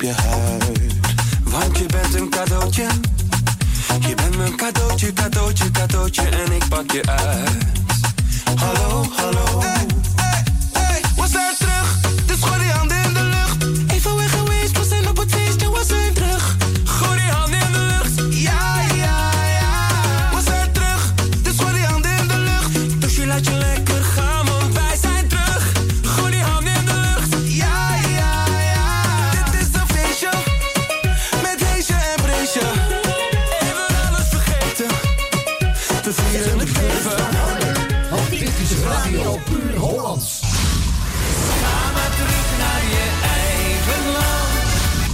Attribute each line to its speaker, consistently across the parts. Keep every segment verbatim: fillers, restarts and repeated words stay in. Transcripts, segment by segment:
Speaker 1: je huid. Want je bent een cadeautje. Je bent mijn cadeautje, cadeautje, cadeautje. En ik pak je uit. Hallo, hallo. Hey, hey, hey. We zijn terug. Dus gooi die handen in de lucht. Even weg geweest, we zijn op het feestje. We zijn terug. Gooi die handen in de lucht. Ja, ja, ja. We zijn terug. Dus gooi die handen in de lucht. Dus je laat je lekker gaan, want wij zijn terug. Gooi die handen in de lucht. Ja, ja, ja. Dit is een feestje. Met Heesje en Breesje. Even alles vergeten. We vieren het leven.
Speaker 2: Dit is Radio Puur Hollands.
Speaker 1: Ga maar terug naar je eigen land.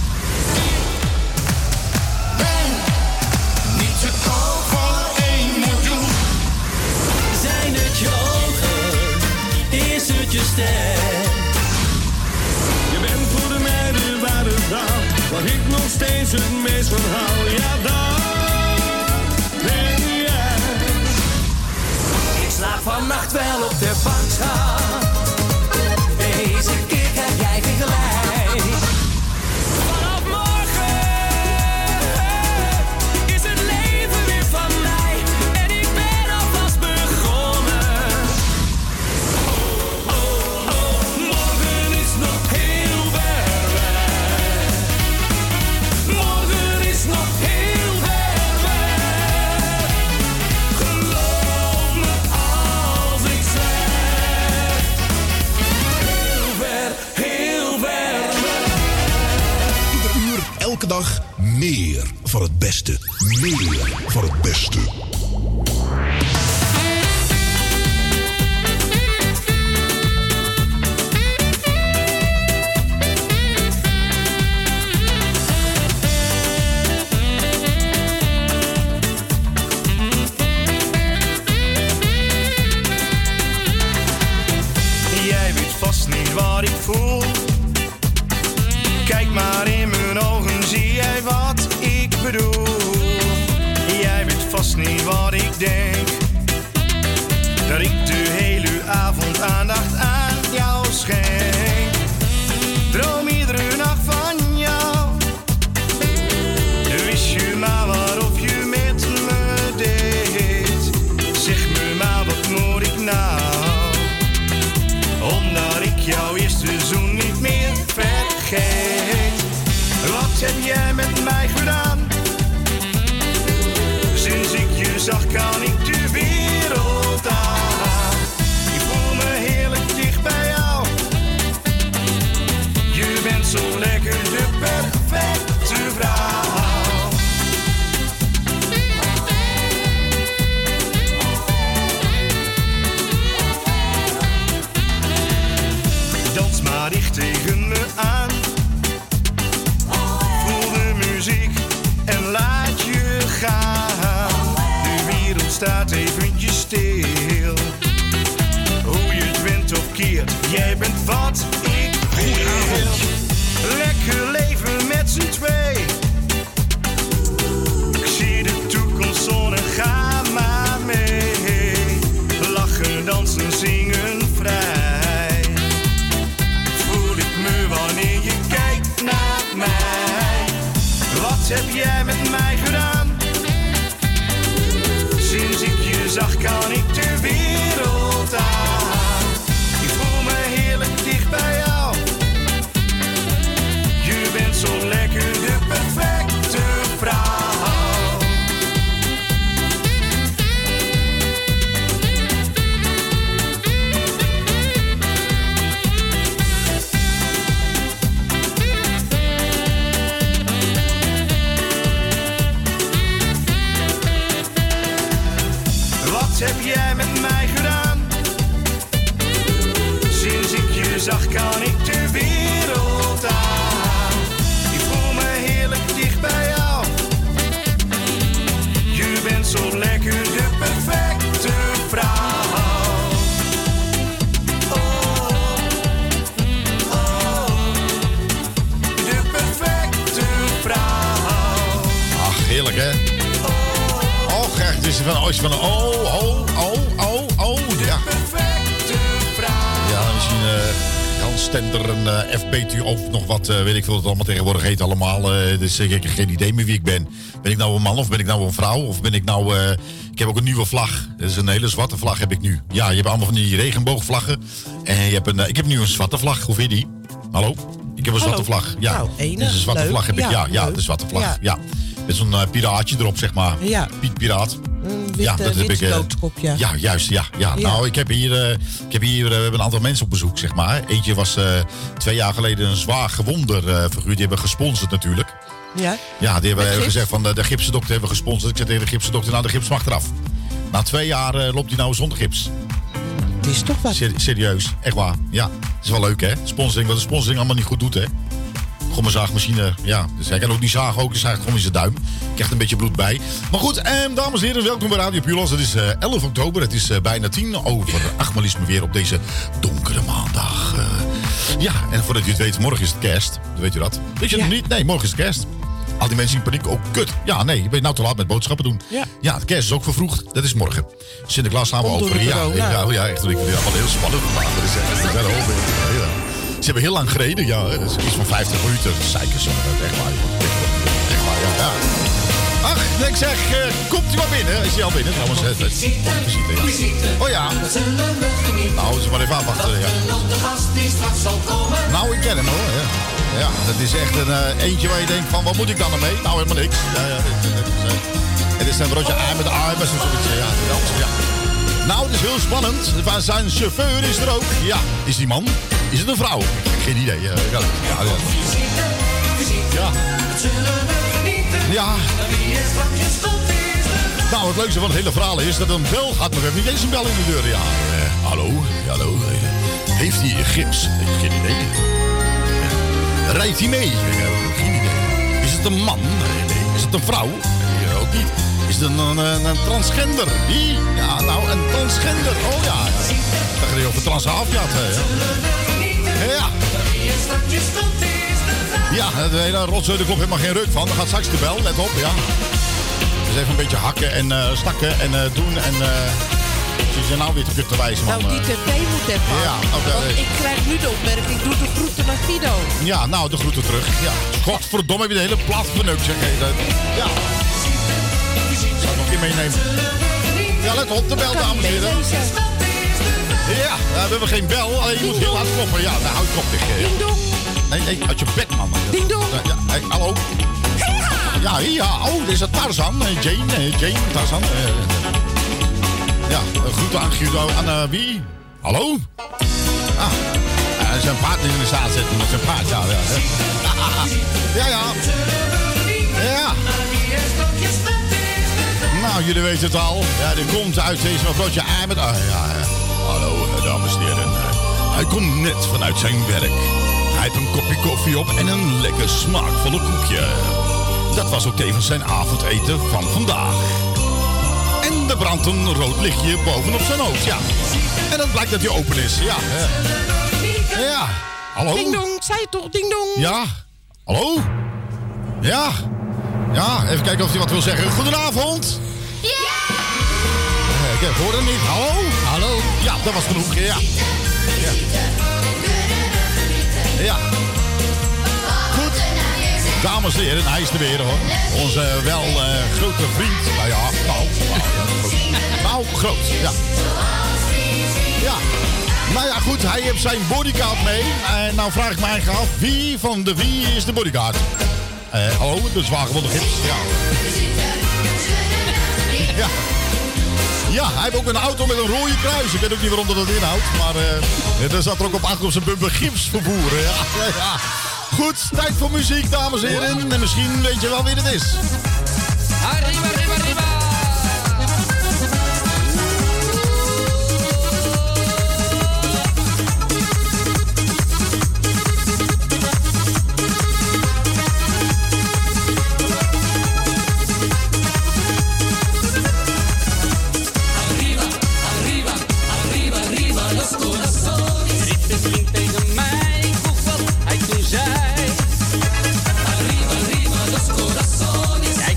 Speaker 1: Ben niet te koop voor één miljoen. Zijn het je ogen? Is het je stem? Je bent voor de meiden waar het vrouw, waar ik nog steeds het meest van hou. Ja, dat ben jij. Ik slaap vannacht wel op de bank, schat. Deze keer krijg jij geen gelijk. Vanaf morgen is het leven weer van mij. En ik ben alvast begonnen. Oh, oh, oh, morgen is nog heel ver weg. Morgen is nog heel ver weg. Geloof me als ik zeg. Heel ver, heel ver weg.
Speaker 3: Ieder uur, elke dag meer van het beste. Meer van het beste.
Speaker 1: Jij weet vast niet wat ik voel. Kijk maar in mijn ogen, zie jij wat ik bedoel. Jij weet vast niet wat ik denk. Dat ik de hele avond aandacht aan jou schenk. Droom iedere nacht van jou. Wist je maar waarop je met me deed. Zeg me maar, wat moet ik nou? Omdat ik jouw eerste zoen niet meer vergeet. Wat heb jij met mij gedaan? Sinds ik je zag kan ik de wereld aan. Ik voel me heerlijk dicht bij jou. Je bent zo lekker de perfecte vrouw. Dans maar dicht tegen me aan. Voel de muziek en laat je gaan. De wereld staat eventjes stil. Hoe je het went of keert, jij bent wat ik wil. Lekker leven met z'n twee. Ik zie de toekomst zonnen, ga maar mee. Lachen, dansen, zingen vrij. Voel ik me wanneer je kijkt naar mij. Wat heb jij met mij gedaan? Sinds ik je zag kan ik de wereld aan. Ik voel me heerlijk dicht bij jou. Je bent zo lekker de perfecte vrouw. Wat heb jij met mij gedaan? Sinds ik je zag kan ik de wereld aan. Ik voel me heerlijk dicht bij jou. Je bent zo lekker de perfecte vrouw. Oh, oh, de perfecte vrouw.
Speaker 4: Ach, heerlijk hè? Oh, Gert, het is van, oh, is van, oh, oh, oh, oh, oh, ja.
Speaker 1: Perfecte vrouw.
Speaker 4: Ja, misschien, uh, ja, transgender, een uh, F B T of nog wat, uh, weet ik veel wat het allemaal tegenwoordig heet allemaal. Uh, dus uh, ik heb geen idee meer wie ik ben. Ben ik nou een man of ben ik nou een vrouw? Of ben ik nou... Uh, ik heb ook een nieuwe vlag. Dat is een hele zwarte vlag heb ik nu. Ja, je hebt allemaal van die regenboogvlaggen. En je hebt een, uh, ik heb nu een zwarte vlag. Hoe vind je die? Hallo? Ik heb een zwarte
Speaker 5: Hallo.
Speaker 4: vlag. Ja,
Speaker 5: Nou, ene.
Speaker 4: dus een zwarte
Speaker 5: Leuk.
Speaker 4: vlag heb ik. Ja,
Speaker 5: Ja,
Speaker 4: ja,
Speaker 5: leuk.
Speaker 4: de zwarte vlag. Ja.
Speaker 5: Ja.
Speaker 4: Met zo'n uh, piraatje erop, zeg maar.
Speaker 5: Ja.
Speaker 4: Piet Piraat.
Speaker 5: Een witte,
Speaker 4: Ja, dat heb
Speaker 5: witte
Speaker 4: ik, uh,
Speaker 5: doodskop, ja.
Speaker 4: Ja, juist, ja. ja.
Speaker 5: Ja.
Speaker 4: Nou, ik heb hier, uh, ik heb hier uh, we hebben een aantal mensen op bezoek, zeg maar. Eentje was uh, twee jaar geleden een zwaar gewonder uh, figuur. Die hebben gesponsord natuurlijk.
Speaker 5: Ja?
Speaker 4: Ja, die hebben
Speaker 5: Met gips?
Speaker 4: gezegd van de, de gipsendokter hebben we gesponsord. Ik zei tegen de gipsendokter, nou de gips mag eraf. Na twee jaar uh, loopt hij nou zonder gips.
Speaker 5: Het is toch wat.
Speaker 4: Ser- serieus, echt waar. Ja, het is wel leuk hè. Sponsoring, wat de sponsoring allemaal niet goed doet hè. Gewoon mijn zaagmachine, ja. Dus hij kan ook niet zagen, ook. Dus hij gewoon in zijn duim. Krijgt een beetje bloed bij. Maar goed, eh, dames en heren, welkom bij Radio Puurlands. Het is uh, elf oktober, het is uh, bijna tien over acht. Maar liefst maar weer op deze donkere maandag. Uh, ja, en voordat je het weet, morgen is het kerst. Weet je dat? Weet je het
Speaker 5: Ja.
Speaker 4: nog niet? Nee, morgen is het kerst. Al die mensen in paniek, oh kut. Ja, nee, je bent nou te laat met boodschappen doen.
Speaker 5: Ja.
Speaker 4: ja, de kerst is ook vervroegd. Dat is morgen. Sinterklaas slaan we
Speaker 5: Komt door
Speaker 4: over.
Speaker 5: de
Speaker 4: Ja,
Speaker 5: corona.
Speaker 4: ja, ja, echt. Ik vind het allemaal heel spannend vandaag. Dat is echt, dat is wel hoog. Ja. Ze hebben heel lang gereden, ja. Dat is iets van vijftig minuten. Zeikers, echt waar. Echt waar, ja. ja. Ach, ik zeg, uh, komt u maar binnen. Is hij al binnen trouwens? Hè? Visite, ja. Oh ja. Nou, ze maar even afwachten, ja. Nou, ik ken hem hoor. Ja, ja dat is echt een uh, eentje waar je denkt van, wat moet ik dan ermee? Nou, helemaal niks. Ja, ja, dit, dit is, uh, het is een broodje aan met de armen. Ja, ja. Nou, het is heel spannend. Waar zijn chauffeur is er ook. Ja, is die man? Is het een vrouw? Geen idee. Uh, ja, ja, ja. Ja. Ja. Nou, het leukste van het hele verhaal is dat een bel gaat. Maar we hebben niet eens een bel in de deur. Ja, uh, hallo, ja, hallo. Uh, heeft hij gips? Ik heb geen idee. Uh, rijdt hij mee? Ik heb geen idee. Is het een man? Nee, nee. Is het een vrouw? Nee, ook niet. Is het een, een, een, een transgender? Wie? Ja, nou, een transgender. Oh ja. ja. Dat gaat hij over transavia. Ja. Ja. Ja, de hele rotzooi, er komt helemaal geen ruk van. Dan gaat straks de bel, let op, ja. Dus even een beetje hakken en uh, stakken en uh, doen en... Uh, zie je nou weer te kut te wijzen, man.
Speaker 5: Nou, die tv moet even.
Speaker 4: Ja, okay.
Speaker 5: Want ik krijg nu de opmerking, doe de groeten naar Guido.
Speaker 4: Ja, nou, de groeten terug. Ja. Godverdomme, heb je de hele plaat verneukt, zeg. Ja. Ik zou het nog een keer meenemen. Ja, let op, de bel, dames en heren. Ja, we hebben geen bel, alleen je moet heel hard kloppen. Ja, nou, houd je kop dicht.
Speaker 5: Ding dong.
Speaker 4: Nee, nee, uit je bed, man.
Speaker 5: Ding dong.
Speaker 4: Ja, hey, hallo. Ja, ja, oh, dit is het Tarzan. Jane, Jane, Tarzan. Ja, groeten aan Guido. Aan uh, wie? Hallo? Ah, uh, zijn paard in de zaal zetten met zijn paard. Ja, ja. Ja, ja. Ja. Nou, jullie weten het al. Ja, die komt uit deze broodje ei met... Ah, ja, ja. Hallo, dames en heren. Hij komt net vanuit zijn werk. Hij heeft een kopje koffie op en een lekker smaakvolle koekje. Dat was ook tevens zijn avondeten van vandaag. En er brandt een rood lichtje bovenop zijn hoofd, ja. En dan blijkt dat hij open is, ja. Ja, ja. Hallo?
Speaker 5: Ding dong, zei je toch, ding dong?
Speaker 4: Ja, hallo? Ja. Ja, even kijken of hij wat wil zeggen. Goedenavond. Ja! Ik hoor hem niet. Hallo? Hallo? Ja, dat was genoeg, ja. Ja. Ja. Goed. Dames en heren, hij is er weer hoor. Onze wel uh, grote vriend. Nou ja, nou, nou, ja, nou groot, ja. Ja. Nou ja, goed, hij heeft zijn bodyguard mee. En nou vraag ik me eigenlijk af, wie van de wie is de bodyguard? Uh, hallo, de zwaargewonde gips. Ja. Ja. Ja, hij heeft ook een auto met een rode kruis. Ik weet ook niet waarom dat het inhoudt. Maar uh, er zat er ook op achter op zijn bumper gips vervoeren. Ja, ja, ja. Goed, tijd voor muziek, dames en heren. En misschien weet je wel wie het is.
Speaker 6: Arriba, arriba, arriba.
Speaker 7: Arriba, arriba los corazones.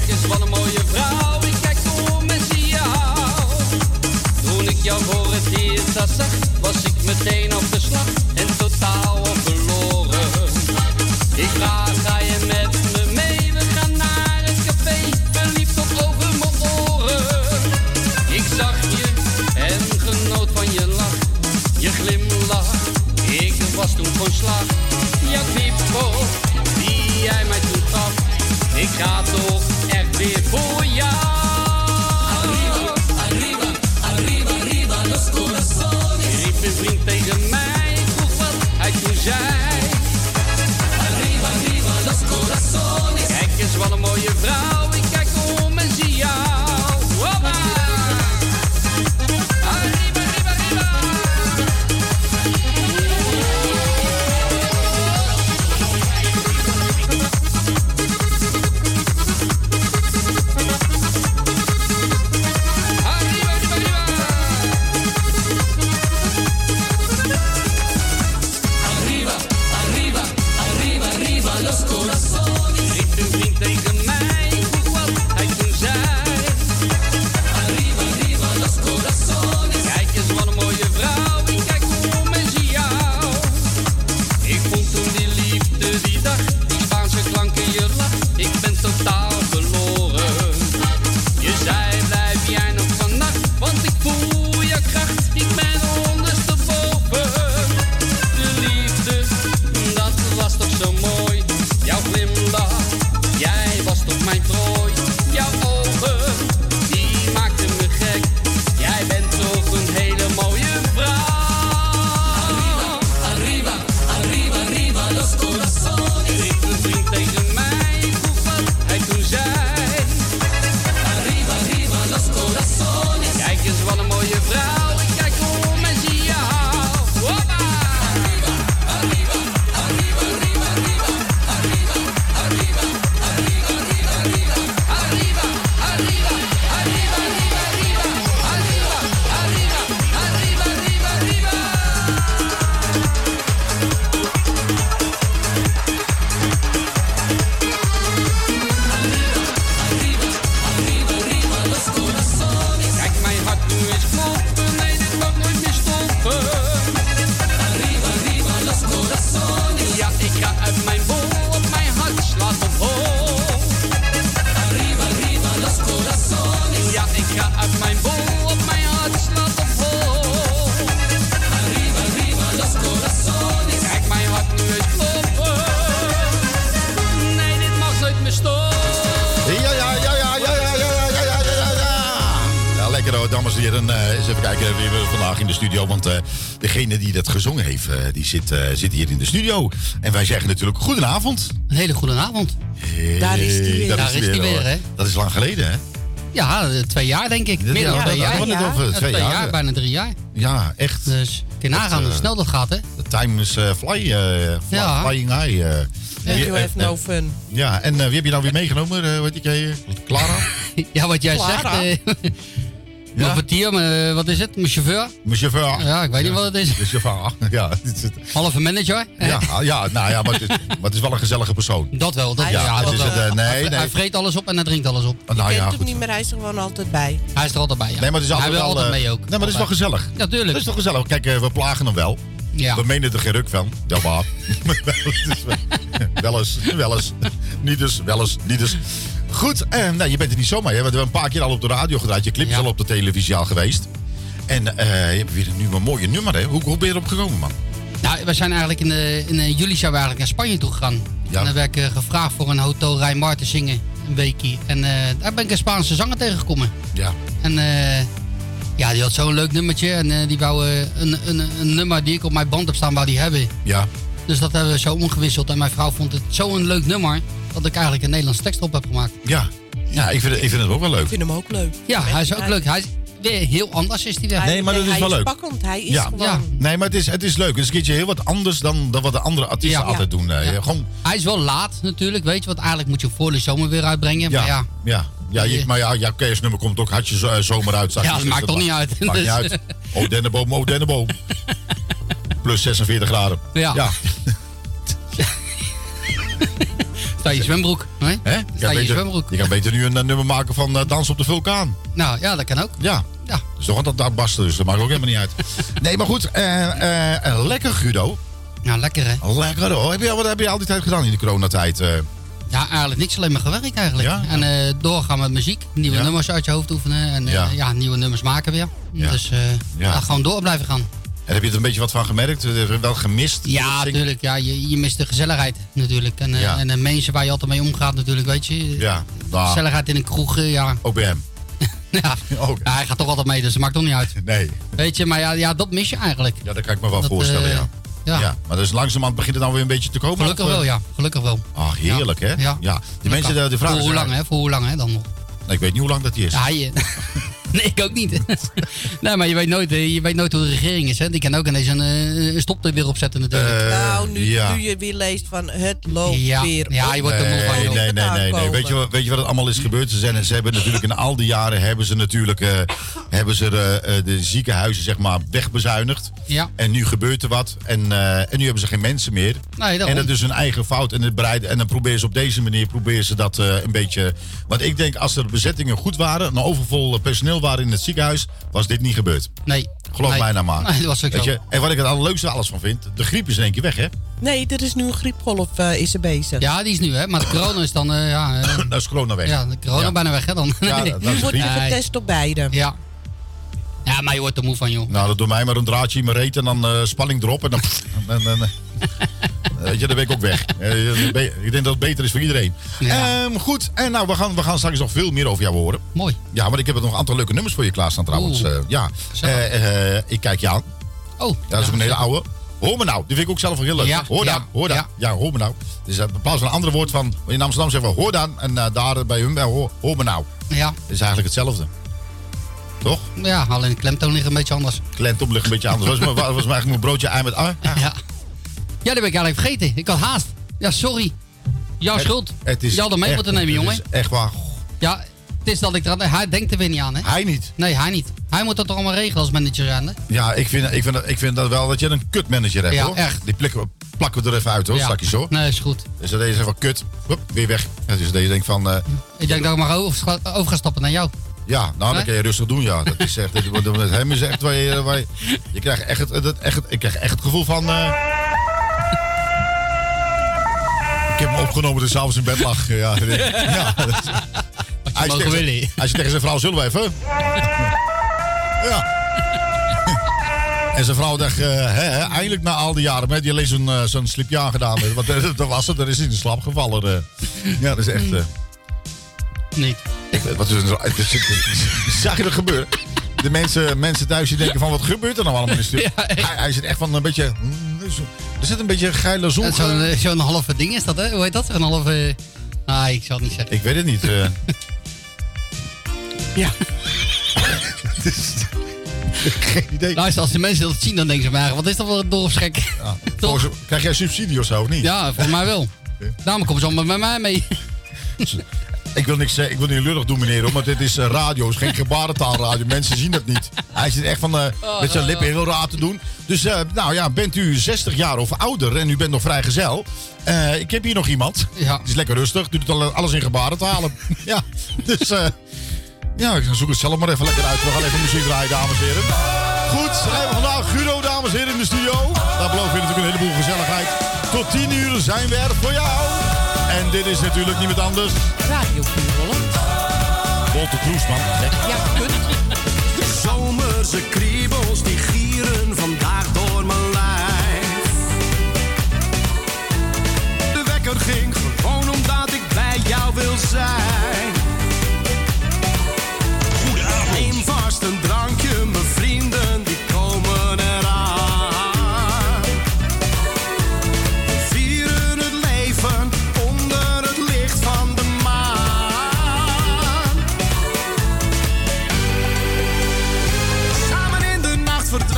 Speaker 6: gewoon slag. Jouw knippel, die jij mij toen gaf. Ik ga toch echt weer voor jou. Arriba, arriba, arriba, arriba, los corazones. Riep een vriend tegen mij, ik vroeg wat hij toen zei. Arriba, arriba, los corazones. Kijk eens wat een mooie vrouw, ik kijk om en zie jou. Hoppa! Arriba, arriba, arriba. Totaal verloren. Je zei blijf jij nog vannacht, want ik voel je kracht. Ik ben ondersteboven. De liefde, dat was toch zo mooi. Jouw glimlach, jij was toch mijn prooi. Jouw ogen, die maakten me gek. Jij bent toch een hele mooie vrouw. Arriba, arriba, arriba, arriba, los corazones. Riep een vriend tegen mij. Hij toen zei Arriba, arriba, los corazones. Kijk eens wat een mooie vrouw. Ik kijk om en zie jou. Hoppa! Arriba, arriba, arriba, arriba, arriba. Arriba, arriba, arriba, arriba, arriba. Arriba, arriba, arriba, arriba, arriba. Arriba, arriba, arriba, arriba, arriba. Kijk, mijn hart nu is kloppen, nee, dit mag nooit meer stoppen. Arriba, arriba, los corazones. Ja, ik ga uit mijn bol, op mijn hart slaat op hol. Arriba, arriba, los corazones. Ja, ik ga uit mijn bol, op mijn hart slaat op hol. Arriba, arriba, los corazones. Kijk, mijn hart nu is kloppen. Nee, dit mag nooit meer stoppen.
Speaker 4: Ja, ja, ja, ja, ja, ja, ja, ja, ja, ja, ja, ja. Ja, lekker hoor, dames en heren. Uh, eens even kijken wie we vandaag in de studio. Want uh, degene die dat gezongen heeft, uh, die zit, uh, zit hier in de studio. En wij zeggen natuurlijk goedenavond.
Speaker 7: Een hele goede avond.
Speaker 4: Hey,
Speaker 5: Daar is die weer.
Speaker 4: Daar
Speaker 7: Daar is die weer,
Speaker 4: hoor.
Speaker 7: hè?
Speaker 4: Dat is lang geleden, hè?
Speaker 7: Ja, twee jaar denk ik. Meer dan
Speaker 4: Ja,
Speaker 7: twee
Speaker 4: dat-
Speaker 7: jaar.
Speaker 4: dat- dat- dat-
Speaker 5: Ja.
Speaker 4: dat- Twee
Speaker 7: Twee
Speaker 4: jaar.
Speaker 7: jaar, bijna drie jaar.
Speaker 4: Ja, echt.
Speaker 7: Dus kun je nagaan
Speaker 4: Dat,
Speaker 7: hoe
Speaker 4: uh,
Speaker 7: snel dat gaat, hè?
Speaker 4: The time is uh, fly, uh, fly,
Speaker 7: Ja.
Speaker 4: flying high. Uh.
Speaker 5: And
Speaker 4: Wie-
Speaker 5: you
Speaker 4: eh,
Speaker 5: have
Speaker 4: eh,
Speaker 5: no fun.
Speaker 4: Ja, en uh, wie heb je nou weer meegenomen? Uh, weet ik, uh, Clara?
Speaker 7: Ja, wat jij
Speaker 5: Clara.
Speaker 7: zegt. Eh, Mijn kwartier, mijn, wat is het? Mijn chauffeur?
Speaker 4: Mijn chauffeur.
Speaker 7: Ja, ik weet niet wat het is.
Speaker 4: De chauffeur, ja. dit is het.
Speaker 7: Halve manager?
Speaker 4: Ja, ja, nou ja, maar het, is, maar het is wel een gezellige persoon.
Speaker 7: Dat wel. Dat,
Speaker 5: Hij
Speaker 7: ja,
Speaker 5: is
Speaker 7: ja,
Speaker 4: het
Speaker 7: dat
Speaker 4: is
Speaker 7: wel.
Speaker 4: het, uh, nee,
Speaker 7: Hij,
Speaker 4: nee.
Speaker 7: hij vreet alles op en hij drinkt alles op.
Speaker 4: Nou
Speaker 5: Je
Speaker 4: ja,
Speaker 5: kent hem
Speaker 4: goed.
Speaker 5: niet meer, hij is er gewoon altijd bij.
Speaker 7: Hij is er altijd bij, ja.
Speaker 4: Nee, maar het is altijd
Speaker 7: hij wil
Speaker 4: wel,
Speaker 7: altijd
Speaker 4: uh,
Speaker 7: mee ook.
Speaker 4: Nee, maar dat is wel
Speaker 7: Altijd.
Speaker 4: gezellig.
Speaker 7: Ja, tuurlijk.
Speaker 4: Dat is toch gezellig? Kijk, uh, we plagen hem wel.
Speaker 7: Ja.
Speaker 4: We menen er geen ruk van. Ja, maar. wel eens, wel eens. Niet dus, wel eens, niet dus. Goed, eh, nou, je bent er niet zomaar. Hè? We hebben een paar keer al op de radio gedraaid. Je clip is
Speaker 7: Ja.
Speaker 4: al op de televisie al geweest. En uh, je hebt weer een nieuwe mooie nummer, hè? Hoe, hoe ben je erop gekomen, man?
Speaker 7: Nou, we zijn eigenlijk in, de, in de juli zijn we eigenlijk naar Spanje toe gegaan.
Speaker 4: Ja.
Speaker 7: En dan werd ik uh, gevraagd voor een Hotel Rijnmar te zingen. Een weekje. En uh, daar ben ik een Spaanse zanger tegengekomen.
Speaker 4: Ja.
Speaker 7: En uh, ja, die had zo'n leuk nummertje. En uh, die wou uh, een, een, een nummer die ik op mijn band heb staan, wou die hebben.
Speaker 4: Ja.
Speaker 7: Dus dat hebben we zo omgewisseld. En mijn vrouw vond het zo'n leuk nummer, dat ik eigenlijk een Nederlandse tekst op heb gemaakt.
Speaker 4: Ja. Ja, ik vind, het, ik vind het ook wel leuk.
Speaker 5: Ik vind hem ook leuk.
Speaker 7: Ja, hij is ook leuk. Hij is weer heel anders, is hij weer.
Speaker 5: Hij-
Speaker 4: Nee, maar dat is
Speaker 5: hij
Speaker 4: wel leuk.
Speaker 5: pakkend, hij is
Speaker 4: Ja.
Speaker 5: gewoon...
Speaker 7: Ja.
Speaker 4: Nee, maar het is, het is leuk. Het is een keertje heel wat anders dan, dan wat de andere artiesten
Speaker 7: Ja.
Speaker 4: altijd doen. Uh,
Speaker 7: Ja.
Speaker 4: Gewoon,
Speaker 7: Hij is wel laat natuurlijk, weet je. Want eigenlijk moet je voor de zomer weer uitbrengen.
Speaker 4: ja.
Speaker 7: Maar ja,
Speaker 4: Ja. Ja, je, maar ja, jouw kerstnummer komt ook hartje zo- zomer uit. straks.
Speaker 7: Ja, dat
Speaker 4: Dus
Speaker 7: maakt toch niet uit.
Speaker 4: Maakt niet
Speaker 7: Dus-
Speaker 4: uit. Oh, dennenboom, oh, dennenboom. Plus zesenveertig graden.
Speaker 7: Ja.
Speaker 4: Ja.
Speaker 7: sta je in zwembroek. Hè?
Speaker 4: Hè? Je,
Speaker 7: Sta
Speaker 4: kan
Speaker 7: je in
Speaker 4: beter,
Speaker 7: zwembroek.
Speaker 4: je kan beter nu een uh, nummer maken van uh, Dans op de Vulkaan.
Speaker 7: Nou ja, dat kan ook.
Speaker 4: Ja.
Speaker 7: Ja.
Speaker 4: Dus toch dat daar barsten, dus dat maakt ook helemaal niet uit. Nee, maar goed. Uh, uh, uh, lekker, Guido.
Speaker 7: Nou, lekker hè.
Speaker 4: Lekker hoor. Heb je, wat heb je al die tijd gedaan in de coronatijd? Uh,
Speaker 7: Ja, eigenlijk niks, alleen maar gewerkt eigenlijk.
Speaker 4: Ja?
Speaker 7: En uh, doorgaan met muziek, nieuwe
Speaker 4: Ja.
Speaker 7: nummers uit je hoofd oefenen en uh,
Speaker 4: Ja.
Speaker 7: ja. nieuwe nummers maken weer.
Speaker 4: Ja.
Speaker 7: Dus uh,
Speaker 4: Ja.
Speaker 7: ja, gewoon door blijven gaan.
Speaker 4: En heb je er een beetje wat van gemerkt? Heb je wel gemist?
Speaker 7: Ja, natuurlijk. Ja, je, je mist de gezelligheid natuurlijk. En, uh,
Speaker 4: Ja.
Speaker 7: en de mensen waar je altijd mee omgaat natuurlijk, weet je.
Speaker 4: Ja, nou,
Speaker 7: Gezelligheid in een kroeg, uh, ja.
Speaker 4: ook bij hem.
Speaker 7: ja.
Speaker 4: Ook.
Speaker 7: ja. Hij gaat toch altijd mee, dus dat maakt toch niet uit.
Speaker 4: Nee.
Speaker 7: Weet je, maar ja, ja dat mis je eigenlijk.
Speaker 4: Ja, dat kan ik me wel
Speaker 7: Dat,
Speaker 4: voorstellen,
Speaker 7: uh,
Speaker 4: ja.
Speaker 7: Ja.
Speaker 4: Ja. Maar dus langzamerhand begint het dan weer een beetje te komen?
Speaker 7: Gelukkig
Speaker 4: of, uh,
Speaker 7: wel, ja. Gelukkig wel.
Speaker 4: Ach, heerlijk,
Speaker 7: Ja.
Speaker 4: hè?
Speaker 7: Ja.
Speaker 4: ja. Die mensen, de, de vragen
Speaker 7: Voor hoe
Speaker 4: zijn-
Speaker 7: lang, hè? Voor hoe lang, hè, dan nog?
Speaker 4: Nee, ik weet niet hoe lang dat die is.
Speaker 7: Ja, je... nee, ik ook niet. nee, maar je weet nooit, eh, je weet nooit hoe de regering is, hè. Die kan ook ineens een, eh, een stop er weer opzetten natuurlijk.
Speaker 4: Eh,
Speaker 5: nou, nu,
Speaker 4: ja.
Speaker 5: nu je weer leest van het loopt
Speaker 7: Ja.
Speaker 5: weer
Speaker 7: Ja,
Speaker 5: op.
Speaker 7: je wordt er moe van,
Speaker 4: Nee,
Speaker 7: joh.
Speaker 4: nee, nee, nee, nee.
Speaker 5: Aankomen.
Speaker 4: Weet je, wat- weet je wat er allemaal is gebeurd? Ze, zijn, ze hebben natuurlijk in al die jaren hebben ze natuurlijk eh, hebben ze eh, eh, de ziekenhuizen zeg maar wegbezuinigd.
Speaker 7: Ja.
Speaker 4: En nu gebeurt er wat. En, eh, en nu hebben ze geen mensen meer.
Speaker 7: Nee, daarom.
Speaker 4: En dat is hun eigen fout. En, het bereiden, en dan proberen ze op deze manier proberen ze dat eh, een beetje. Want ik denk als er bezettingen goed waren, een overvol personeel waren in het ziekenhuis, was dit niet gebeurd.
Speaker 7: Nee.
Speaker 4: Geloof
Speaker 7: nee.
Speaker 4: mij nou maar.
Speaker 7: Nee, dat was ook
Speaker 4: Weet
Speaker 7: zo.
Speaker 4: je? En wat ik het allerleukste alles van vind, de griep is in één keer weg, hè?
Speaker 5: Nee, er is nu een griepgolf uh, is er bezig.
Speaker 7: Ja, die is nu, hè. Maar de corona is dan, uh, ja... Uh,
Speaker 4: Dat is corona weg.
Speaker 7: ja, de corona
Speaker 4: Ja.
Speaker 7: bijna weg, hè, dan.
Speaker 4: Ja,
Speaker 7: Nee.
Speaker 4: dat- dat is
Speaker 5: Wordt je
Speaker 4: griep.
Speaker 7: Nee.
Speaker 5: getest op beide?
Speaker 7: Ja. Ja, maar je wordt er moe van, joh.
Speaker 4: Nou, dat doet mij maar een draadje in mijn reet en dan uh, spanning erop en dan... en, en, weet je, dan ben ik ook weg. Uh, ik denk dat het beter is voor iedereen.
Speaker 7: Ja.
Speaker 4: Um, goed, en nou, we gaan, we gaan straks nog veel meer over jou horen.
Speaker 7: Mooi.
Speaker 4: Ja, want ik heb nog een aantal leuke nummers voor je klaarstaan trouwens.
Speaker 7: Oeh.
Speaker 4: Uh, ja,
Speaker 7: Zo.
Speaker 4: uh, uh, ik kijk je aan.
Speaker 7: Oh.
Speaker 4: Ja, dat is ook een hele oude. Hoor me nou, die vind ik ook zelf wel heel leuk.
Speaker 7: Ja,
Speaker 4: hoor dan,
Speaker 7: ja,
Speaker 4: hoor dan.
Speaker 7: ja.
Speaker 4: Ja. hoor me nou. Dus uh, in plaats van een andere woord van, in Amsterdam zeggen we hoor dan. En uh, daar bij hun, uh, hoor, hoor me nou.
Speaker 7: Ja.
Speaker 4: Dat is eigenlijk hetzelfde. Toch?
Speaker 7: Ja, alleen de klemtoon ligt een beetje anders.
Speaker 4: Klent ligt een beetje anders. Was, was, was eigenlijk mijn broodje ei met a.
Speaker 7: Ja. Ja, die ben ik eigenlijk vergeten. Ik had haast. Ja, sorry. Jouw schuld.
Speaker 4: Het is
Speaker 7: Je had hem mee
Speaker 4: echt-
Speaker 7: moeten nemen,
Speaker 4: het
Speaker 7: jongen.
Speaker 4: is echt waar.
Speaker 7: Ja, het is dat ik er... Hij denkt er weer niet aan, hè?
Speaker 4: Hij niet.
Speaker 7: Nee, hij niet. Hij moet dat toch allemaal regelen als manager aan, hè?
Speaker 4: Ja, ik vind, ik vind, ik vind dat wel dat je een kutmanager hebt,
Speaker 7: Ja,
Speaker 4: hoor.
Speaker 7: echt.
Speaker 4: Die plakken we, plakken we er even uit, hoor.
Speaker 7: Ja.
Speaker 4: Straks hoor.
Speaker 7: Nee, is goed.
Speaker 4: Dus dat deze van kut. Hup, weer weg. Ja, dus dat je denkt van... Uh,
Speaker 7: Ik denk dat ik maar over, over ga stappen naar jou.
Speaker 4: ja, nou,
Speaker 7: Hè?
Speaker 4: dat kan je rustig doen, ja. Dat is echt... dit wordt- met hem is echt waar je... Waar je, je krijgt echt het, het, echt, het- ik krijg echt het gevoel van... Uh, ik heb hem opgenomen toen s'avonds in bed lag. Ja, dat- ja, dat is- Hij
Speaker 7: mogen
Speaker 4: zegt-
Speaker 7: willen.
Speaker 4: Hij zegt tegen zijn vrouw, zullen we even? Ja. En zijn vrouw dacht, uh, hè, hè, eindelijk na al die jaren, maar die alleen zo'n uh, zo'n slipje aangedaan. Want uh, dat was het, er is in de slaap gevallen. Uh. Ja, dat is echt... Uh,
Speaker 7: Niet.
Speaker 4: ik, wat is er, het is- het is- zag je dat gebeuren? De mensen, mensen thuis die denken van, wat gebeurt er nou allemaal in de studio?
Speaker 7: Ja, echt.
Speaker 4: hij, hij zit echt van een beetje... Er zit een beetje een geile zon.
Speaker 7: Zo'n eh, zo'n halve ding is dat, hè? Hoe heet dat? Een halve... Ah, ik zal het niet zeggen.
Speaker 4: Ik weet het niet. Uh.
Speaker 5: Ja.
Speaker 4: Geen idee.
Speaker 7: Luister, als de mensen dat zien, dan denken ze maar, wat is dat voor een dorpsgek?
Speaker 4: Ja,
Speaker 7: Toch?
Speaker 4: volgens- krijg jij subsidie of zo, of niet?
Speaker 7: Ja, volgens mij wel. Daarom komen ze allemaal met mij mee.
Speaker 4: Ik wil niks zeggen, ik wil niet lullig doen, meneer, hoor, maar dit is uh, radio, het is geen gebarentaalradio. Mensen zien dat niet. Hij zit echt van, uh, met zijn lippen heel raar te doen. Dus, uh, nou ja, bent u zestig jaar of ouder en u bent nog vrijgezel. Uh, ik heb hier nog iemand.
Speaker 7: Ja.
Speaker 4: Die is lekker rustig, doet het al- alles in gebarentalen. Ja, dus, uh, ja, ik zoek het zelf maar even lekker uit. We gaan even muziek draaien, dames en heren. Goed, we hebben vandaag Guido, dames en heren, in de studio. Daar beloven we natuurlijk een heleboel gezelligheid. Tot tien uur zijn we er voor jou. En dit is natuurlijk niemand anders.
Speaker 5: Radio Puur Holland.
Speaker 4: Walter Kroesman. Gek.
Speaker 5: Ja, kut.
Speaker 1: De zomerse kriebels die gieren vandaag door mijn lijf. De wekker ging gewoon omdat ik bij jou wil zijn. Neem vast een drankje, mijn vrienden die komen eraan. We vieren het leven onder het licht van de maan. Samen in de nacht verdwijnen.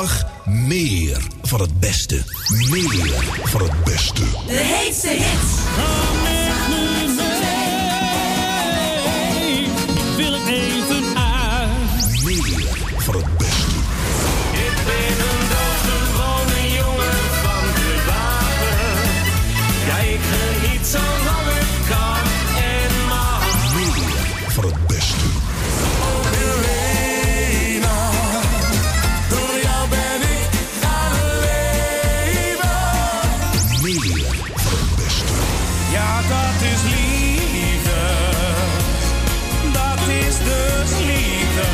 Speaker 3: dag meer van het beste. Meer van het beste.
Speaker 2: De heetste hits.
Speaker 8: Kom met me mee. Ik wil het even uit.
Speaker 3: Meer van het beste.
Speaker 1: Ik ben een doodgewone jongen van de wagen. Ja, ik geniet zolang het kan en mag.
Speaker 3: Meer van het beste.
Speaker 1: Oh Helena, door jou ben ik gaan leven.
Speaker 3: Meer van het beste.
Speaker 1: Ja, dat is liefde. Dat is dus liefde.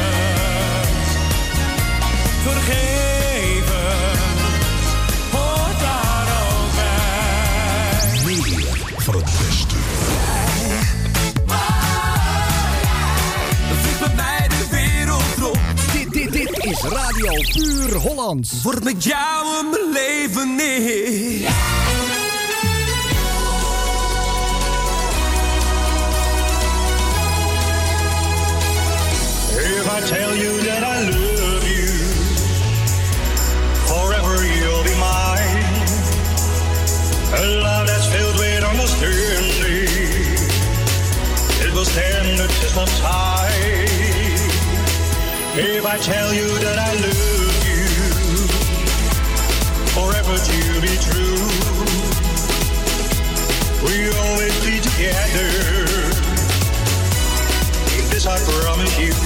Speaker 1: Vergeven hoort daar ook bij.
Speaker 3: Meer van het beste.
Speaker 1: Voelt bij mij de wereld rond.
Speaker 2: Dit, dit, dit is Radio Puur Hollands.
Speaker 1: Word met jou in mijn leven neer.
Speaker 9: If I tell you that I love you, forever you'll be mine. A love that's filled with understanding. It will stand the test of time. If I tell you that I love you, forever to be true. We always be together. This I promise you.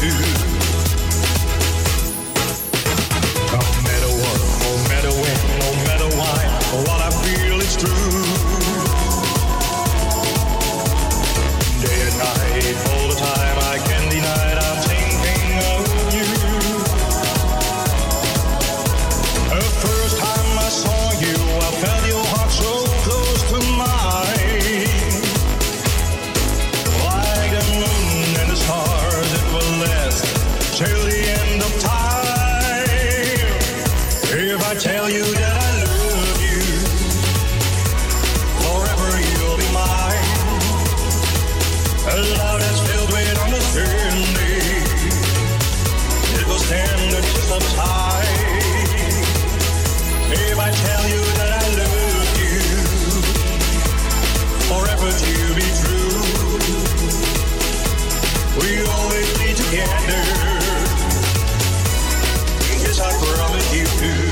Speaker 9: No matter what, no matter when, no matter why, what I feel is true. Day and night, all the time, I can't deny it, I'm thinking of you. The first time I saw you, I felt your heart so close to mine. Like the moon and the stars, it will last till the end of time. If I tell you that I love you, forever you'll be mine. A love that's filled with understanding. It will stand the test of time. If I tell you that I love you, forever to be true. We always be together. Yes, I promise you.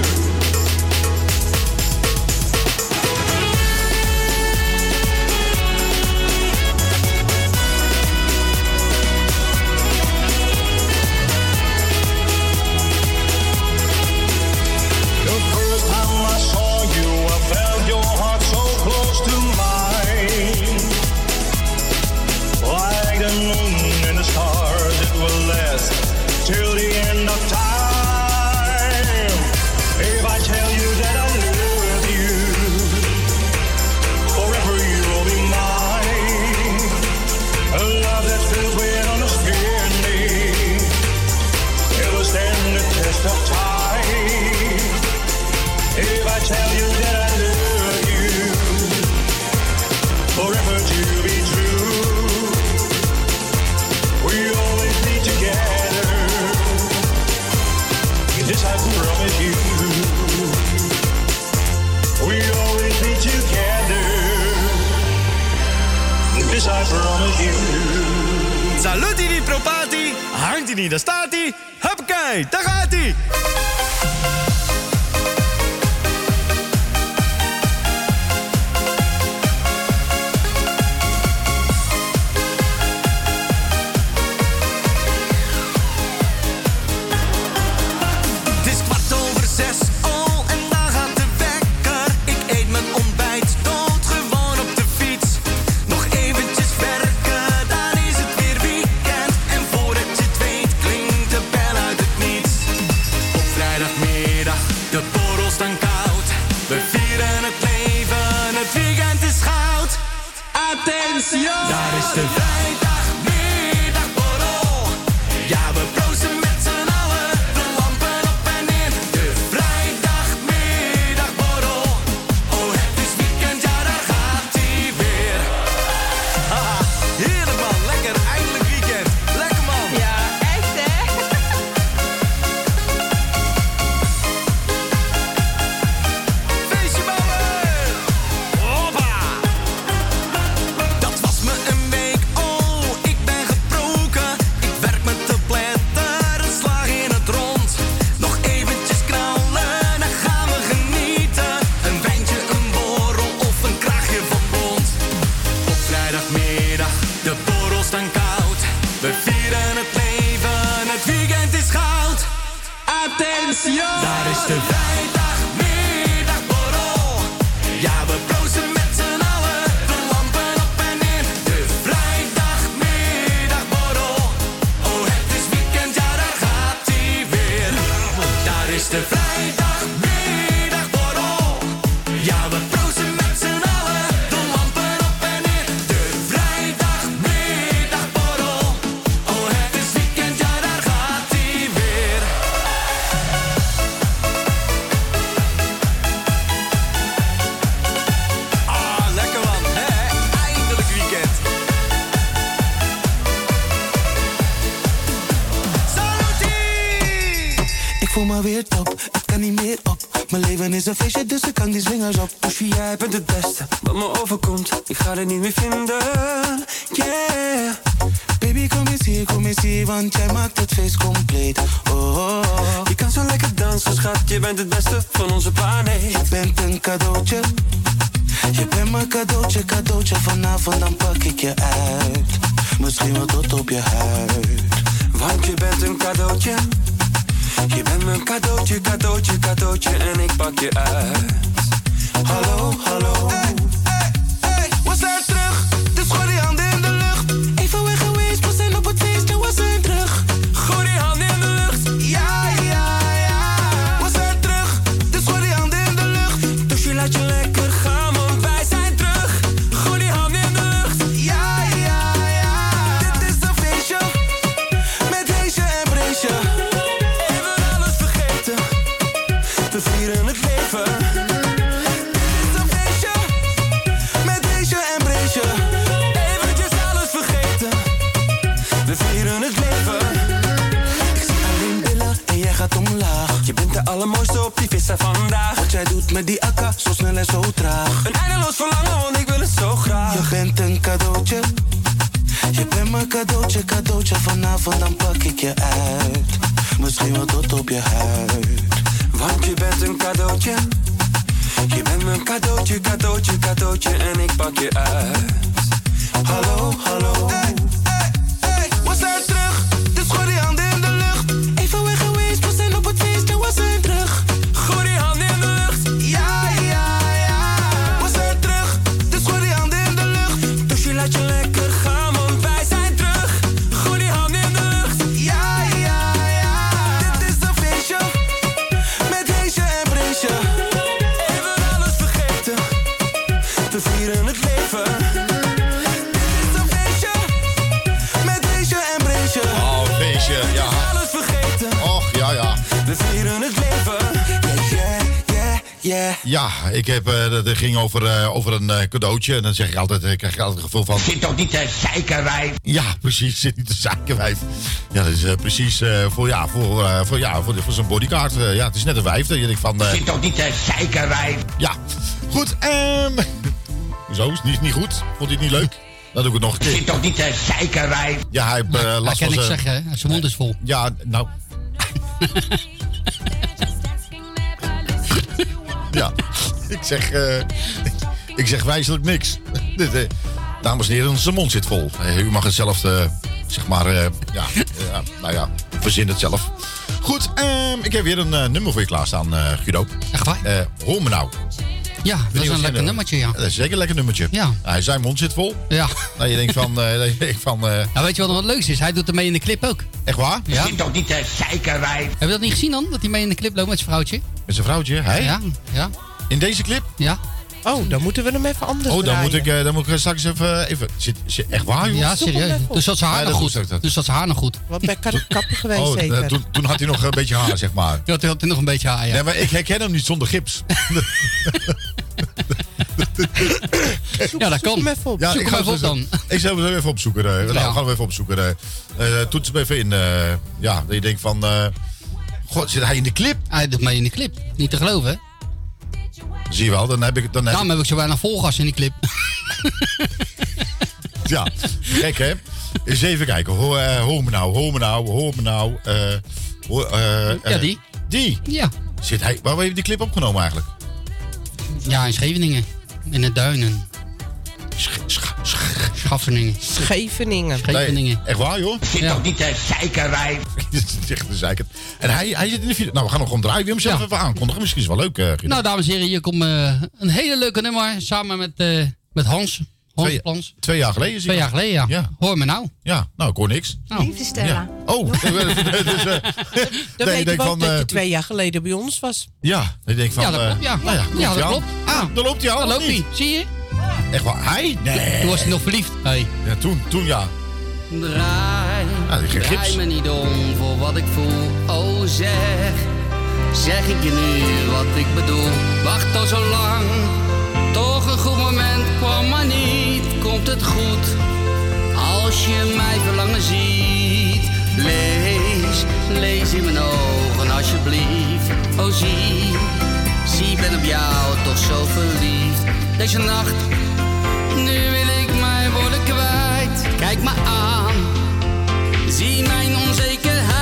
Speaker 9: The first time I saw you, I felt your heart so close to mine. Like the moon and the stars, it will last till the end of time. If I tell you that I love you, forever you will be mine. A love that's filled with understanding. It will stand the test of time. If I tell you that I love you, forever to be true. We always be together. This I promise you. We always be together. This I promise you.
Speaker 10: Saluti di propati, hangt hij niet, daar staat hij. Huppakee, daar gaat hij.
Speaker 1: Het is kwart over zes, oh, en daar gaat de wekker. Ik eet mijn ontbijt, doodgewoon op de fiets. Nog eventjes werken, dan is het weer weekend. En voordat je het weet, klinkt de bel uit het niets. Op vrijdagmiddag, de borrels staan koud. We vieren het leven, het weekend is goud. Attention! Daar is de vrijdagmiddagborrel. Ja, we proosten met z'n allen, de lampen op en neer. De vrijdagmiddagborrel. Oh, het is weekend, ja, daar gaat hij weer. Haha, heerlijk man, lekker, eindelijk weekend. Lekker man. Ja, echt hè? Daar is de vrijdagmiddagborrel. Ja, we proosten met z'n allen. De lampen op en neer. De vrijdagmiddagborrel. Oh, het is weekend, ja, daar gaat hij weer. Daar is de vrijdagmiddagborrel. Ja, we proosten met z'n allen. De lampen op en neer. De vrijdagmiddagborrel. Oh, het is weekend, ja, daar gaat hij weer.
Speaker 10: Ah, lekker man, hè? Eindelijk weekend.
Speaker 1: Ik voel me weer top, het kan niet meer op. Mijn leven is een feestje, dus ik kan die swingers op. Poesje, jij bent het beste wat me overkomt. Ik ga er niet meer vinden, yeah. Baby, kom eens hier, kom eens hier, want jij maakt het feest compleet. Oh, oh, oh. Je kan zo lekker dansen, schat, je bent het beste van onze planeet. Je bent een cadeautje, je bent mijn cadeautje, cadeautje. Vanavond dan pak ik je uit, misschien wel tot op je huid. Want je bent een cadeautje. Je bent mijn cadeautje, cadeautje, cadeautje en ik pak je uit. Hallo, hallo. Hey, hey, hey, we zijn terug, dus gooi die handen in de lucht. Even weg geweest, we zijn op het feest, ja, we zijn terug. Gooi die handen in de lucht, ja, ja, ja. We zijn terug, dus gooi die handen in de lucht. Dus je laat je lekker gaan, want wij zijn terug. Gooi die handen in de lucht, ja, ja, ja. Dit is een feestje, met heesje en breesje. We vieren het leven. Dit is een feestje, met deze en breesje. Eventjes alles vergeten. We vieren het leven. Ik zie alleen billen en jij gaat omlaag. Je bent de allermooiste op die vissa vandaag. Wat jij doet met die akka, zo snel en zo traag. Een eindeloos verlangen, want ik wil het zo graag. Je bent een cadeautje. Je bent mijn cadeautje, cadeautje. Vanavond dan pak ik je uit. Misschien wel tot op je huid. Want je bent een cadeautje. Je bent mijn cadeautje, cadeautje, cadeautje en ik pak je uit. Hallo, hallo. Hey, hey, hey, we zijn terug, dus gooi die handen in de lucht. Even weg geweest, we zijn op het feest, ja, we zijn terug. Gooi die handen in de lucht, ja, ja, ja. We zijn terug, dus gooi die handen in de lucht. Dus je laat je lekker gaan, want wij zijn terug. Gooi die handen in de lucht, ja, ja, ja. Dit is een feestje. Even alles vergeten. We vieren het leven. Dit is een feestje. Met deze en breesje.
Speaker 4: Oh, feestje, ja.
Speaker 1: Alles vergeten.
Speaker 4: Och, ja, ja.
Speaker 1: We vieren het leven. Yeah, yeah, yeah.
Speaker 4: Ja, ik heb, uh, dat ging over, uh, over een uh, cadeautje. En dan zeg ik altijd, uh, krijg ik altijd het gevoel van...
Speaker 11: Zit toch niet te zeikenwijf?
Speaker 4: Ja, precies, zit niet te zeikenwijf. Ja, dat is uh, precies uh, voor, ja, voor, uh, voor, ja, voor, voor zo'n bodyguard. Uh, ja, het is net een wijf. Dat je denkt van... Uh,
Speaker 11: Zit toch niet te zeikenwijf?
Speaker 4: Ja, goed. Um, Hoezo? Is het niet, niet goed? Vond hij het niet leuk? Dan doe ik het nog een keer.
Speaker 11: Zit toch niet te zeikenwijf?
Speaker 4: Ja, hij heeft uh,
Speaker 7: Nou,
Speaker 4: last
Speaker 7: hij kan
Speaker 4: van
Speaker 7: niks
Speaker 4: zijn...
Speaker 7: zeggen, hè? Zijn mond is vol.
Speaker 4: Ja, nou... Ja, ik zeg, uh, ik zeg wijselijk niks. Dit, uh, dames en heren, zijn mond zit vol. Uh, u mag het zelf, uh, zeg maar, uh, ja, uh, nou ja, verzin het zelf. Goed, uh, ik heb weer een uh, nummer voor je klaarstaan, uh, Guido.
Speaker 7: Echt waar?
Speaker 4: Uh, hoor me nou.
Speaker 7: Ja, dat is een lekker nummertje, ja.
Speaker 4: Dat is zeker een lekker nummertje.
Speaker 7: Ja.
Speaker 4: Uh, zijn mond zit vol.
Speaker 7: Ja.
Speaker 4: Nou, je denkt van... Uh, je denkt van uh,
Speaker 7: nou, weet je wat nog wat leuks is? Hij doet er mee in de clip ook.
Speaker 4: Echt waar?
Speaker 7: Ja.
Speaker 11: Zit toch niet te zeikenwijf?
Speaker 7: Heb je dat niet gezien dan? Dat hij mee in de clip loopt met zijn vrouwtje?
Speaker 4: Met zijn vrouwtje? Hij?
Speaker 7: Ja, ja.
Speaker 4: In deze clip?
Speaker 7: Ja.
Speaker 5: Oh, dan moeten we hem even anders
Speaker 4: Oh, dan
Speaker 5: draaien.
Speaker 4: moet ik, uh, dan moet ik straks even... even zit, zit, echt waar, joh?
Speaker 7: Ja, serieus. Dus dat zijn haar
Speaker 4: Ja,
Speaker 7: nog
Speaker 4: dat
Speaker 7: goed.
Speaker 4: doet ook.
Speaker 7: Dus dat zijn haar nog goed.
Speaker 5: Wat bij kapper geweest
Speaker 4: Oh,
Speaker 5: zeker.
Speaker 4: uh, toen, toen had hij nog een beetje haar, zeg maar.
Speaker 7: Ja, toen had hij nog een beetje haar, ja.
Speaker 4: Nee, maar ik herken hem niet zonder gips.
Speaker 5: Zoek,
Speaker 7: Ja, dat
Speaker 5: zoek
Speaker 7: kan.
Speaker 5: hem even op.
Speaker 4: Ja,
Speaker 7: Zoek
Speaker 4: ik
Speaker 7: hem
Speaker 4: ga
Speaker 7: even op dan.
Speaker 4: Ik zal hem even opzoeken. Uh, nou,
Speaker 7: Ja.
Speaker 4: gaan we even opzoeken. Uh, uh, toets hem even in. Uh, ja, dat je denkt van... Uh, God, zit hij in de clip?
Speaker 7: Hij doet mee in de clip. Niet te geloven, hè?
Speaker 4: Zie je wel, dan heb ik... Dan heb
Speaker 7: Daarom heb ik zo weinig volgas in die clip.
Speaker 4: Ja, gek hè? Eens even kijken. Hoor, uh, hoor me nou, hoor me nou, hoor me nou. Uh, hoor, uh, uh,
Speaker 7: Ja, die.
Speaker 4: Die?
Speaker 7: Ja.
Speaker 4: Zit hij, waar heb je die clip opgenomen eigenlijk?
Speaker 7: Ja, in Scheveningen. In de duinen.
Speaker 4: Sch, sch, sch,
Speaker 7: Schafveningen.
Speaker 5: Scheveningen.
Speaker 7: Scheveningen.
Speaker 4: Nee, echt waar, joh?
Speaker 11: Zit
Speaker 7: Ja.
Speaker 11: toch niet te zeikerij?
Speaker 4: Dit is echt een zeikert. En hij, hij zit in de video. Nou, we gaan nog gewoon draaien. Wil je hem zelf
Speaker 7: Ja.
Speaker 4: even aankondigen? Misschien is het wel leuk, uh, Guido.
Speaker 7: Nou, dames en heren, hier komt uh, een hele leuke nummer. Samen met, uh, met Hans. Hans
Speaker 4: Twee-
Speaker 7: Plans.
Speaker 4: Twee jaar geleden is hij.
Speaker 7: Twee jaar geleden, ja.
Speaker 4: Ja.
Speaker 7: Hoor me nou.
Speaker 4: Ja, nou, ik hoor niks.
Speaker 7: Nou.
Speaker 12: Lieve Stella.
Speaker 4: Ja. Oh, dus, uh,
Speaker 5: Dan
Speaker 4: nee,
Speaker 5: weten
Speaker 4: ik denk
Speaker 5: we ook
Speaker 4: van,
Speaker 5: dat je
Speaker 4: eh,
Speaker 5: twee jaar geleden bij ons was.
Speaker 4: ja, ik denk van...
Speaker 7: Ja, dat
Speaker 4: eh,
Speaker 7: klopt, ja.
Speaker 4: Nou ja,
Speaker 7: Ja, dat
Speaker 4: hij aan.
Speaker 7: klopt.
Speaker 4: Ah, daar loopt hij al.
Speaker 7: Daar
Speaker 4: of
Speaker 7: loopt hij.
Speaker 4: niet?
Speaker 7: Zie je?
Speaker 4: Echt waar? Hij? Nee.
Speaker 7: Toen was hij nog verliefd. Hey.
Speaker 4: Ja, toen, toen ja.
Speaker 6: Draai,
Speaker 4: Ja, die geen gips.
Speaker 6: draai me niet om voor wat ik voel. Oh zeg, zeg ik je nu wat ik bedoel. Wacht al zo lang, toch een goed moment kwam maar niet. Komt het goed, als je mij verlangen ziet. Lees, lees in mijn ogen alsjeblieft. Oh zie, zie ben op jou toch zo verliefd. Deze nacht, nu wil ik mij worden kwijt. Kijk me aan, zie mijn onzekerheid.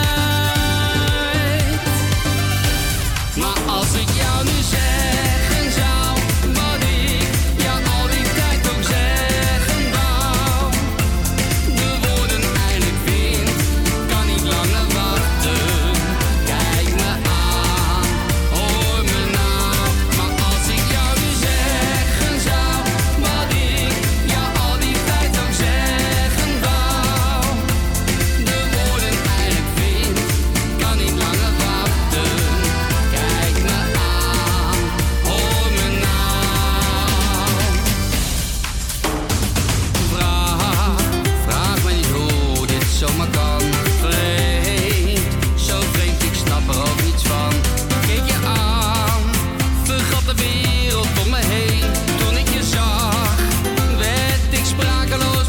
Speaker 6: Maar als ik jou nu zeggen zou, wat ik jou al die tijd ook zeggen wou. De woorden eindelijk vind, kan niet langer wachten. Kijk me aan, hoor me nou. Maar als ik jou nu zeggen zou, wat ik jou al die tijd ook zeggen wou. De woorden eindelijk vind, kan niet langer wachten. Kijk me aan, hoor me nou. Vraag, vraag me niet hoe dit zomaar kan. Vreemd, zo vreemd, ik snap er ook niets van. Keek je aan, vergat de wereld om me heen. Toen ik je zag, werd ik sprakeloos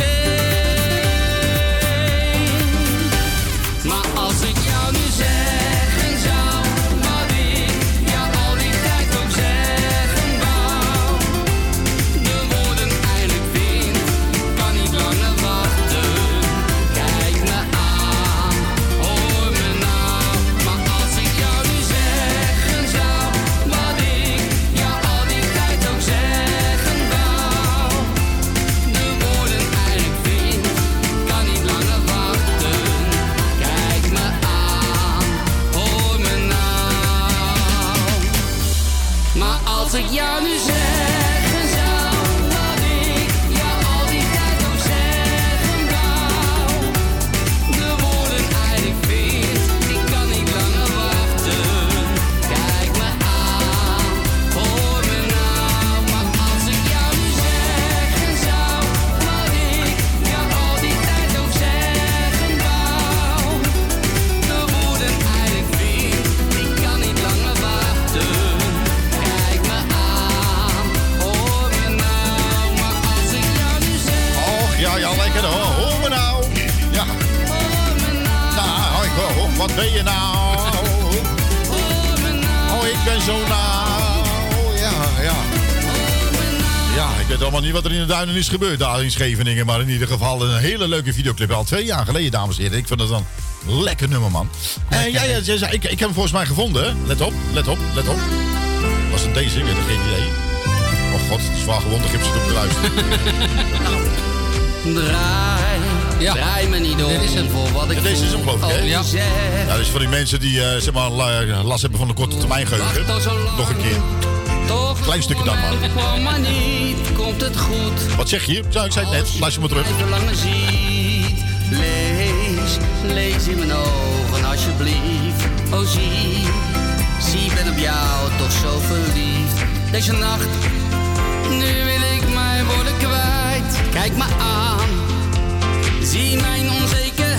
Speaker 6: meteen. Maar als ik jou nu zeggen zou, wat ik jou al die tijd ook zeggen wou. De woorden eindelijk vind, kan niet langer wachten. Kijk me aan, hoor me nou. Maar als ik jou nu zeggen zou, wat ik jou al die tijd ook zeggen wou. De woorden eindelijk vind, kan niet langer wachten. Kijk me aan, hoor me nou. Maar als ik jou nu zeggen zou, wat ik jou al die tijd ook zeggen wou. De woorden eigenlijk vind, ik kan niet langer wachten. Kijk me aan, hoor me nou. Maar als ik jou nu zeggen zou, wat ik jou al die tijd ook zeggen wou. De woorden eigenlijk vind, ik kan niet langer wachten. Kijk me aan, hoor me nou. Maar als ik jou nu zeg,
Speaker 4: Och, ja, ja, lekker hoor. Hoor me nou. Ja.
Speaker 6: hoor me nou,
Speaker 4: Nou, ik hoor, wat ben je nou?
Speaker 6: hoor me nou,
Speaker 4: Oh, ik ben zo nou. Ja, ja. Ja, ik weet allemaal niet wat er in de duinen is gebeurd daar in Scheveningen. Maar in ieder geval een hele leuke videoclip. Al twee jaar geleden, dames en heren. Ik vind het dan een lekker nummer, man. En ja, ja, ze zei, ik, ik heb hem volgens mij gevonden. Hè. Let op, let op, let op. Was het deze? Ik heb geen idee. Oh god, het is zwaar gewond. Gips zit op de luister.
Speaker 6: draai,
Speaker 7: Ja.
Speaker 6: draai me niet om
Speaker 7: Dit is hem.
Speaker 6: voor wat ik
Speaker 4: Ja, deze is hem, geloof ik, hè?
Speaker 6: voel.
Speaker 7: Ja.
Speaker 6: Oh, zeg,
Speaker 4: Ja, dus voor die mensen die eh, zeg maar, la- last hebben van de korte termijn geheugen.
Speaker 6: wacht al zo lang,
Speaker 4: Nog een keer.
Speaker 6: toch
Speaker 4: Klein stukje dan maar.
Speaker 6: moment kwam maar niet, komt het goed.
Speaker 4: Wat zeg je? Ja, ik zei het net. Luister maar terug.
Speaker 6: Als je mij verlangen ziet, lees, lees in mijn ogen alsjeblieft. Oh zie, zie ben op jou toch zo verliefd. Deze nacht, nu wil ik mij worden kwijt. Kijk me aan, zie mijn onzekerheid.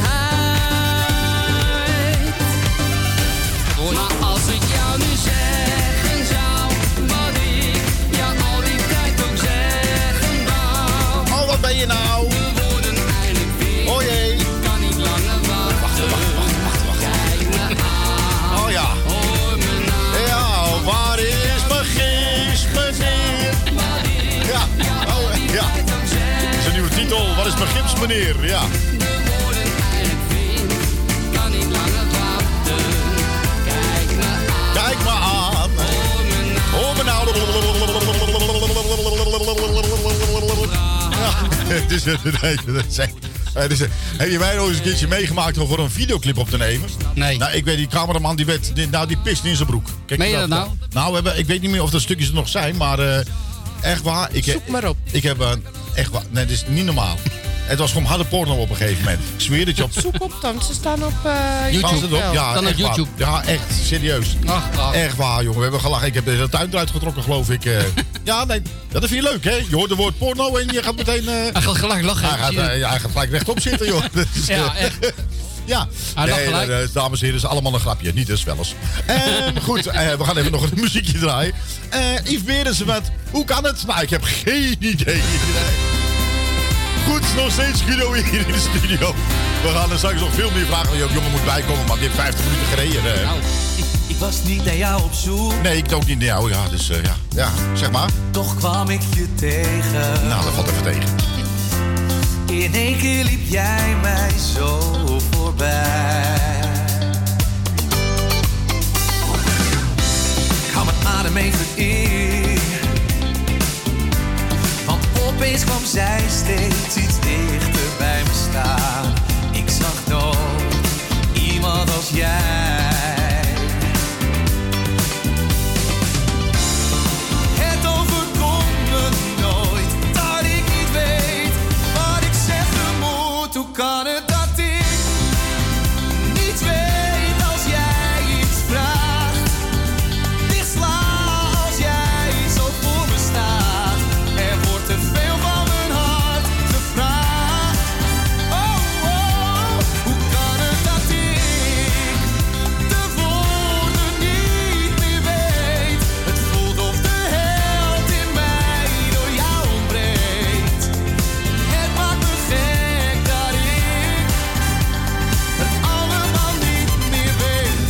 Speaker 6: Maar als ik jou nu zeggen zou, wat ik jou al die tijd ook zeggen wou.
Speaker 4: Oh, wat ben je nou?
Speaker 6: De woorden eindelijk vind,
Speaker 4: Oh jee.
Speaker 6: kan niet langer wachten.
Speaker 4: Wacht, wacht, wacht, wacht, wacht.
Speaker 6: Kijk me aan,
Speaker 4: Oh ja.
Speaker 6: hoor me nou.
Speaker 4: Ja, waar is mijn gips, meneer? Ja, oh, ja. Dat is een nieuwe titel. Wat is mijn gips, meneer? Ja.
Speaker 6: De woorden eindelijk vind, kan niet langer wachten. Kijk me aan,
Speaker 4: Kijk me aan.
Speaker 6: hoor me nou.
Speaker 4: Hoor me nou. Ja. dus, nee, dat zijn, dus, heb je mij nog eens een keertje meegemaakt om voor een videoclip op te nemen?
Speaker 7: Nee.
Speaker 4: Nou, ik weet, die cameraman die, werd, die, nou, die piste in zijn broek. Kijk,
Speaker 7: meen je dat nou?
Speaker 4: Nou, we hebben, ik weet niet meer of dat stukjes er nog zijn, maar uh, echt waar. Ik,
Speaker 5: Zoek maar op.
Speaker 4: Ik heb, uh, echt waar, nee, dat is niet normaal. Het was gewoon harde porno op een gegeven moment. Ik zweer dat je op...
Speaker 5: Zoek op dan, ze staan op uh,
Speaker 7: YouTube.
Speaker 4: Staan ze erop? Ja,
Speaker 7: dan op YouTube.
Speaker 4: Waar. Ja, echt, serieus.
Speaker 7: Ach, ach.
Speaker 4: Echt waar, jongen. We hebben gelachen. Ik heb de tuin eruit getrokken, geloof ik. Uh, ja, nee, dat vind je leuk, hè? Je hoort het woord porno en je gaat meteen... Uh,
Speaker 7: hij gaat gelijk lachen.
Speaker 4: Hij gaat, uh, ja, hij gaat gelijk rechtop zitten, joh. Dus,
Speaker 7: ja, echt.
Speaker 4: Ja,
Speaker 7: hij
Speaker 4: nee,
Speaker 7: gelijk.
Speaker 4: nee, dames en heren, is allemaal een grapje. Niet dus wel eens. En goed, uh, we gaan even nog een muziekje draaien. Uh, Yves Berensen met Hoe kan het? Nou, ik heb geen idee. Goed, nog steeds Guido hier in de studio. We gaan er straks nog veel meer vragen waar je ook jongen moet bijkomen. Maar dit heeft vijftig minuten gereden. Uh.
Speaker 12: Nou, ik, ik was niet naar jou op zoek.
Speaker 4: Nee, ik ook niet naar jou. Ja, dus uh, ja, ja, zeg maar.
Speaker 12: Toch kwam ik je tegen.
Speaker 4: Nou, dat valt even tegen.
Speaker 12: In één keer liep jij mij zo voorbij. Ik hou mijn adem even in. Want opeens kwam zij steeds iets dichter bij me staan. Ik zag nooit iemand als jij. Het overkomt me nooit dat ik niet weet wat ik zeggen moet. Hoe kan het dat ik niet weet als jij iets vraagt? Dichtsla als jij zo voor me staat. Er wordt te veel van mijn hart gevraagd. Oh, oh, hoe kan het dat ik de woorden niet meer weet? Het voelt of de held in mij door jou ontbreekt. Het maakt me gek dat ik het allemaal niet meer weet.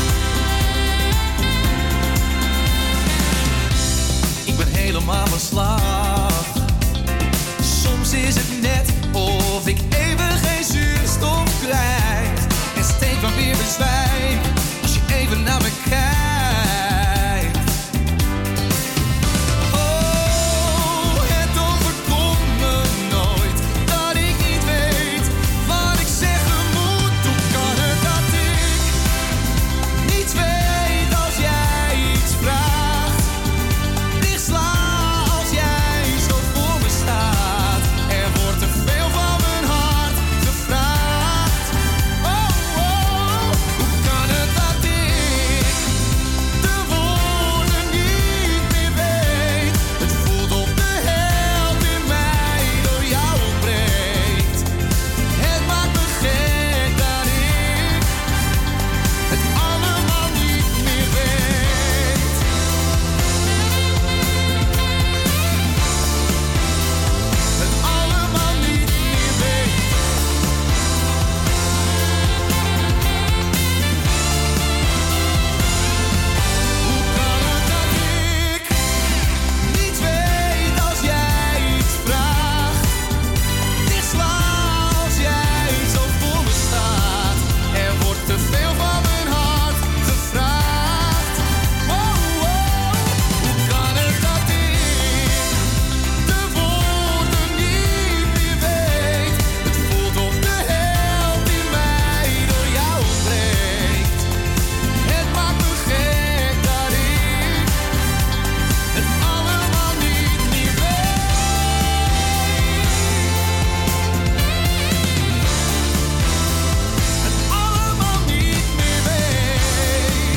Speaker 12: Ik ben helemaal van slag. Soms is het net of ik even geen zuurstof krijg. En steeds maar weer bezwijk als je even naar me kijkt. Oh, het overkomt me nooit dat ik niet weet wat ik zeggen moet. Hoe kan het dat ik niets weet als jij iets vraagt? Dichtsla als jij zo voor me staat. Er wordt te veel van mijn hart gevraagd. Oh, oh, hoe kan het dat ik de woorden niet meer weet? Het voelt of de held in mij door jou ontbreekt. Het maakt me gek dat ik het allemaal niet meer weet. Het allemaal niet meer weet. Hoe kan het dat ik niet weet als jij iets vraagt? Dichtsla als jij zo voor me staat. Er wordt te veel van mijn hart gevraagd. Oh, oh, hoe kan het dat ik de woorden niet meer weet? Het voelt of de held in mij door jou ontbreekt. Het maakt me gek dat ik het allemaal niet meer weet. Het allemaal niet meer weet.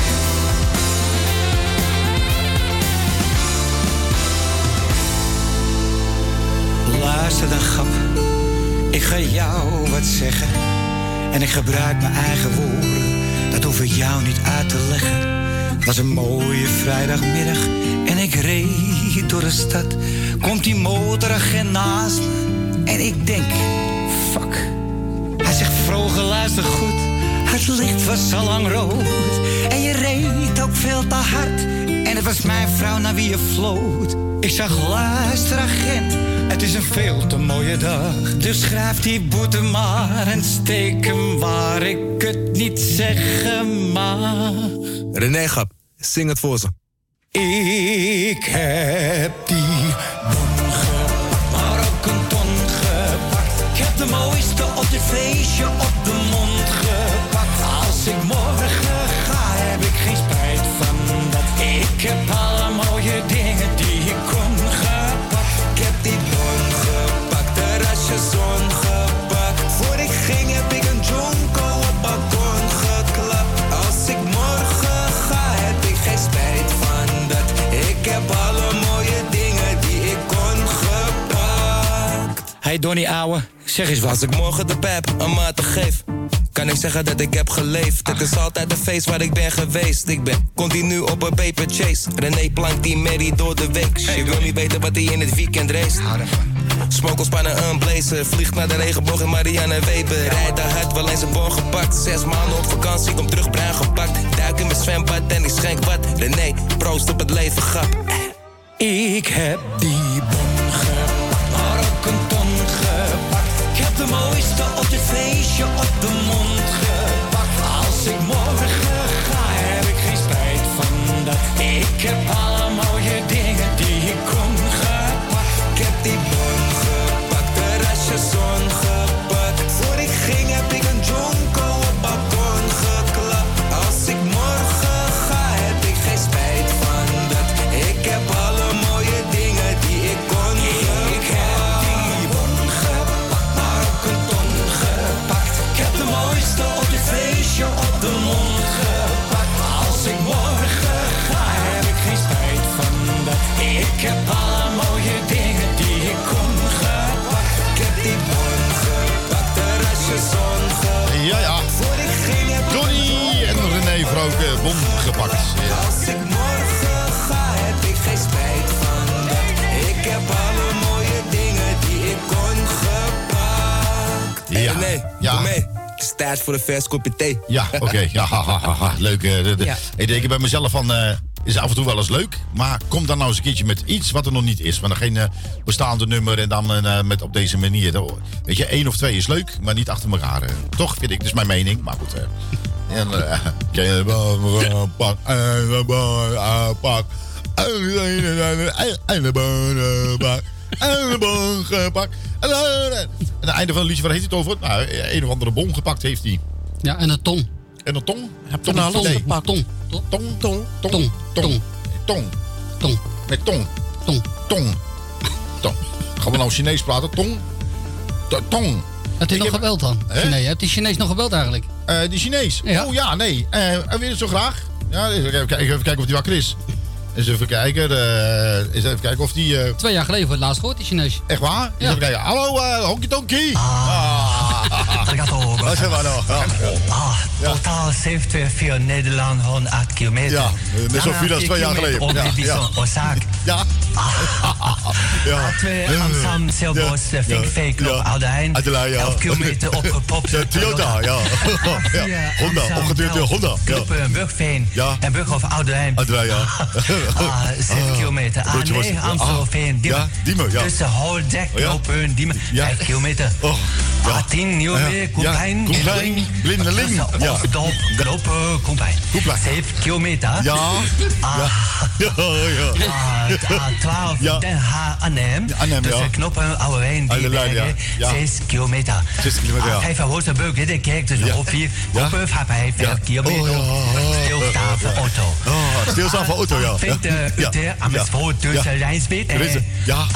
Speaker 13: Luister dan, grap. Ik ga jou wat zeggen. En ik gebruik mijn eigen woorden. Dat hoef ik jou niet uit te leggen. Het was een mooie vrijdagmiddag. En ik reed door de stad. Komt die motoragent naast me. En ik denk, fuck. Hij zegt, vroeger luister goed. Het licht was al lang rood. En je reed ook veel te hard. En het was mijn vrouw naar wie je floot. Ik zag, luister agent, het is een veel te mooie dag. Dus schrijf die boete maar en steek hem waar ik het niet zeggen mag.
Speaker 14: René Gap, zing het voor ze.
Speaker 13: Ik heb die bon gehad, maar ook een ton gehad. de mooiste op dit feestje op de mond gepakt. Als ik morgen ga, heb ik geen spijt van dat. Ik heb alle mooie dingen die ik kon gepakt. Ik heb die bon gepakt, de rasje zon gepakt. Voor ik ging heb ik een jonko op balkon geklapt. Als ik morgen ga, heb ik geen spijt van dat. Ik heb alle mooie dingen die ik kon gepakt. Hey Donnie ouwe, zeg eens wat. Als ik morgen de pep een maat geef, kan ik zeggen dat ik heb geleefd. Het is altijd een feest waar ik ben geweest. Ik ben continu op een paper chase. René plankt die Mary door de week. Je wil niet weten wat hij in het weekend race. Smokelspannen een blazer. Vliegt naar de regenboog in Marianne Weber. Rijdt daar hard, wel eens een bon gepakt. Zes maanden op vakantie, kom terug bruin gepakt. Duik in mijn zwembad en ik schenk wat. René, proost op het leven, grap. Ik heb die bon gepakt, maar ook een ton gepakt. Ik heb de mooiste op dit feestje op de mond gepakt. Als ik morgen ga, heb ik geen spijt van dat. Ik heb alle mooie dingen die ik kon gepakt. Ik heb die bon gepakt, de rasje zon gepakt. Voor ik ging heb ik een jonko op balkon geklapt. Als ik morgen ga, heb ik geen spijt van dat. Ik heb alle mooie dingen die ik kon gepakt. Ik heb die bon gepakt, maar ook een ton gepakt. Ik heb de mooiste op dit feestje op de mond gepakt. Als ik morgen ga, heb ik geen spijt van dat. Ik heb alle mooie dingen die ik kon gepakt. Ik heb die bon gepakt, de rasje zon gepakt.
Speaker 4: Ja, ja.
Speaker 13: Voor ik ging heb
Speaker 4: Donnie en René Vrook, eh, bon gepakt. Ja.
Speaker 13: Als ik morgen ga, heb ik geen spijt van dat. Ik heb alle mooie dingen die ik kon gepakt.
Speaker 4: Ja.
Speaker 14: Hey, nee,
Speaker 4: Ja.
Speaker 14: kom mee. Het is tijd voor een vers kopje thee.
Speaker 4: Ja, oké. Ja, ha, ha, ha, ha. Leuk. eh, de- de-
Speaker 14: Ja.
Speaker 4: Ik denk bij mezelf van, eh, is af en toe wel eens leuk. Maar kom dan nou eens een keertje met iets wat er nog niet is. Maar dan geen eh, bestaande nummer en dan eh, met op deze manier. Dan- Weet je, één of twee is leuk, maar niet achter elkaar. eh. Toch, vind ik. Dat is mijn mening. Maar goed. eh. En, eh, ken je de pak, en de bon, eh, pak, en de bon, eh, pak, en de bon gepakt. En aan het einde van het liedje, waar heeft hij het over? Nou, een of andere bon gepakt heeft hij.
Speaker 7: Ja, en een ton.
Speaker 4: En een tong?
Speaker 7: Heb je nou alles
Speaker 4: Nee.
Speaker 7: gepakt? Tong.
Speaker 4: Tong, tong, tong,
Speaker 7: Tong.
Speaker 4: tong, tong,
Speaker 7: Tong.
Speaker 4: met tong,
Speaker 7: Tong.
Speaker 4: tong, tong. Gaan we nou Chinees praten? Tong, To- tong.
Speaker 7: Heb hij nog gebeld dan?
Speaker 4: Hè?
Speaker 7: Chinees. Heeft die Chinees nog gebeld eigenlijk?
Speaker 4: Eh, die Chinees?
Speaker 7: Ja.
Speaker 4: Oh ja, nee. Eh, en wil je het zo graag? Ja, even kijken, even kijken of die wakker is. Eens even kijken. eh, eens even kijken of die... eh,
Speaker 7: Twee jaar geleden voor het laatst gehoord, die Chinees.
Speaker 4: Echt waar? Eens
Speaker 7: Ja.
Speaker 4: even kijken. Hallo, eh honky tonky. Ah.
Speaker 15: Arigato.
Speaker 4: Dat is wel nog. Ja.
Speaker 15: Ah, totaal zevenentwintig nederlandhonderdacht kilometer.
Speaker 4: Ja, net zoveel als twee jaar geleden.
Speaker 15: Op
Speaker 4: Ja,
Speaker 15: de
Speaker 4: ja.
Speaker 15: Osaka.
Speaker 4: Ja.
Speaker 15: Ja. Twee Amsterdam, Zeelbos, Vinkveek op Oude Rijn. elf kilometer opgepopt.
Speaker 4: Ja, Toyota, ja. Ja. Honda, opgeduurd door Honda. Ja.
Speaker 15: Op uh, Burgveen en Burghof Oude Rijn.
Speaker 4: Oude Rijn, ja.
Speaker 15: Ah, zeven kilometer. A
Speaker 4: Broodje was-
Speaker 15: nee, Amstelveen, Diemen.
Speaker 4: Ja, Diemen, ja.
Speaker 15: Tussen Holdek,
Speaker 4: Oh, ja.
Speaker 15: Knopen, Diemen. vijf kilometer.
Speaker 4: Oh, ja.
Speaker 15: A tien, Nieuwmeer,
Speaker 4: Ja.
Speaker 15: Koeplein.
Speaker 4: Ja, Koeplein, Blindeling. Ja.
Speaker 15: Osdorp, Knopen, Koeplein. zeven kilometer.
Speaker 4: Ja.
Speaker 15: Ah,
Speaker 4: Ja. Ja, ja.
Speaker 15: Ah, A twaalf,
Speaker 4: Ja.
Speaker 15: Den Haag, Arnhem.
Speaker 4: Arnhem, ja.
Speaker 15: Tussen Knoppen, Oude Rijn,
Speaker 4: Oude Rijn,
Speaker 15: Diebergen.
Speaker 4: ja. Ja.
Speaker 15: zes kilometer.
Speaker 4: zes kilometer, ja.
Speaker 15: A vijf, Rozenburg, Ridderkerk, tussen
Speaker 4: Ja.
Speaker 15: Hof vier.
Speaker 4: Ja.
Speaker 15: Koppen, vijf, vijf kilometer. Stilstaan voor auto.
Speaker 4: Oh, stilstaan voor auto, ja.
Speaker 15: Vindt
Speaker 4: Ja.
Speaker 15: u ter Amersfoort tussen
Speaker 4: Ja.
Speaker 15: Rijnspeet en...
Speaker 4: Er is- Ja.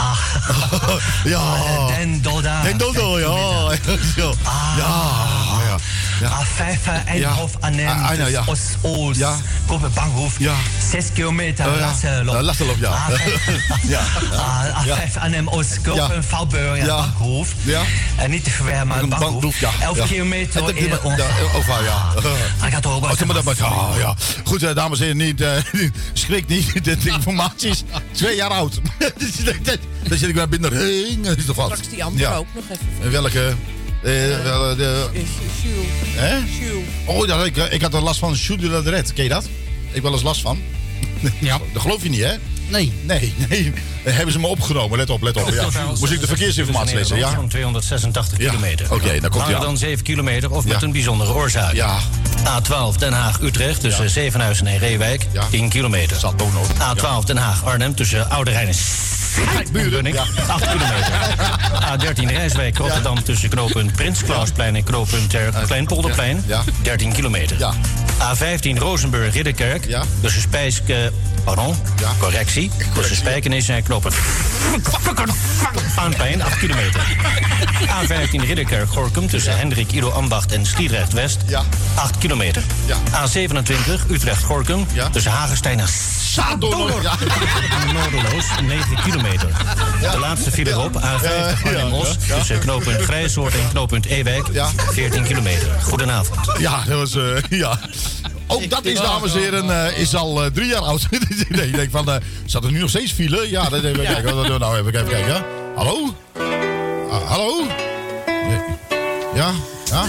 Speaker 4: Ja.
Speaker 15: Den Dolda.
Speaker 4: Den Dolda, ja. Ja. Ja. Ja.
Speaker 15: A vijf, Eindhoven, Arnhem,
Speaker 4: Ah, ah, nou, ja.
Speaker 15: Oost-Oost,
Speaker 4: Ja.
Speaker 15: Koppen, Banghoef.
Speaker 4: Ja.
Speaker 15: zes kilometer,
Speaker 4: Oh, ja.
Speaker 15: Lasselop.
Speaker 4: Ja, Lasselop, ja.
Speaker 15: A vijf,
Speaker 4: Ja.
Speaker 15: A vijf, Arnhem, Oost, Koppen,
Speaker 4: Ja.
Speaker 15: Valburg en
Speaker 4: Ja.
Speaker 15: Banghoef.
Speaker 4: Ja.
Speaker 15: En niet te verwarren, maar
Speaker 4: Een
Speaker 15: Banghoef.
Speaker 4: Banghoef, ja.
Speaker 15: elf
Speaker 4: Ja.
Speaker 15: kilometer
Speaker 4: En dat-
Speaker 15: in
Speaker 4: dat-
Speaker 15: ons...
Speaker 4: ja, oh, waar, ja.
Speaker 15: Ik had ook
Speaker 4: Oh, zeg maar dat maar. Ja, ja. Goed, eh, dames en heren, niet, eh, schrik niet. De informatie is twee jaar oud. Daar zit ik bij binnen. Dat is toch wat?
Speaker 5: Straks die andere
Speaker 4: Ja.
Speaker 5: ook nog even.
Speaker 4: En welke? Eh, wel, de,
Speaker 5: Jules.
Speaker 4: hè?
Speaker 5: Jules.
Speaker 4: Oh, ja, ik, ik had er last van Jules de la Dret. Ken je dat? Ik heb wel eens last van.
Speaker 7: Ja.
Speaker 4: Dat geloof je niet, hè?
Speaker 7: Nee.
Speaker 4: Nee, nee. Dat hebben ze me opgenomen. Let op, let op. Ja. Moest ik de verkeersinformatie lezen, ja?
Speaker 16: Van tweehonderdzesentachtig
Speaker 4: Ja.
Speaker 16: kilometer.
Speaker 4: Oké, dan komt hij
Speaker 16: Langer
Speaker 4: aan.
Speaker 16: dan zeven kilometer of met
Speaker 4: Ja.
Speaker 16: een bijzondere oorzaak.
Speaker 4: Ja.
Speaker 16: A twaalf Den Haag-Utrecht tussen Zevenhuizen en Reewijk, tien kilometer.
Speaker 4: Zat ook nog.
Speaker 16: A twaalf Den Haag-Arnhem tussen Oude Rijn en Buren. Ja. acht kilometer. A dertien Rijswijk, Rotterdam tussen knooppunt Prins Klausplein en knooppunt Ter Kleinpolderplein.
Speaker 4: Ja.
Speaker 16: dertien kilometer.
Speaker 4: Ja.
Speaker 16: A vijftien Rozenburg, Ridderkerk.
Speaker 4: Ja.
Speaker 16: Tussen Spijs... Uh, pardon,
Speaker 4: ja.
Speaker 16: correctie. Tussen Spijkenis en knooppunt Vaanplein, acht kilometer. A vijftien Ridderkerk, Gorkum tussen ja. Hendrik, Ido Ambacht en Sliedrecht West.
Speaker 4: Ja.
Speaker 16: acht kilometer.
Speaker 4: Ja.
Speaker 16: A zevenentwintig Utrecht, Gorkum ja. tussen Hagestein en Sadonor. Ja. Noorderloos, negen kilometer. Ja. De laatste file op, A vijftig uh, Arnhem-Os ja. tussen knooppunt Grijsoord en knooppunt Ewijk, ja. veertien kilometer. Goedenavond.
Speaker 4: Ja, dat was... Uh, ja. Ook dat is, dames en heren, uh, is al uh, drie jaar oud. Nee, ik denk van, uh, zat er nu nog steeds file? Ja, dat even ja. kijken. Wat doen we nou? Even kijken, kijken. Ja? Hallo? Uh, hallo? Nee. Ja? Ja?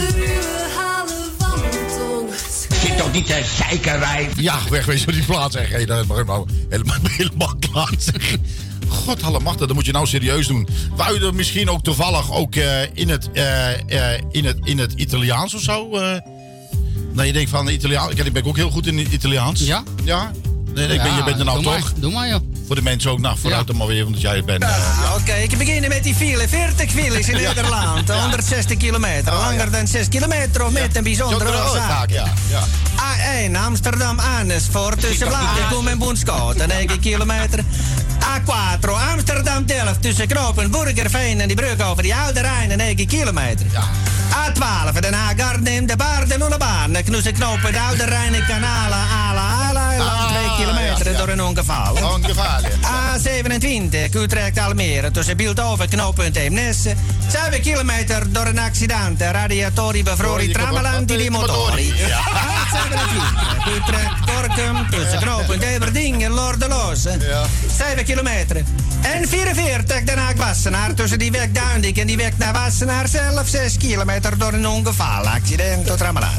Speaker 11: Zit toch niet te zeikerij?
Speaker 4: Ja, wegwezen van die plaats. Zeg. Hey, dat mag nou helemaal, helemaal klaar zeggen. God allemachtig, dat moet je nou serieus doen. Wou je er misschien ook toevallig ook uh, in, het, uh, uh, in, het, in het Italiaans of zo... Uh, Nou, je denkt van de Italiaan. Ik ben ook heel goed in het Italiaans.
Speaker 7: Ja?
Speaker 4: Ja. Nee, ik ben, je bent er nou
Speaker 7: doe
Speaker 4: toch.
Speaker 7: Maar, doe maar, joh.
Speaker 4: Voor de mensen ook, nou, vooruit ja. dan maar weer, omdat jij het bent. Uh,
Speaker 17: ja. Oké, okay, ik begin met die file. veertig files in ja. Nederland. Ja. honderdzestig kilometer. Oh, langer ja. dan zes kilometer of met ja. een bijzondere oorzaak. Ja. Ja. A één, Amsterdam Amersfoort tussen Blarikum en Boenschoten. negen kilometer. A vier, Amsterdam Delft tussen knopen Burgerveen en die brug over die Oude Rijn. negen kilometer. Ja. A twaalf, Den Haag Arnhem, de Baarden-Moelebaan. Knussen knopen de Oude Rijn en Kanalen, Ala, Ala, ah, twee kilometer ja, ja. door een ongeval.
Speaker 4: Ongeval, ja.
Speaker 17: A zevenentwintig, Utrecht-Almere, tussen Beeldhoven, knooppunt Eemnesse. zeven kilometer door een accident. Radiatori bevroren trammeland die motori. A zevenentwintig, Utrecht-Korkum, tussen knooppunt Everding en Lordeloos. zeven kilometer. En vierenveertig, Den Haag-Wassenaar, tussen die weg Duindik en die weg naar Wassenaar zelf. zes kilometer door een ongeval. Accident tot Ramadan.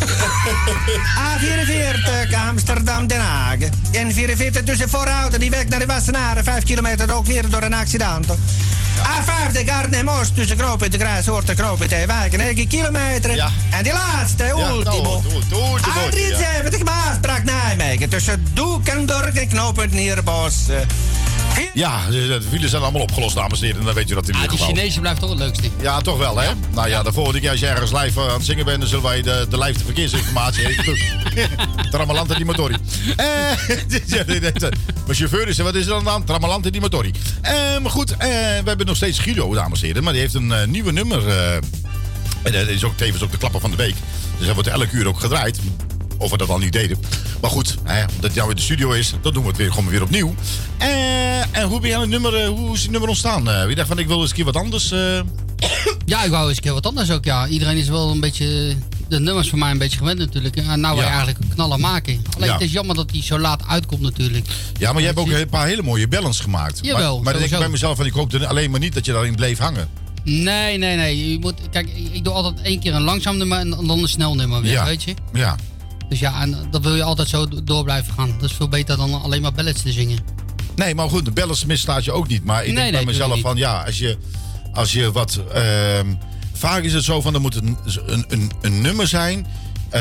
Speaker 17: A vierenveertig, Amsterdam-Den Haag. En vierenveertig tussen Voorhout en die weg naar de Wassenaar. vijf kilometer ook weer door een accident. A vijftig, Arnhem-Oost tussen knooppunt de Kruishoort en knooppunt Eewijk. negen kilometer. Ja. En die laatste, ja, ultimo. A drieënzeventig, Maasbracht-Nijmegen tussen Doekendorp en knooppunt Nierbos.
Speaker 4: Ja, de files zijn allemaal opgelost, dames en heren. En dan weet je dat in ieder geval.
Speaker 7: Die Chinezen blijft toch het leukste.
Speaker 4: Ja, toch wel, hè? Ja. Nou ja, de volgende keer als je ergens live aan het zingen bent, dan zullen wij de, de live de verkeersinformatie even Tramalante di motori. Eh, mijn chauffeur is er, wat is er dan aan? Tramalante di motori. Eh, maar goed, eh, we hebben nog steeds Guido, dames en heren. Maar die heeft een uh, nieuwe nummer. Uh, en dat is ook tevens ook de klapper van de week. Dus hij wordt elk uur ook gedraaid. Of we dat al niet deden. Maar goed, hè, omdat het nou in de studio is, dan doen we het weer, gewoon weer opnieuw. Uh, en hoe ben jij het nummer, uh, hoe is het nummer ontstaan? Uh, wie dacht van, ik wil eens een keer wat anders? Uh...
Speaker 7: Ja, ik wou eens een keer wat anders ook, ja. Iedereen is wel een beetje, de nummers van mij een beetje gewend natuurlijk. En nou wij ja. eigenlijk een knaller maken. Alleen ja. het is jammer dat hij zo laat uitkomt natuurlijk.
Speaker 4: Ja, maar jij hebt ook een paar hele mooie ballads gemaakt.
Speaker 7: Jawel,
Speaker 4: maar maar dan denk ik bij mezelf, van, ik hoop alleen maar niet dat je daarin bleef hangen.
Speaker 7: Nee, nee, nee. Je moet, kijk, ik doe altijd één keer een langzaam nummer en dan een snel nummer weer,
Speaker 4: ja.
Speaker 7: weet je.
Speaker 4: Ja.
Speaker 7: Dus ja, en dat wil je altijd zo door blijven gaan. Dat is veel beter dan alleen maar ballads te zingen.
Speaker 4: Nee, maar goed, de ballads misstaat je ook niet. Maar ik
Speaker 7: nee,
Speaker 4: denk
Speaker 7: nee,
Speaker 4: bij mezelf van, ja, als je, als je wat... Uh, vaak is het zo van, er moet een, een, een, een nummer zijn... Uh,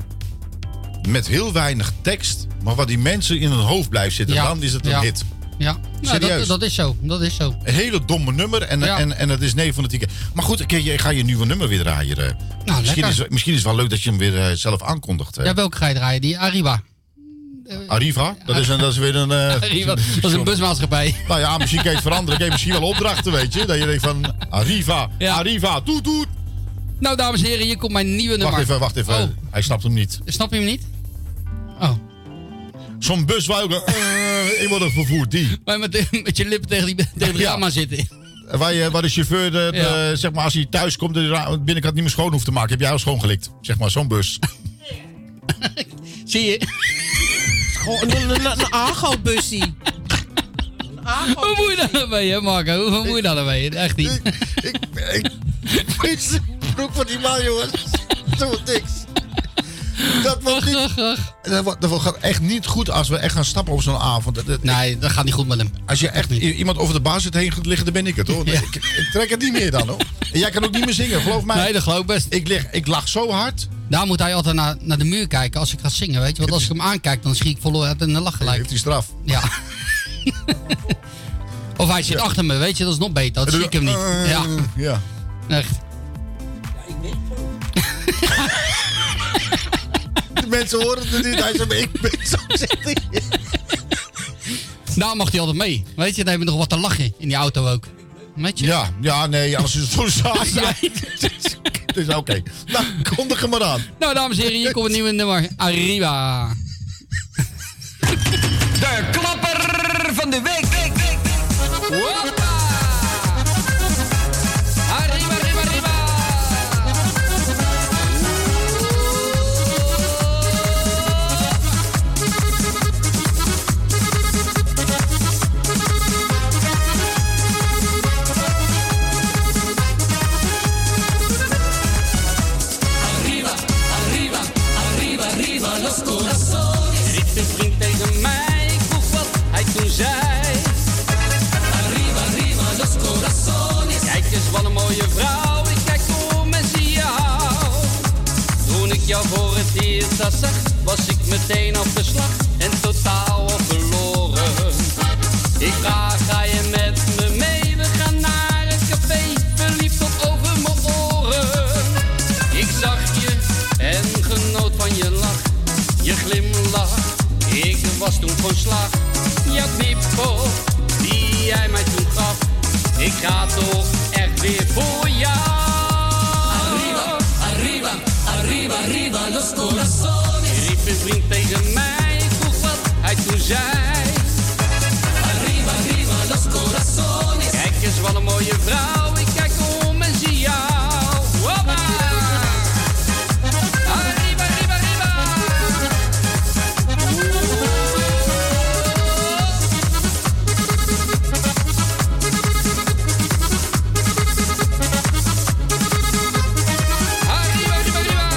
Speaker 4: met heel weinig tekst... maar wat die mensen in hun hoofd blijft zitten. Ja, dan is het een
Speaker 7: ja.
Speaker 4: hit.
Speaker 7: Ja, nou, dat, dat is zo. Dat is zo.
Speaker 4: Een hele domme nummer en, ja. en, en het is negen van de tien keer. Maar goed, je, ga je nieuwe nummer weer draaien. Uh. Nou, misschien, is, misschien is het wel leuk dat je hem weer uh, zelf aankondigt. Uh.
Speaker 7: Ja, welke ga je draaien? Die Arriva.
Speaker 4: Uh, Arriva? Dat is, een, dat is weer een... Uh,
Speaker 7: Arriva, dat is een busmaatschappij.
Speaker 4: Nou ja, misschien kan je het veranderen. Ik heb misschien wel opdrachten, weet je. Dat je denkt van, Arriva, ja. Arriva, toet, toet.
Speaker 7: Nou, dames en heren, hier komt mijn nieuwe nummer.
Speaker 4: Wacht even, wacht even. Oh. Hij snapt hem niet.
Speaker 7: Snap je hem niet? Oh.
Speaker 4: Zo'n bus waar je ook... Uh, ik word er vervoerd, die.
Speaker 7: Waar je met, met je lippen tegen, die, tegen de raam aan zitten.
Speaker 4: Waar, je, waar de chauffeur, de, de, ja. zeg maar, als hij thuis komt, de binnenkant niet meer schoon hoeft te maken. Heb jij al schoongelikt? Zeg maar, zo'n bus.
Speaker 7: Zie je?
Speaker 5: Een, een, een, een Argo-bussie.
Speaker 7: Hoe moet je dat nou mee, hè, Marco? Hoe moet je dat nou mee? Echt niet.
Speaker 4: Ik... Ik... Ik weet de broek van die man, jongens. Zo wat niks. Dat wordt niet, dat, wordt, dat gaat echt niet goed als we echt gaan stappen op zo'n avond. Dat, dat,
Speaker 7: nee, dat gaat niet goed met hem.
Speaker 4: Als je echt iemand over de baas zit heen gaat liggen, dan ben ik het, hoor. Nee, ja. ik, ik trek het niet meer dan, hoor. En jij kan ook niet meer zingen, geloof mij.
Speaker 7: Nee, dat geloof ik best.
Speaker 4: Ik, lig, ik lach zo hard.
Speaker 7: Daar moet hij altijd naar, naar de muur kijken als ik ga zingen, weet je. Want als ik hem aankijk, dan schiet ik vol uit in de lach gelijk.
Speaker 4: Heeft hij straf.
Speaker 7: Ja. Of hij zit
Speaker 4: Ja.
Speaker 7: achter me, weet je, dat is nog beter. Dat zie ik hem niet.
Speaker 4: Uh,
Speaker 7: Ja.
Speaker 4: ja.
Speaker 7: Echt.
Speaker 4: De mensen horen het niet. Hij zegt, ik ben zo zit hij.
Speaker 7: Daar mag hij altijd mee. Weet je, dan hebben we nog wat te lachen in die auto ook. Weet je?
Speaker 4: Ja, ja, nee, anders is het zo saai. Ja. Het is oké. Okay. Nou, kondig hem maar aan.
Speaker 7: Nou, dames en heren, hier komt een nieuwe nummer. Arriba.
Speaker 17: De klapper van de week. week, week.
Speaker 6: Hoppa! Arriba, arriba, arriba!
Speaker 12: Arriba, arriba, arriba, arriba, los corazones.
Speaker 6: Riep een vriend tegen mij, ik vroeg wat hij toen zei.
Speaker 12: Arriba, arriba, los corazones.
Speaker 6: Kijk eens wat een mooie vrouw, ik kijk om en zie jou. Toen ik jou voor het eerst zag, was ik meteen op de slag en totaal al verloren. Ik vraag, ga je met me mee? We gaan naar het café, verliefd tot over mijn oren. Ik zag je en genoot van je lach, je glimlach. Ik was toen van slag, jouw knipoog die jij mij toen gaf. Ik ga toch echt weer voor jou.
Speaker 12: Arriba, arriba, arriba, arriba, los corazones.
Speaker 6: Riep een vriend tegen mij, ik vroeg wat hij toen zei.
Speaker 12: Arriba, arriba, los corazones.
Speaker 6: Kijk eens wat een mooie vrouw, ik kijk om en zie jou. Hoppa! Arriba, arriba, arriba! Arriba, arriba, arriba!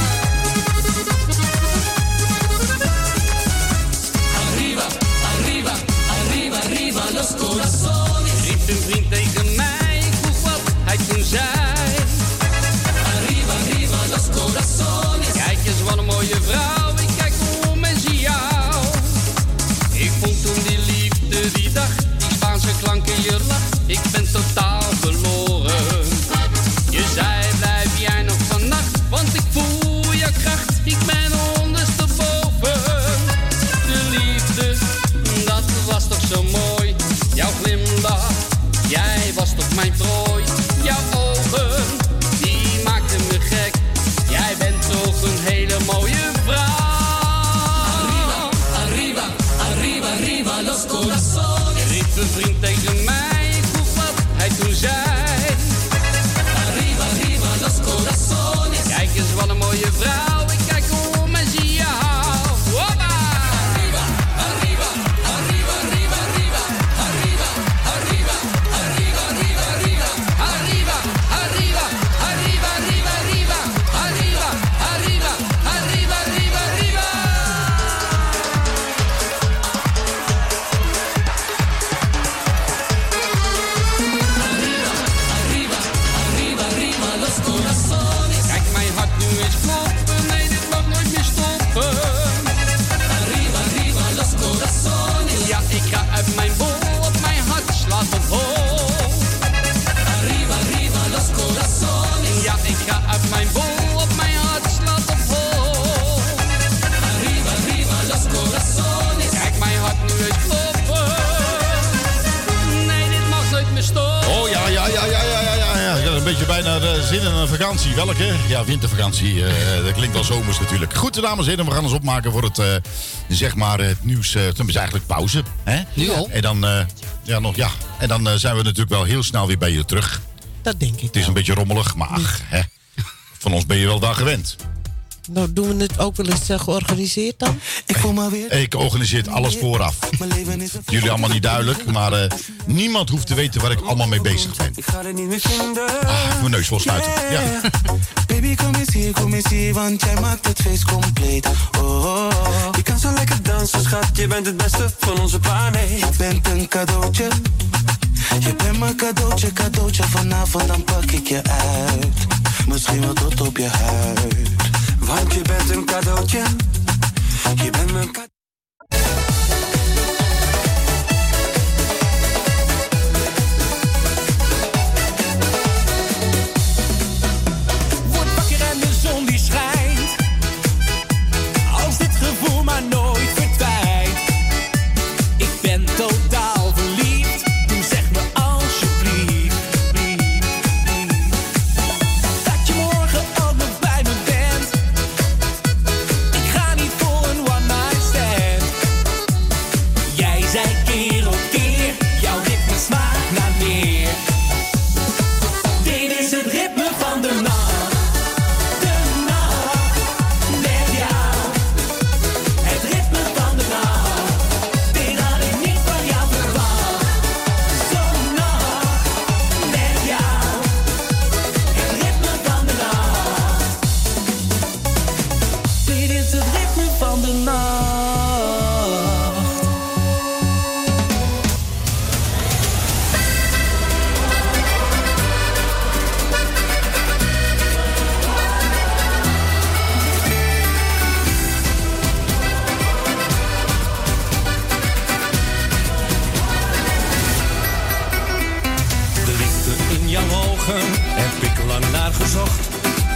Speaker 12: Arriba, arriba, arriba, arriba, los corazones.
Speaker 6: Riep een vriend tegen mij, ik vroeg wat hij toen zei.
Speaker 12: Arriba, arriba, los corazones.
Speaker 6: Kijk eens wat een mooie vrouw, ik kijk om en zie jou. Ik vond toen die liefde die dag, die Spaanse klank in je lach. Ik ben totaal verloren. Je zei, blijf jij nog vannacht, want ik voel je kracht. Ik ben ondersteboven. De liefde, dat was toch zo mooi. Jouw glimlach, jij was toch mijn prooi. Jouw ogen, die maakten me gek. Jij bent toch een hele mooie vrouw.
Speaker 12: Arriba, arriba, arriba, arriba, los corazones.
Speaker 6: Riep een vriend tegen mij, ik vroeg wat hij toen zei.
Speaker 12: Arriba, arriba, los corazones.
Speaker 6: Kijk eens wat een mooie vrouw, ik kijk om en zie jou. Hoppa!
Speaker 12: Arriba, arriba, arriba, arriba, arriba, arriba, arriba, arriba, arriba, arriba.
Speaker 6: Arriba, arriba, arriba, arriba, arriba, arriba, arriba, arriba, arriba, arriba.
Speaker 12: Arriba, arriba, arriba, los corazones.
Speaker 6: Kijk mijn hart nu eens kloppen, nee dit mag nooit meer stoppen.
Speaker 12: Arriba, arriba, los corazones.
Speaker 6: Ja, ik ga uit mijn bol, op mijn hart slaat op hol.
Speaker 12: Arriba, arriba, los corazones.
Speaker 6: Ja, ik ga uit mijn bol, op mijn hart slaat op hol.
Speaker 12: Arriba, arriba, los corazones.
Speaker 6: Kijk mijn hart nu eens kloppen. Nee, dit mag nooit meer stoppen.
Speaker 4: Oh ja, ja, ja, ja, ja, ja, ja, ja. Ik had een beetje bijna de zin in een vakantie. Welke? Ja, wintervakantie. Uh, dat klinkt wel zomers natuurlijk. Goed, dames en heren, we gaan ons opmaken voor het, uh, zeg maar, het nieuws. Uh, het is eigenlijk pauze. Hè?
Speaker 5: Nu al?
Speaker 4: En dan, uh, ja, nog, ja. En dan uh, zijn we natuurlijk wel heel snel weer bij je terug.
Speaker 5: Dat denk ik.
Speaker 4: Het is een beetje rommelig, maar ach, hè. Van ons ben je wel daar gewend.
Speaker 5: Nou, doen we het ook wel eens uh, georganiseerd dan?
Speaker 14: Ik voel me weer.
Speaker 4: Ik organiseer alles vooraf. Jullie allemaal niet duidelijk, maar uh, niemand hoeft te weten waar ik allemaal mee bezig ben.
Speaker 1: Ik ga er niet meer vinden.
Speaker 4: Ah, mijn neus wil sluiten. Ja.
Speaker 14: Baby, kom eens hier, kom eens hier, want jij maakt het feest compleet. Oh, oh, oh.
Speaker 1: Je kan zo lekker dansen, schat. Je bent het beste van onze planeet.
Speaker 14: Je bent een cadeautje. Je bent mijn cadeautje, cadeautje. Vanavond dan pak ik je uit. Misschien wel tot op je huid.
Speaker 1: Want je bent een cadeautje. Je bent mijn cadeautje.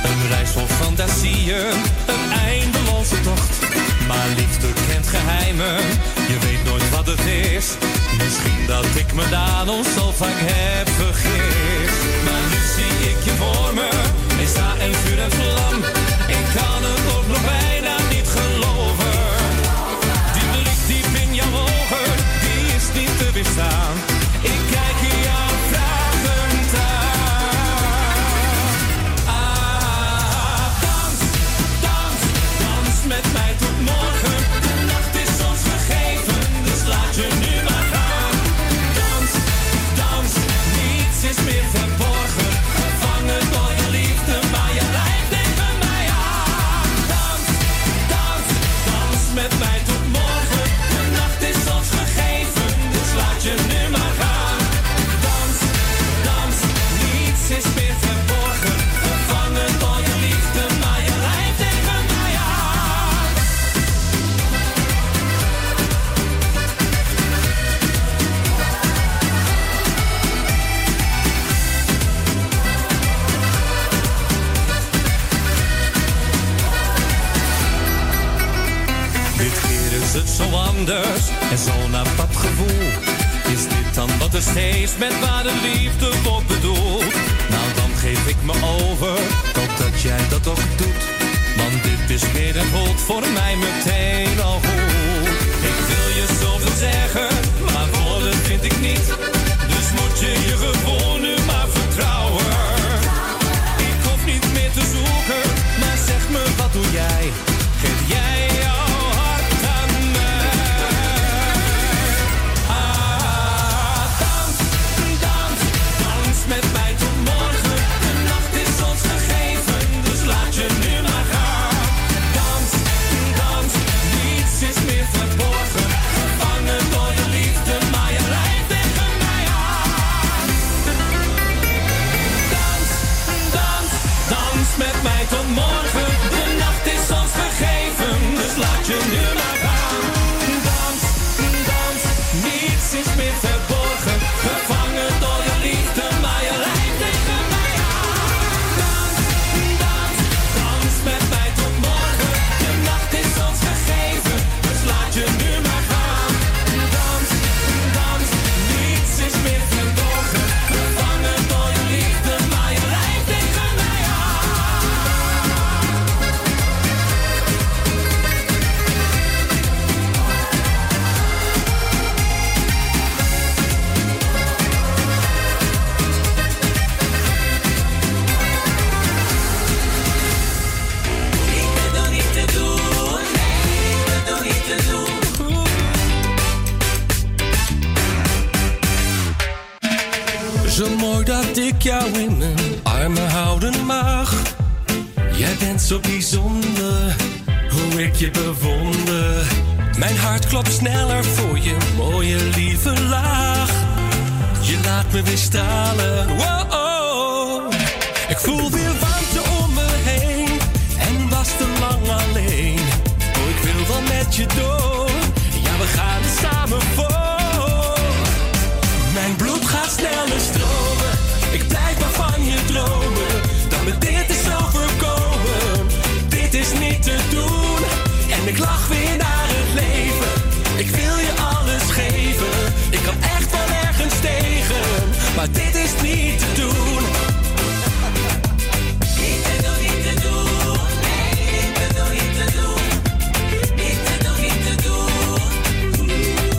Speaker 18: Een reis vol fantasieën, een eindeloze tocht. Maar liefde kent geheimen, je weet nooit wat het is. Misschien dat ik me daar nog zo vaak heb vergist. Maar nu zie ik je voor me, en sta en vuur en vlam. Ik kan het ook nog bijna niet geloven. Die blik diep in jouw ogen, die is niet te weerstaan. Ik kijk in jou vragend aan. Ah, dans, dans, dans met mij tot morgen. De nacht is ons gegeven, dus laat je nu maar gaan. Dans, dans, niets is meer verborgen. Gevangen door je liefde, maar je lijkt tegen mij aan. Dans, dans, dans met mij tot morgen. De nacht is ons gegeven, dus laat je nu maar gaan. Dans, dans, niets is meer verborgen. Gevangen door je liefde, maar je lijkt tegen mij aan. Dit keer is het zo anders en zo'n apart gevoel. Is dit dan wat er steeds met ware liefde wordt bedoeld? Nou, dan geef ik me over, ik hoop dat jij dat ook doet. Want dit is meer en voelt voor mij meteen al goed. Ik wil je zoveel zeggen, maar woorden vind ik niet. Dus moet je je gevoel nu maar vertrouwen. Ik hoef niet meer te zoeken, maar zeg me wat doe jij? Geef jij jouw hart aan mij? Ah, dans, dans, dans met mij tot morgen. De nacht is ons gegeven, dus laat je nu maar gaan. Dans, dans, niets is meer verborgen. Gevangen door je liefde, maar je lijkt tegen mij aan. Dans, dans, dans met mij tot morgen. De nacht is ons gegeven, dus laat je nu maar gaan. Dans, dans, niets is meer verborgen. Gevangen door je liefde, maar je lijkt tegen mij aan. Dans, dans, dans met mij tot morgen. De nacht is ons gegeven, dus laat je nu maar gaan. Dans, dans, niets is meer verborgen. Gevangen door je liefde, maar je lijkt tegen mij aan. Ik ben nog niet te doen, nee, ik ben nog niet te doen. Zo mooi dat ik jou in mijn armen houden mag. Jij bent zo bijzonder, hoe ik je bewonder. Mijn hart klopt sneller voor je mooie lieve lach. Je laat me weer stralen, wow. Ik voel weer warmte om me heen en was te lang alleen. Oh, ik wil wel met je door, ja, we gaan er samen voor. Mijn bloed gaat sneller stromen, ik blijf maar van je dromen. Dat me dit is overkomen, dit is niet te doen. En ik lach weer naar het leven, ik wil je alles geven. Ik kan echt wel ergens tegen, maar dit is niet te doen. Ik ben nog niet te doen, nee, ik ben nog niet te doen. Ik ben nog niet te doen.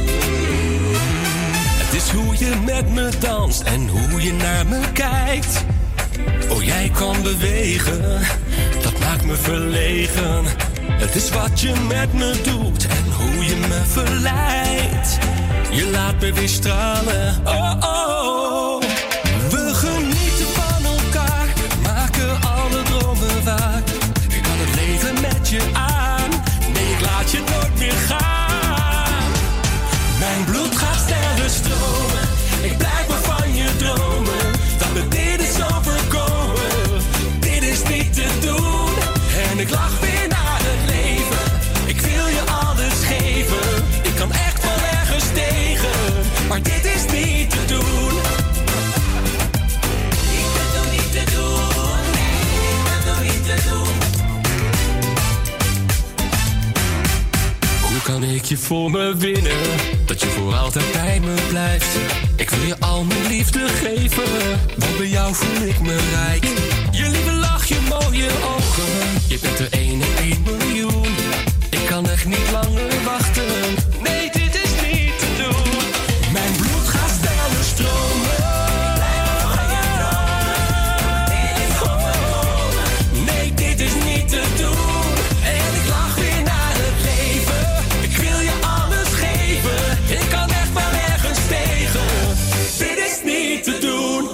Speaker 18: Het is hoe je met me danst en hoe je naar me kijkt. Oh, jij kan bewegen, dat maakt me verlegen. Het is wat je met me doet en hoe je me verleidt. Je laat me weer stralen, oh oh. We genieten van elkaar, maken alle dromen waar. Ik kan het leven met je aan, nee, ik laat je nooit meer gaan. Mijn bloed gaat sneller stromen, ik blijf maar van je dromen. Dat me dit is overkomen, dit is niet te doen. En ik lach weer naar het leven, ik wil je alles geven. Ik kan echt wel ergens tegen, maar dit is niet te doen. kan ik je voor me winnen, dat je voor altijd bij me blijft. Ik wil je al mijn liefde geven, want bij jou voel ik me rijk. Je lieve lach, je mooie ogen, je bent de ene één miljoen. Ik kan echt niet langer wachten, nee dit is niet te doen. Mijn bloed gaat sneller stromen. Nee, dit is niet te doen. En ik lach weer naar het leven. Ik wil je alles geven. Ik kan echt wel ergens tegen. Dit is niet te doen.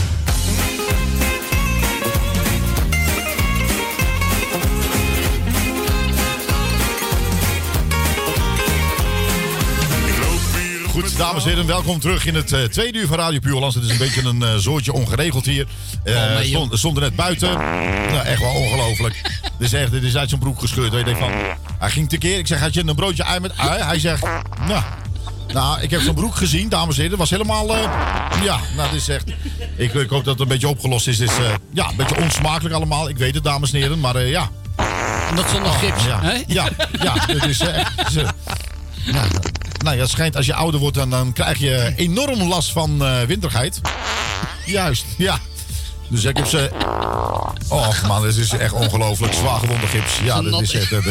Speaker 4: Goed, dames en heren, welkom terug in het uh, tweede uur van Radio Puurlands. Het is een beetje een uh, zoortje ongeregeld hier. Uh, oh, nee, stond, stonden net buiten. Nou, echt wel ongelooflijk. Dit is echt, dit is uit zijn broek gescheurd. Je denkt van, hij ging tekeer. Ik zeg, had je een broodje ui met ui? Hij zegt, nou, nou ik heb zijn broek gezien, dames en heren. Het was helemaal, uh, ja, nou, dit is echt... Ik, ik hoop dat het een beetje opgelost is. Het is, uh, ja, een beetje onsmakelijk allemaal. Ik weet het, dames en heren, maar uh, ja.
Speaker 7: En dat zonder gips,
Speaker 4: oh, ja.
Speaker 7: hè?
Speaker 4: Ja, ja, het is uh, echt... Uh, ja. Nou ja, het schijnt als je ouder wordt, dan, dan krijg je enorm last van uh, winterigheid. Juist, ja. Dus ik heb ze... Oh man, dit is echt ongelooflijk. Zwaar gewonde gips. Ja, dat is echt...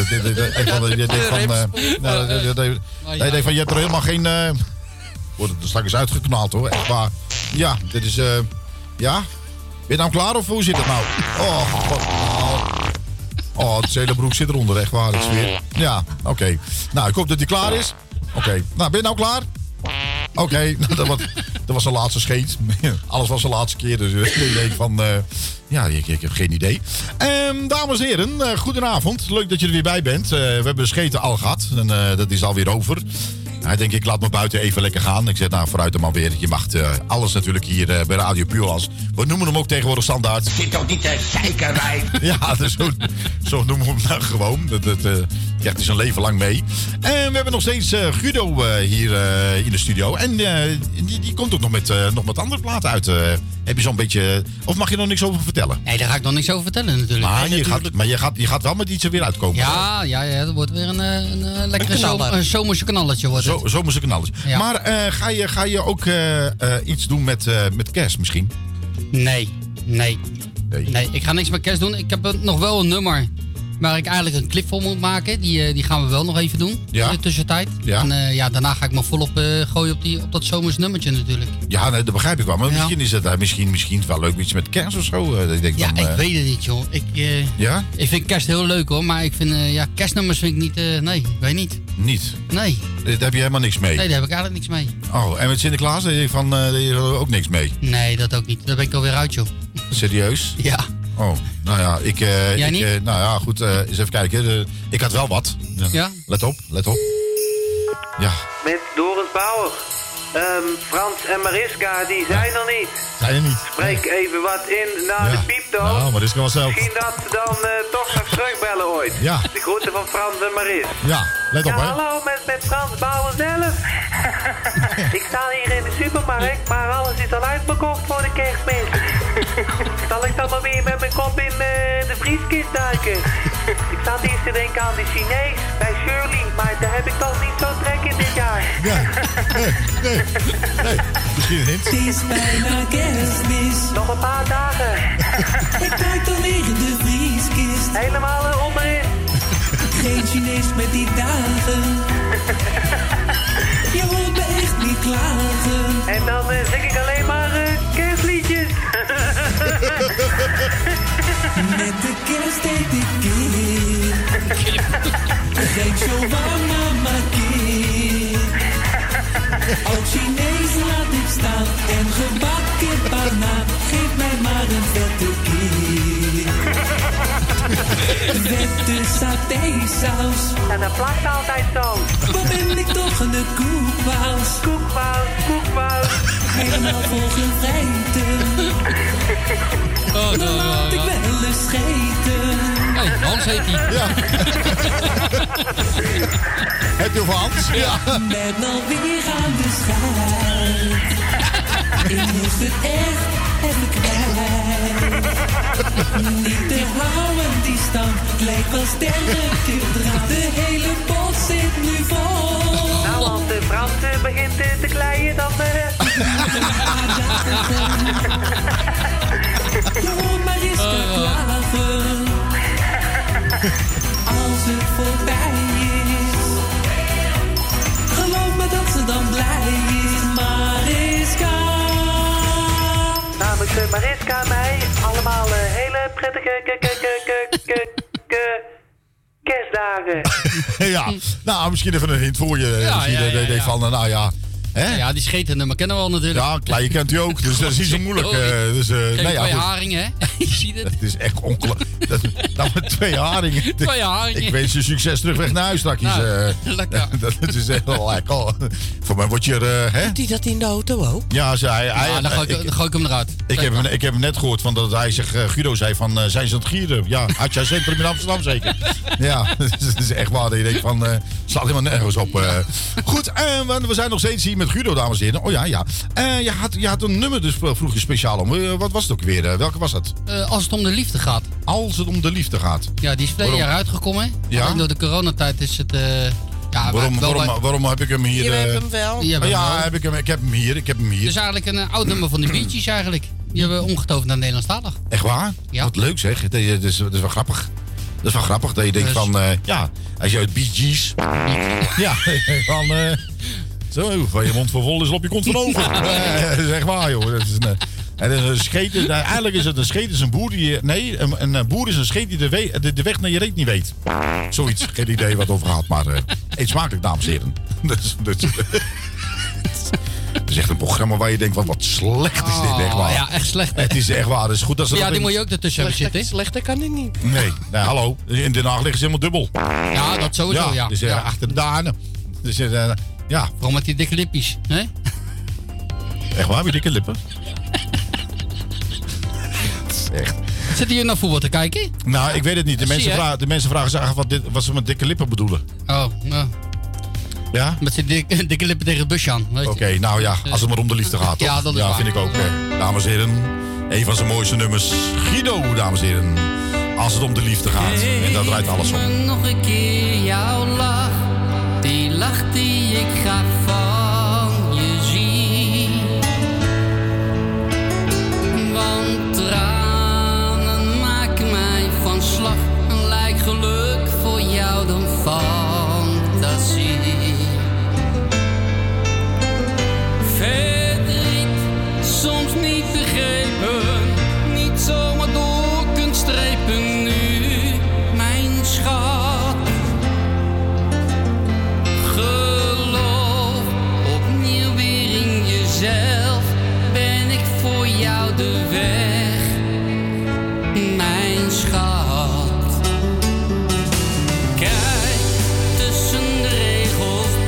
Speaker 4: Je denkt van, je hebt er helemaal geen... Uh, wordt het er straks uitgeknald hoor, echt waar. Ja, dit is... Uh, ja? Ben je nou klaar of hoe zit het nou? Oh, god. Oh. Oh, het hele broek zit eronder, echt waar. Het is weer... Ja, oké. Okay. Nou, ik hoop dat hij klaar is. Oké, okay. Nou, ben je nou klaar? Oké, okay. Nou, dat, was, dat was zijn laatste scheet. Alles was zijn laatste keer, dus ik denk van... Uh, ja, ik, ik heb geen idee. Um, dames en heren, uh, goedenavond. Leuk dat je er weer bij bent. Uh, we hebben de scheten al gehad en uh, dat is alweer over. Hij denkt, ik laat me buiten even lekker gaan. Ik zeg, nou, vooruit dan maar weer. Je mag uh, alles natuurlijk hier uh, bij Radio Puurlands. We noemen hem ook tegenwoordig standaard.
Speaker 11: Zit toch niet te zeikerij?
Speaker 4: Ja, dus zo, zo noemen we hem nou gewoon. Dat, dat uh, krijgt hij zijn leven lang mee. En we hebben nog steeds uh, Guido uh, hier uh, in de studio. En uh, die, die komt ook nog met, uh, nog met andere platen uit. Uh, heb je zo'n beetje... Of mag je nog niks over vertellen?
Speaker 7: Nee, daar ga ik nog niks over vertellen natuurlijk.
Speaker 4: Maar,
Speaker 7: nee,
Speaker 4: je,
Speaker 7: natuurlijk.
Speaker 4: Gaat, maar je, gaat, je gaat wel met iets er weer uitkomen.
Speaker 7: Ja, ja, ja, dat wordt weer een, een, een lekkere zomer, een zomerse knalletje. Wordt
Speaker 4: Zo, zomerse knalletje. Ja. Maar uh, ga, je, ga je ook uh, uh, iets doen met, uh, met kerst misschien?
Speaker 7: Nee, nee, nee. Nee, ik ga niks met kerst doen. Ik heb nog wel een nummer waar ik eigenlijk een clip voor moet maken. Die, die gaan we wel nog even doen ja. in de tussentijd. Ja. En uh, ja, daarna ga ik me volop uh, gooien op, die, op dat zomers nummertje natuurlijk.
Speaker 4: Ja, nee, dat begrijp ik wel. Maar ja. misschien is het uh, misschien, misschien wel leuk iets met kerst of zo. Uh, ik denk
Speaker 7: ja,
Speaker 4: dan, uh...
Speaker 7: ik weet het niet, joh. Ik, uh,
Speaker 4: ja?
Speaker 7: ik vind kerst heel leuk, hoor. Maar ik vind, uh, ja, kerstnummers vind ik niet... Uh, nee, ik weet niet.
Speaker 4: Niet?
Speaker 7: Nee.
Speaker 4: Daar heb je helemaal niks mee?
Speaker 7: Nee, daar heb ik eigenlijk niks mee.
Speaker 4: Oh, en met Sinterklaas heb je van, uh, ook niks mee?
Speaker 7: Nee, dat ook niet. Daar ben ik alweer uit, joh.
Speaker 4: Serieus?
Speaker 7: Ja.
Speaker 4: Oh, nou ja, ik... Uh,
Speaker 7: Jij
Speaker 4: ik,
Speaker 7: niet?
Speaker 4: Uh, nou ja, goed, uh, eens even kijken. Uh, ik had wel wat. Ja.
Speaker 7: ja?
Speaker 4: Let op, let op. Ja.
Speaker 19: Met Doris Bauer. Um, Frans en Mariska, die zijn ja. er niet.
Speaker 4: Zijn er niet.
Speaker 19: Spreek nee. even wat in naar
Speaker 4: ja.
Speaker 19: de pieptoon.
Speaker 4: Nou, Mariska was zelf.
Speaker 19: Misschien dat ze dan uh, toch nog terugbellen ooit.
Speaker 4: Ja.
Speaker 19: De groeten van Frans en Maris.
Speaker 4: Ja, let op,
Speaker 19: ja,
Speaker 4: hè.
Speaker 19: hallo, met, met Frans Bauer zelf. Ik sta hier in de supermarkt, maar alles is al uitverkocht voor de kerstmis. Zal ik dan maar weer met mijn kop in uh, de vrieskist duiken? Ik zat eerst te denken aan de Chinees bij Shirley, maar daar heb ik toch niet zo trek in dit jaar.
Speaker 4: Ja, nee, nee, nee. Misschien niet.
Speaker 12: Het is bijna kerstmis.
Speaker 19: Nog een paar dagen.
Speaker 12: Ik duik dan weer in de vrieskist.
Speaker 19: Helemaal uh, onderin.
Speaker 12: Geen Chinees met die dagen. Je hoort me echt niet klagen.
Speaker 19: En dan uh, zing ik alleen maar uh, kerstliedjes.
Speaker 12: Met de kerst eet ik keer. Geen shawarma, maar keer. Ook Chinees laat ik staan. En gebakken banaan. Geef mij maar een vette keer. Vette satésaus.
Speaker 19: En dat plakt altijd zo.
Speaker 12: Wat ben ik toch een koekwaus.
Speaker 19: Koekwaus, koekwaus.
Speaker 12: Helemaal volgevreten.
Speaker 7: Oh,
Speaker 12: dan laat ik wel eens scheten.
Speaker 7: Hé, hey, Hans heet hij.
Speaker 4: Ja. Heb je over Hans? Ja.
Speaker 12: Ben alweer aan de schijf. Ik moest het echt even kwijt. Niet te houden
Speaker 18: die stand, het leek wel sterrenkundraad. De hele pot zit nu vol.
Speaker 19: Nou, als de Frans eh, begint eh, te kleien, dan... eh
Speaker 18: Je hoort Mariska klagen. Als het voorbij is. Geloof me dat ze dan blij is, Mariska.
Speaker 19: Namens eh, Mariska en mij, allemaal eh, hele prettige k- k- k- k- k- k- kerstdagen.
Speaker 4: Ja, nou, misschien even een hint voor je.
Speaker 7: Ja,
Speaker 4: Misschien
Speaker 7: ja, ja,
Speaker 4: de- de-
Speaker 7: ja.
Speaker 4: van, nou ja... Hè?
Speaker 7: Ja, die scheten, maar kennen we al natuurlijk.
Speaker 4: Ja, kleien kent u ook, dus dat is niet zo moeilijk. Uh, dus, uh,
Speaker 7: Geef
Speaker 4: nee, ja,
Speaker 7: twee
Speaker 4: goed.
Speaker 7: haringen, hè? Je ziet het.
Speaker 4: Het is echt ongelooflijk. Dat- Nou, met twee haringen.
Speaker 7: Twee haringen.
Speaker 4: Ik wens je succes terugweg naar huis straks.
Speaker 7: Nou,
Speaker 4: uh,
Speaker 7: lekker.
Speaker 4: Dat is echt wel lekker. Voor mij word je er, uh, hè?
Speaker 5: Doet hij dat in de auto ook?
Speaker 4: Ja, zei hij. hij
Speaker 7: Ja, dan gooi ik, dan gooi ik hem eruit.
Speaker 4: Ik heb, hem, ik heb hem net gehoord van dat hij zich, uh, Guido zei van, uh, zijn ze aan het gieren? Ja, Atja Centrum in Amsterdam zeker. Ja, dat is echt waar. Dat je denkt van, uh, slaat helemaal nergens op. Uh. Goed, uh, we zijn nog steeds hier met Guido, dames en heren. Oh ja, ja. Uh, je, had, je had een nummer dus vroeg je speciaal om. Uh, wat was het ook weer? Uh, welke was dat?
Speaker 7: Uh, als het om de liefde gaat.
Speaker 4: Als het om de liefde gaat.
Speaker 7: Ja, die is verleden jaar uitgekomen.
Speaker 4: Ja?
Speaker 7: Alleen door de coronatijd is het... Uh, ja,
Speaker 4: waarom,
Speaker 7: wel
Speaker 4: waarom,
Speaker 7: bij...
Speaker 4: waarom heb ik hem hier?
Speaker 5: Je
Speaker 4: uh,
Speaker 5: hebt hem wel.
Speaker 7: Die hebben
Speaker 4: oh, ja,
Speaker 7: wel.
Speaker 4: heb ik, hem, ik heb hem hier. Ik heb hem hier.
Speaker 7: Het is eigenlijk een uh, oud nummer van de Bee Gees eigenlijk. Die hebben we omgetoverd naar Nederlandstalig.
Speaker 4: Echt waar?
Speaker 7: Ja.
Speaker 4: Wat leuk zeg. Dat is, dat is, dat is wel grappig. Dat is wel grappig dat je denkt
Speaker 7: Dus-
Speaker 4: van, uh, ja, als je uit Bee Gees... ja, van... Uh, zo, van je mond vol vol is op je kont van over. Ja, dat is echt waar, joh. Dat is een, en een scheet, nou, eigenlijk is het een scheet is een boer die... Nee, een, een boer is een scheet die de, we, de, de weg naar je reet niet weet. Zoiets, geen idee wat over gaat, maar uh, eet smakelijk, dames en heren. Dus, dus, het is echt een programma waar je denkt, wat, wat slecht is dit, echt waar.
Speaker 7: Ja, echt slecht. Hè?
Speaker 4: Het is echt waar, het is goed dat ze
Speaker 7: Ja,
Speaker 4: dat
Speaker 7: die
Speaker 4: in-
Speaker 7: moet je ook ertussen hebben
Speaker 5: Slechter,
Speaker 7: zitten.
Speaker 5: slechter kan het niet.
Speaker 4: Nee, nee, hallo. In Den Haag liggen ze helemaal dubbel.
Speaker 7: Ja, dat sowieso, ja.
Speaker 4: Dus uh,
Speaker 7: Ja.
Speaker 4: achter de danen. Dus uh, ja,
Speaker 7: Vooral met die dikke lippies. Hè?
Speaker 4: echt waar, heb je dikke lippen? Echt.
Speaker 7: Zitten hier naar voetbal te kijken?
Speaker 4: Nou, ik weet het niet. De,
Speaker 7: Zie
Speaker 4: mensen,
Speaker 7: je?
Speaker 4: vragen, de mensen vragen zich af wat, dit, wat ze met dikke lippen bedoelen.
Speaker 7: Oh, nou.
Speaker 4: Ja?
Speaker 7: Met zijn dikke, dikke lippen tegen het busje aan. weet je.
Speaker 4: Oké, nou ja, als het maar om de liefde gaat, toch?
Speaker 7: Ja, dat is waar.
Speaker 4: vind ik ook. Eh, dames en heren, een van zijn mooiste nummers. Guido, dames en heren. Als het om de liefde gaat. En daar draait alles om.
Speaker 12: Geef me nog een keer jouw lach. Die lach die ik graag van je zie. Want tranen maken mij van slag. En lijkt geluk voor jou dan fantasie. Verdriet, soms niet begrepen. Niet zomaar door kunt strepen nu, mijn schat. Geloof opnieuw weer in jezelf. Ben ik voor jou de weg, mijn schat. Kijk tussen de regels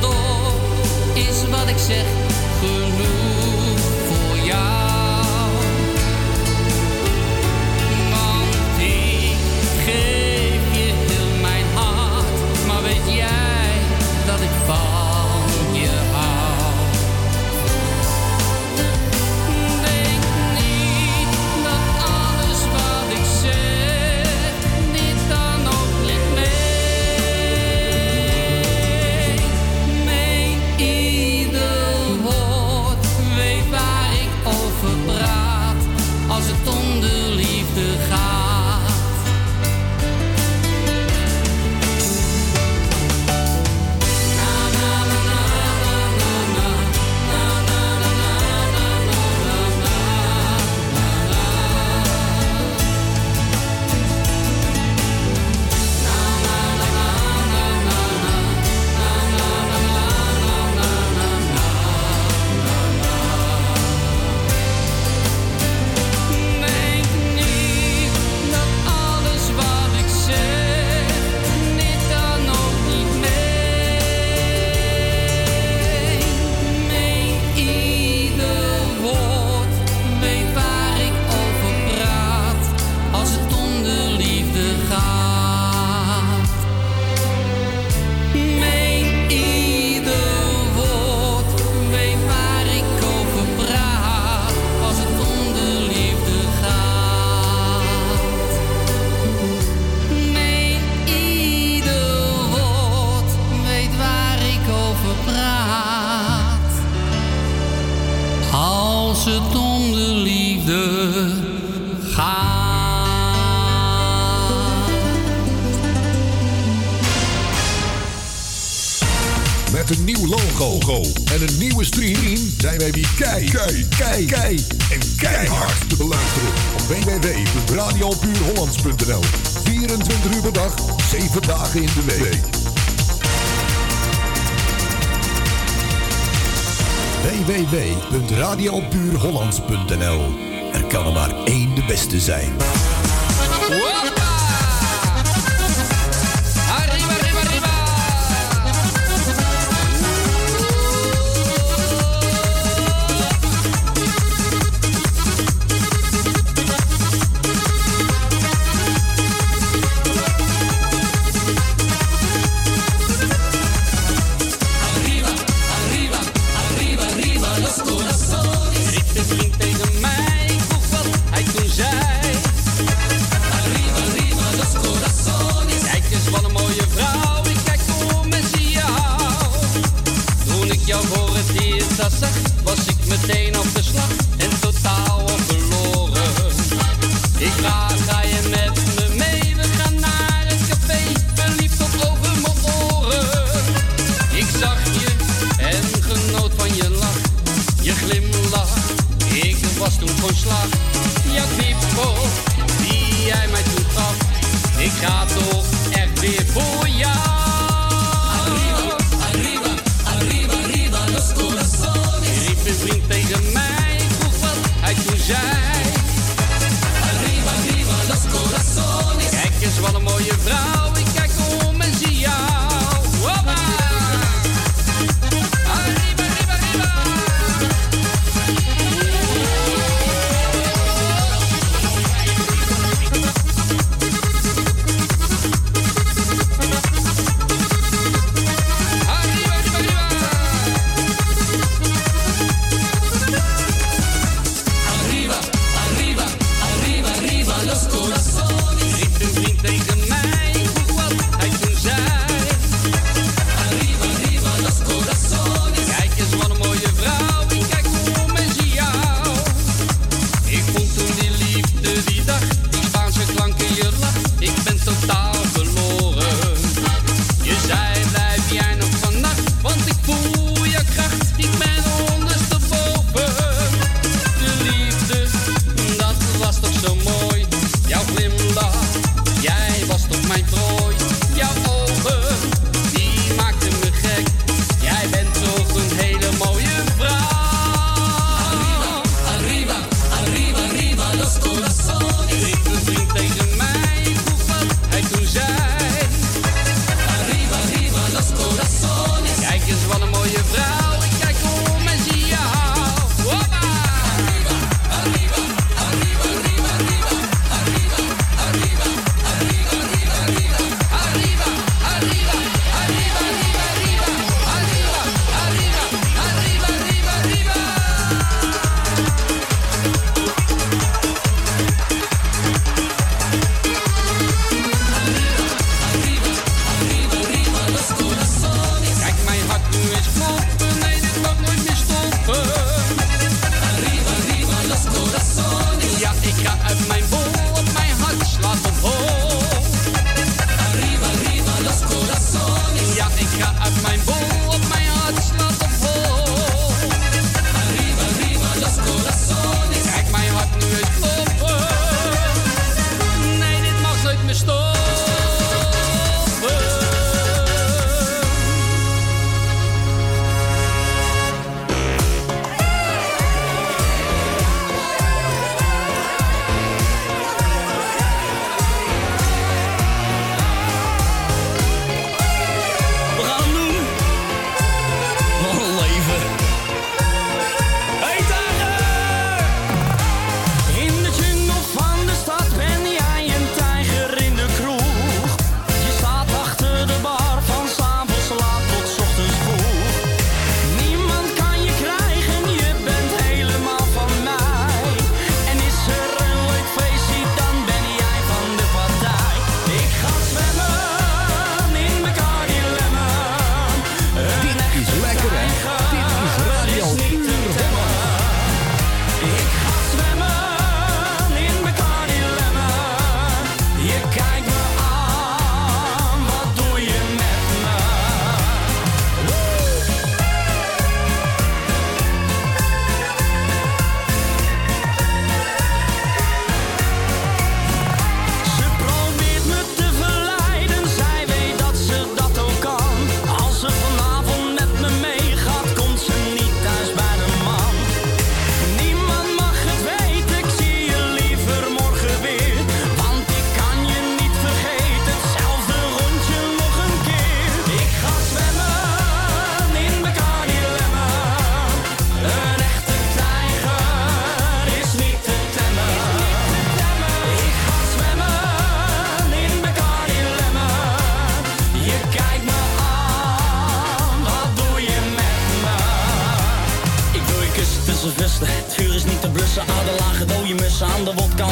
Speaker 3: een nieuw logo en een nieuwe stream zijn wij weer kei, kei, kei, kei en keihard te beluisteren op w w w punt radio puur hollands punt n l. vierentwintig uur per dag, zeven dagen in de week. w w w punt radio puur hollands punt n l. Er kan er maar één de beste zijn.
Speaker 6: Riep de vriend tegen mij, ik vroeg wat hij toen zei.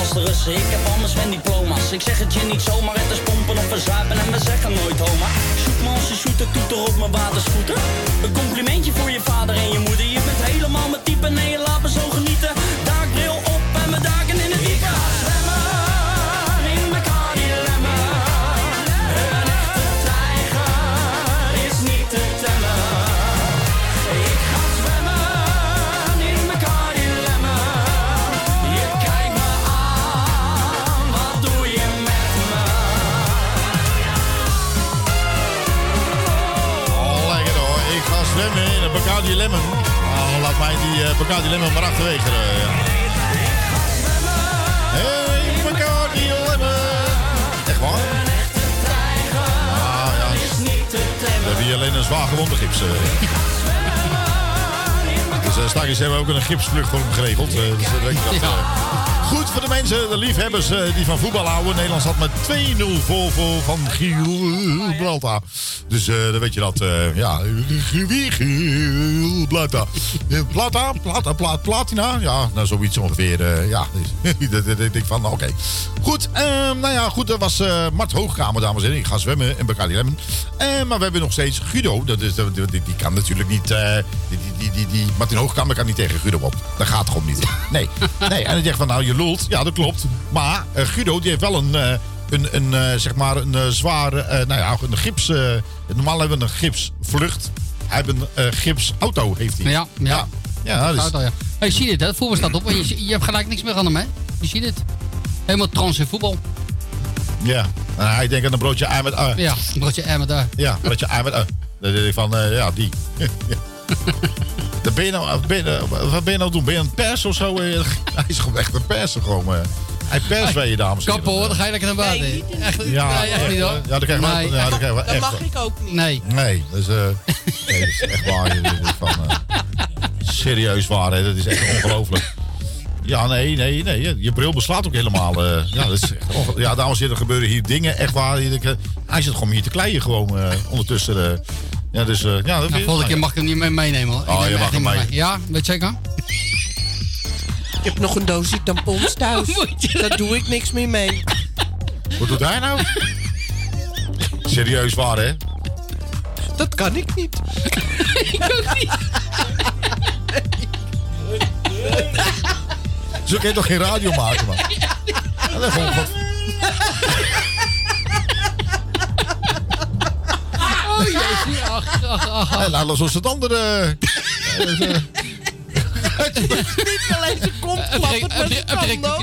Speaker 20: luister eens, ik heb al mijn Sven-diploma's. Ik zeg het je niet zomaar, het is pompen of verzuipen en we zeggen nooit homa. Shoot me als je shooter, toeter op mijn watersvoeten. Een complimentje voor je vader en je moeder. Je bent helemaal mijn type, nee, je laat me zo genieten. Daakbril op en mijn daken in het diepe. Ik ga zwemmen in mijn Cardi Lemon. Een echte tijger is niet te temmen. Ik ga zwemmen in mijn Cardi Lemon. Je kijkt me aan, wat doe je met me?
Speaker 4: Oh, lekker hoor. Ik ga zwemmen in een Bacardi Lemon. Oh, laat mij die uh, Bacardi Lemon maar achterwege. Uh, ja. Hey, Bacardi Lemon. Echt waar? Ah, ja. We hebben hier alleen een zwaar gewonde gips. Uh. Dus uh, straks hebben we ook een gipsvlucht voor hem geregeld. Uh, dus, uh, weet je dat, uh, goed voor de mensen, de liefhebbers uh, die van voetbal houden. Nederland zat met twee nul voor, voor van Gibraltar. Dus uh, dan weet je dat, uh, ja, Gibraltar. Plata, plata, plata, platina. Ja, nou zoiets ongeveer. Uh, ja, dat denk ik van, oké. Okay. Goed, uh, nou ja, goed, dat was uh, Mart Hoogkamer, dames en heren. Ik ga zwemmen in Bacardi Lemon. Uh, maar we hebben nog steeds Guido. Dat is, die, die, die kan natuurlijk niet, uh, die, die, die, die Martin Hoogkamer kan niet tegen Guido op. Dat gaat gewoon niet. Nee, nee. En hij zegt van, nou, je lult. Ja, dat klopt. Maar uh, Guido, die heeft wel een... Uh, Een, een, uh, zeg maar een uh, zware, uh, nou ja, een gips. Uh, normaal hebben we een gipsvlucht. Hij heeft een uh, gipsauto, heeft hij.
Speaker 7: Ja, ja.
Speaker 4: ja. ja, dus...
Speaker 7: auto, ja. Hey, zie je dit, hè? Voetbal staat op. Je, je hebt gelijk niks meer aan hem, hè? Je ziet het. Helemaal trans in voetbal.
Speaker 4: Ja, en hij denkt aan een broodje ei met ui.
Speaker 7: Ja, een broodje ei met ui.
Speaker 4: Ja, een broodje ei met ui. Dan denk ik van, uh, ja, die. Dan ben je nou, ben je, wat ben je nou doen? Ben je een pers of zo? Hij is gewoon echt een perser, gewoon. Uh. Hij pers bij je, dames en heren.
Speaker 7: Kappen hoor, dan ga je lekker naar buiten.
Speaker 4: Nee,
Speaker 7: echt,
Speaker 4: ja,
Speaker 7: nee, echt
Speaker 4: echt
Speaker 7: niet hoor.
Speaker 4: Ja, dat krijgen we,
Speaker 7: nee.
Speaker 4: ja, dat krijgen we
Speaker 5: dat
Speaker 4: echt.
Speaker 5: mag ik ook niet.
Speaker 7: Nee.
Speaker 4: Nee, dat is, uh, nee, dat is echt waar. Van, uh, serieus waar, hè. Dat is echt ongelooflijk. Ja, nee, nee, nee. Je bril beslaat ook helemaal. Uh, ja, dat is echt onge- ja, dames en heren, er gebeuren hier dingen echt waar. Hij zit gewoon hier te kleien gewoon uh, ondertussen. Uh, ja, dus, uh, ja, dat
Speaker 7: nou, volgende keer mag ik hem niet mee meenemen hoor.
Speaker 4: Oh, je mag hem mee. mee.
Speaker 7: Ja, weet je zeker?
Speaker 5: Ik heb nog een doosje tampons thuis. Daar doe ik niks meer mee.
Speaker 4: Wat doet hij nou? Serieus waar, hè?
Speaker 5: Dat kan ik niet.
Speaker 7: Ik ook niet.
Speaker 4: Zo kun je toch geen radio maken, man? Dat is gewoon God.
Speaker 7: Oh jezus, ach, ach, ach.
Speaker 4: Hey, laat los ons het andere.
Speaker 5: Niet alleen zijn kont klappert, maar zijn tanden ook.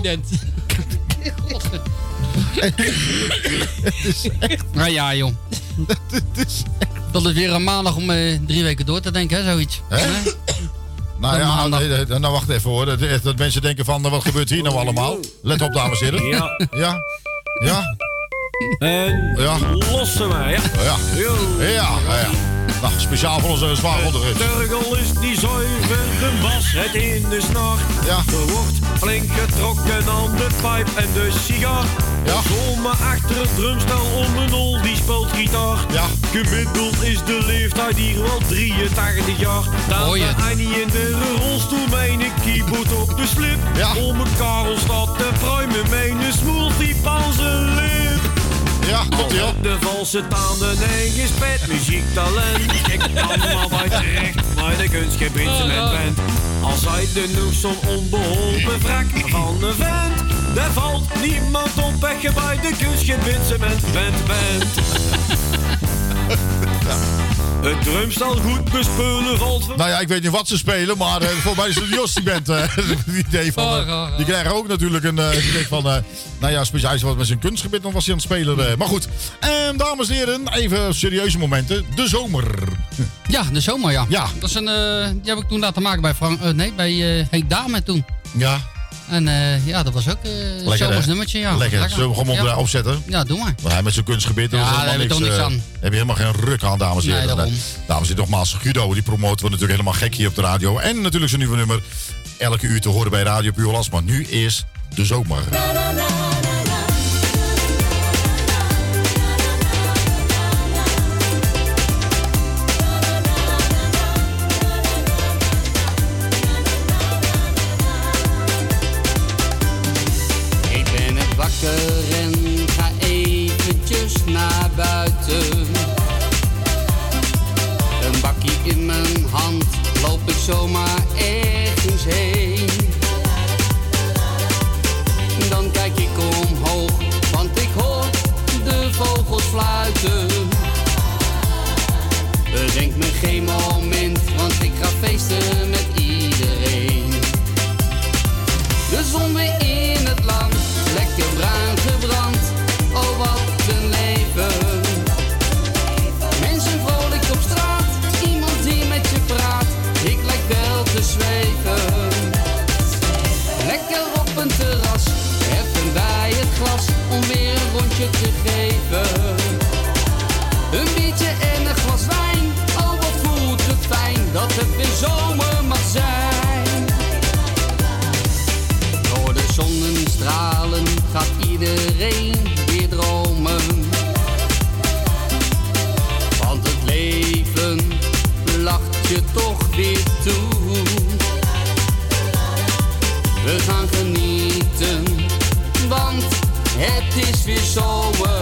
Speaker 7: Het is echt... Nou ja, joh. Dat is weer een maandag om uh, drie weken door te denken, hè, zoiets.
Speaker 4: Hè? Nou ja, nee, nee, nou wacht even hoor. Dat, dat mensen denken van, wat gebeurt hier nou allemaal? Let op, dames en heren.
Speaker 18: Ja.
Speaker 4: Ja. Ja.
Speaker 18: En
Speaker 4: ja.
Speaker 18: lossen maar, ja.
Speaker 4: Ja. Ja, ja, ja. Nou, speciaal voor onze zwaar onderricht.
Speaker 18: De turgel is die zuiver, de bas het in de snor.
Speaker 4: Ja.
Speaker 18: Er wordt flink getrokken aan de pijp en de sigaar.
Speaker 4: Ja.
Speaker 18: Zomaar achter het drumstel om een ol die speelt gitaar.
Speaker 4: Ja.
Speaker 18: Gemiddeld is de leeftijd hier wel drieëntachtig jaar. Staat
Speaker 7: oh,
Speaker 18: de Annie in de rolstoel, mijn keyboard op de slip.
Speaker 4: Ja.
Speaker 18: Om een Karel staat te pruimen, mijn smoothie aan zijn lip.
Speaker 4: Ja, komt ie op.
Speaker 18: De valse tanden en gespet muziektalent. Ik allemaal bij terecht, maar de kunstgebindsement bent. Als hij de nog zo'n onbeholpen wrak van een vent. Daar valt niemand op weg bij de kunstgebindsement bent bent. Het drumstel goed bespeulen valt.
Speaker 4: Nou ja, ik weet niet wat ze spelen, maar uh, volgens mij is het Jos die bent. Uh, die idee van, uh, die krijgen ook natuurlijk een uh, idee van, uh, nou ja, speciaal wat met zijn kunstgebied, dan was hij aan het spelen. Uh, maar goed, uh, dames en heren, even serieuze momenten. De zomer.
Speaker 7: Ja, de zomer, ja.
Speaker 4: Ja.
Speaker 7: Dat is een, uh, die heb ik toen laten maken bij Frank, uh, nee, bij uh, Henk Dame toen.
Speaker 4: Ja.
Speaker 7: En uh, ja, dat was ook uh, een zomers nummertje. Ja.
Speaker 4: Lekker. Lekker. Zullen we gewoon
Speaker 7: ja.
Speaker 4: op opzetten?
Speaker 7: Ja, doe maar.
Speaker 4: Want hij met zijn kunstgebied,
Speaker 7: ja, daar heb je toch niks uh, aan.
Speaker 4: Heb je helemaal geen ruk aan, dames en heren.
Speaker 7: Nee, daarom.
Speaker 4: Dames en heren, nogmaals, Guido, die promoten we natuurlijk helemaal gek hier op de radio. En natuurlijk zijn nieuwe nummer, elke uur te horen bij Radio Puur Hollands. Maar nu eerst de zomer.
Speaker 6: naar buiten. Een bakkie in mijn hand, loop ik zomaar ergens heen. Dan kijk ik omhoog, want ik hoor de vogels fluiten. Bedenk me geen moment, want ik ga feesten met iedereen. De zon weer in het land, lekker bruin gebrand. Oh, wat een leven. Mensen vrolijk op straat, iemand die met je praat. Ik lijk wel te zweven. Lekker op een terras, even bij het glas, om weer een rondje te geven. Een biertje en een glas wijn, oh wat voelt het fijn, dat het weer zomer mag zijn. Door de zonnestralen gaat iedereen weer dromen. Want het leven lacht je toch weer toe. We gaan genieten, want het is weer zomer.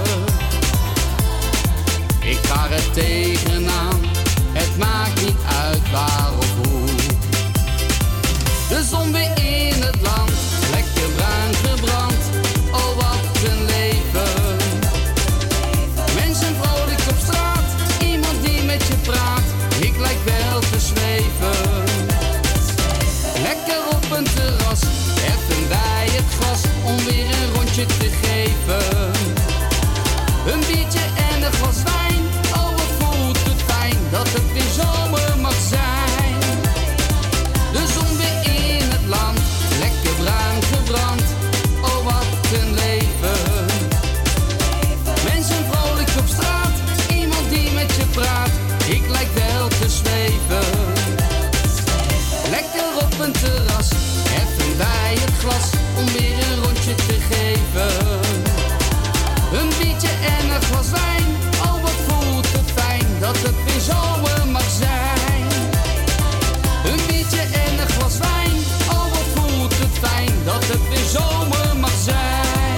Speaker 6: Ik ga er tegenaan, het maakt niet uit waar of hoe. De zon weer in het land, lekker bruin gebrand. Oh, wat een leven. Mensen vrolijk op straat, iemand die met je praat. Ik lijk wel te zweven. Lekker op een terras, even bij het glas, om weer een rondje te geven. Een biertje en een glas wijn, oh wat voelt het fijn, dat het weer zomer mag zijn. De zon weer in het land, lekker bruin gebrand, oh wat een leven. Mensen vrolijk op straat, iemand die met je praat, ik lijk wel te zweven. Lekker op een terras, even bij het glas, om weer een rondje te geven. Een biertje en een glas wijn, oh wat voelt het fijn, dat het weer zomer mag zijn. Een biertje en een glas wijn, oh wat voelt het fijn, dat het weer zomer mag zijn.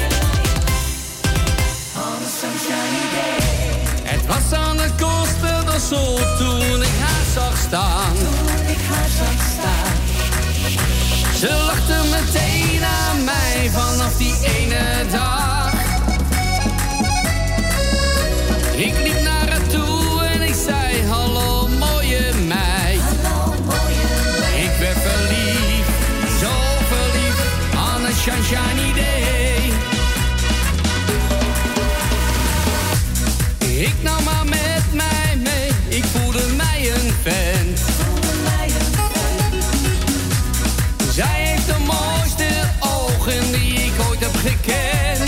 Speaker 6: On a sunshiny day. Het was aan de Costa del Sol toen ik haar zag staan. Toen ik haar zag staan. Ze lachte meteen aan mij vanaf die ene dag. Ik liep naar haar toe en ik zei hallo mooie meid. Hallo mooie meid. Ik werd verliefd, zo verliefd, aan een sunshiny day. Ik nam haar met mij mee, ik voelde mij een vent. Zij heeft de mooiste ogen die ik ooit heb gekend.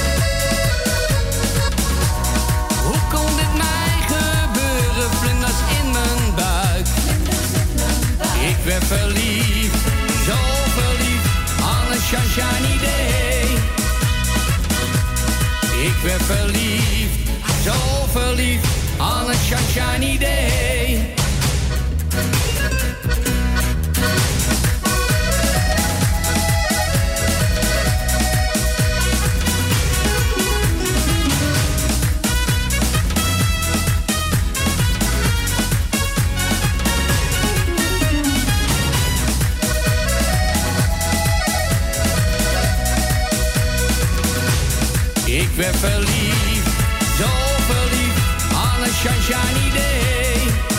Speaker 6: Hoe kon dit mij gebeuren, vlinders in mijn buik. Ik werd verliefd, zo verliefd, aan een sunshiny day. Ik werd verliefd, zo verliefd, aan een sunshiny day. Ik werd verliefd, zo verliefd, aan een sunshiny day.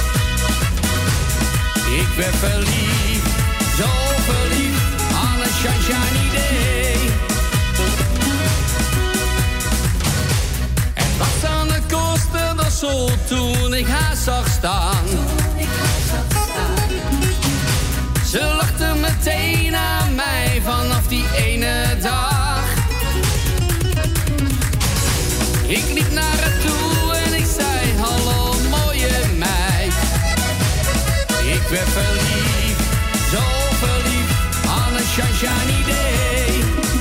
Speaker 6: Ik werd verliefd, zo verliefd, aan een sunshiny day. Het was aan de Costa del Sol toen ik haar zag staan. Ze lachte meteen aan mij vanaf die ene dag. Ik liep naar haar toe en ik zei hallo mooie meid. Ik werd verliefd, zo verliefd, aan een sunshiny day.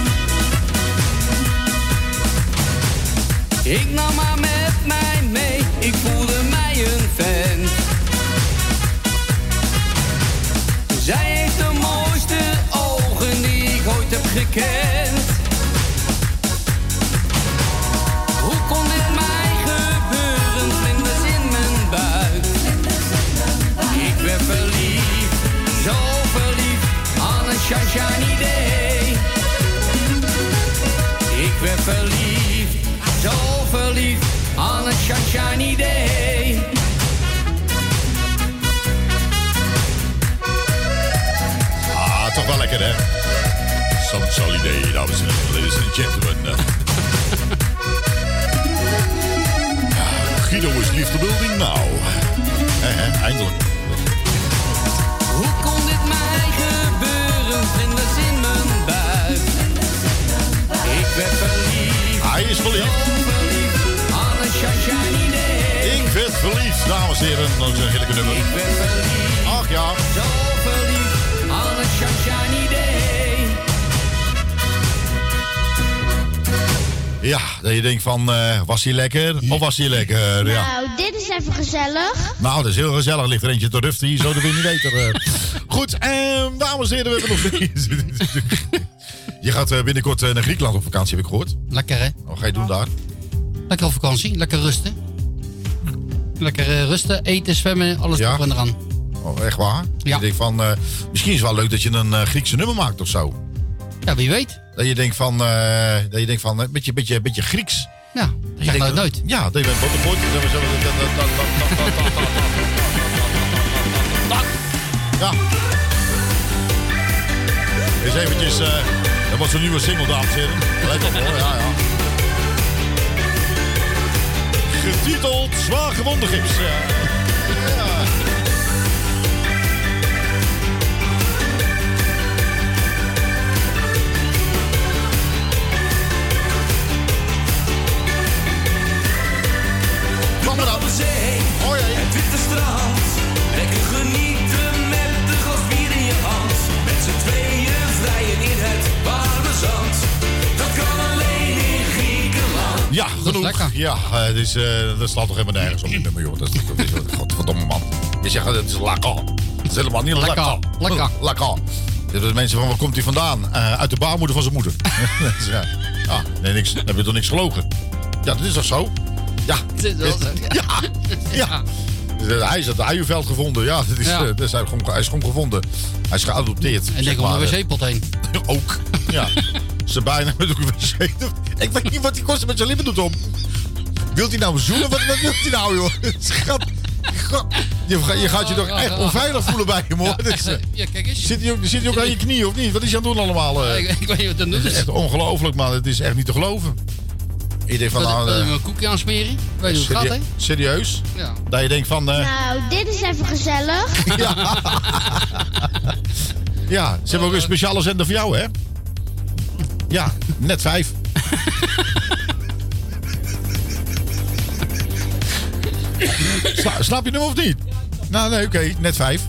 Speaker 6: Ik nam haar met mij mee, ik voelde mij een vent. Zij heeft de mooiste ogen die ik ooit heb gekend. Hoe kon dit
Speaker 4: lekker, hè? Some solid day, dames en heren, ladies and gentlemen. Guido is leave the building now. Eh, eh, eindelijk.
Speaker 6: Hoe kon dit mij gebeuren? Vlinders in mijn buik. Ik ben verliefd.
Speaker 4: Hij is verliefd.
Speaker 6: Aan een shiny day.
Speaker 4: Ik werd verliefd, dames en heren. Dat is een heerlijke nummer.
Speaker 6: Ik ben verliefd.
Speaker 4: Ach ja.
Speaker 6: Zo verliefd. Aan een shiny day.
Speaker 4: Ja, dat je denkt van, uh, was hij lekker of was hij lekker? Ja.
Speaker 21: Nou, dit is even gezellig.
Speaker 4: Nou, dat is heel gezellig. Ligt er eentje te ruften hier, zo dat wil je niet weten. Uh. Goed, en dames en heren, we hebben nog steeds. Je gaat uh, binnenkort uh, naar Griekenland op vakantie, heb ik gehoord.
Speaker 7: Lekker, hè?
Speaker 4: Wat ga je doen daar?
Speaker 7: Lekker op vakantie, lekker rusten. Lekker uh, rusten, eten, zwemmen, alles
Speaker 4: ja?
Speaker 7: erop en eraan.
Speaker 4: Oh, echt waar?
Speaker 7: Ja.
Speaker 4: Je denkt van, uh, misschien is het wel leuk dat je een uh, Griekse nummer maakt of zo.
Speaker 7: Ja, wie weet.
Speaker 4: Dat je denkt van, uh, dat je denkt van, een beetje, beetje, beetje Grieks.
Speaker 7: Ja, dat zeg nou nooit.
Speaker 4: Ja, dat je bent bottengoed. Ja. Eens eventjes, uh, dat was een nieuwe single, dames en heren. Let op hoor, ja, ja. Getiteld Zwaar gewonde gips. Ja. Ja.
Speaker 6: Op de zee,
Speaker 4: oh, ja, ja.
Speaker 6: Het witte strand. Lekker genieten met de glas bier in je hand. Met z'n tweeën vrijen in het warme zand. Dat kan alleen in Griekenland.
Speaker 4: Ja, genoeg. Ja, uh, dus, uh, dat slaat toch helemaal nergens op dit nummer, joh. Dat is, dat is een godverdomme man. Je zegt dat het is lekker. Het is helemaal niet lekker.
Speaker 7: Lekker.
Speaker 4: Lekker. Dus mensen van, waar komt hij vandaan? Uh, uit de baarmoeder van zijn moeder. Dus, ja. Ah, nee, niks. Dan heb je toch niks gelogen? Ja, dat is toch zo? Ja.
Speaker 7: Wel zo, ja.
Speaker 4: Ja. Ja. Ja. Hij is uit het Uienveld gevonden. Ja, dat is,
Speaker 7: ja.
Speaker 4: Uh, dat is hij, gewoon, hij is gewoon gevonden. Hij is geadopteerd.
Speaker 7: En ik om de wc-pot heen.
Speaker 4: Ook. Ja. Ze bijna met een wc. Ik weet niet wat die kosten met zijn lippen doet om. Wilt hij nou zoenen? Wat, wat wilt hij nou, joh? Schat. Je, je gaat je toch echt onveilig voelen bij hem, hoor.
Speaker 7: Ja, echt, ja, kijk eens.
Speaker 4: Zit hij ook, zit hij ook aan je knieën, of niet? Wat is hij aan het doen allemaal?
Speaker 7: Ja, ik, ik weet niet wat dat doet.
Speaker 4: Het is echt ongelooflijk, man. Het is echt niet te geloven. Je denkt van,
Speaker 7: nou,
Speaker 4: uh,
Speaker 7: een koekje aansmeren? Weet je hoe het gaat, hè?
Speaker 4: Serieus?
Speaker 7: Ja.
Speaker 4: Dat je denkt van... Uh,
Speaker 21: nou, dit is even gezellig.
Speaker 4: Ja. Ja, ze hebben ook een speciale zender voor jou, hè? Ja, net vijf. Sla, snap je hem of niet? Nou, nee, oké, okay, net vijf.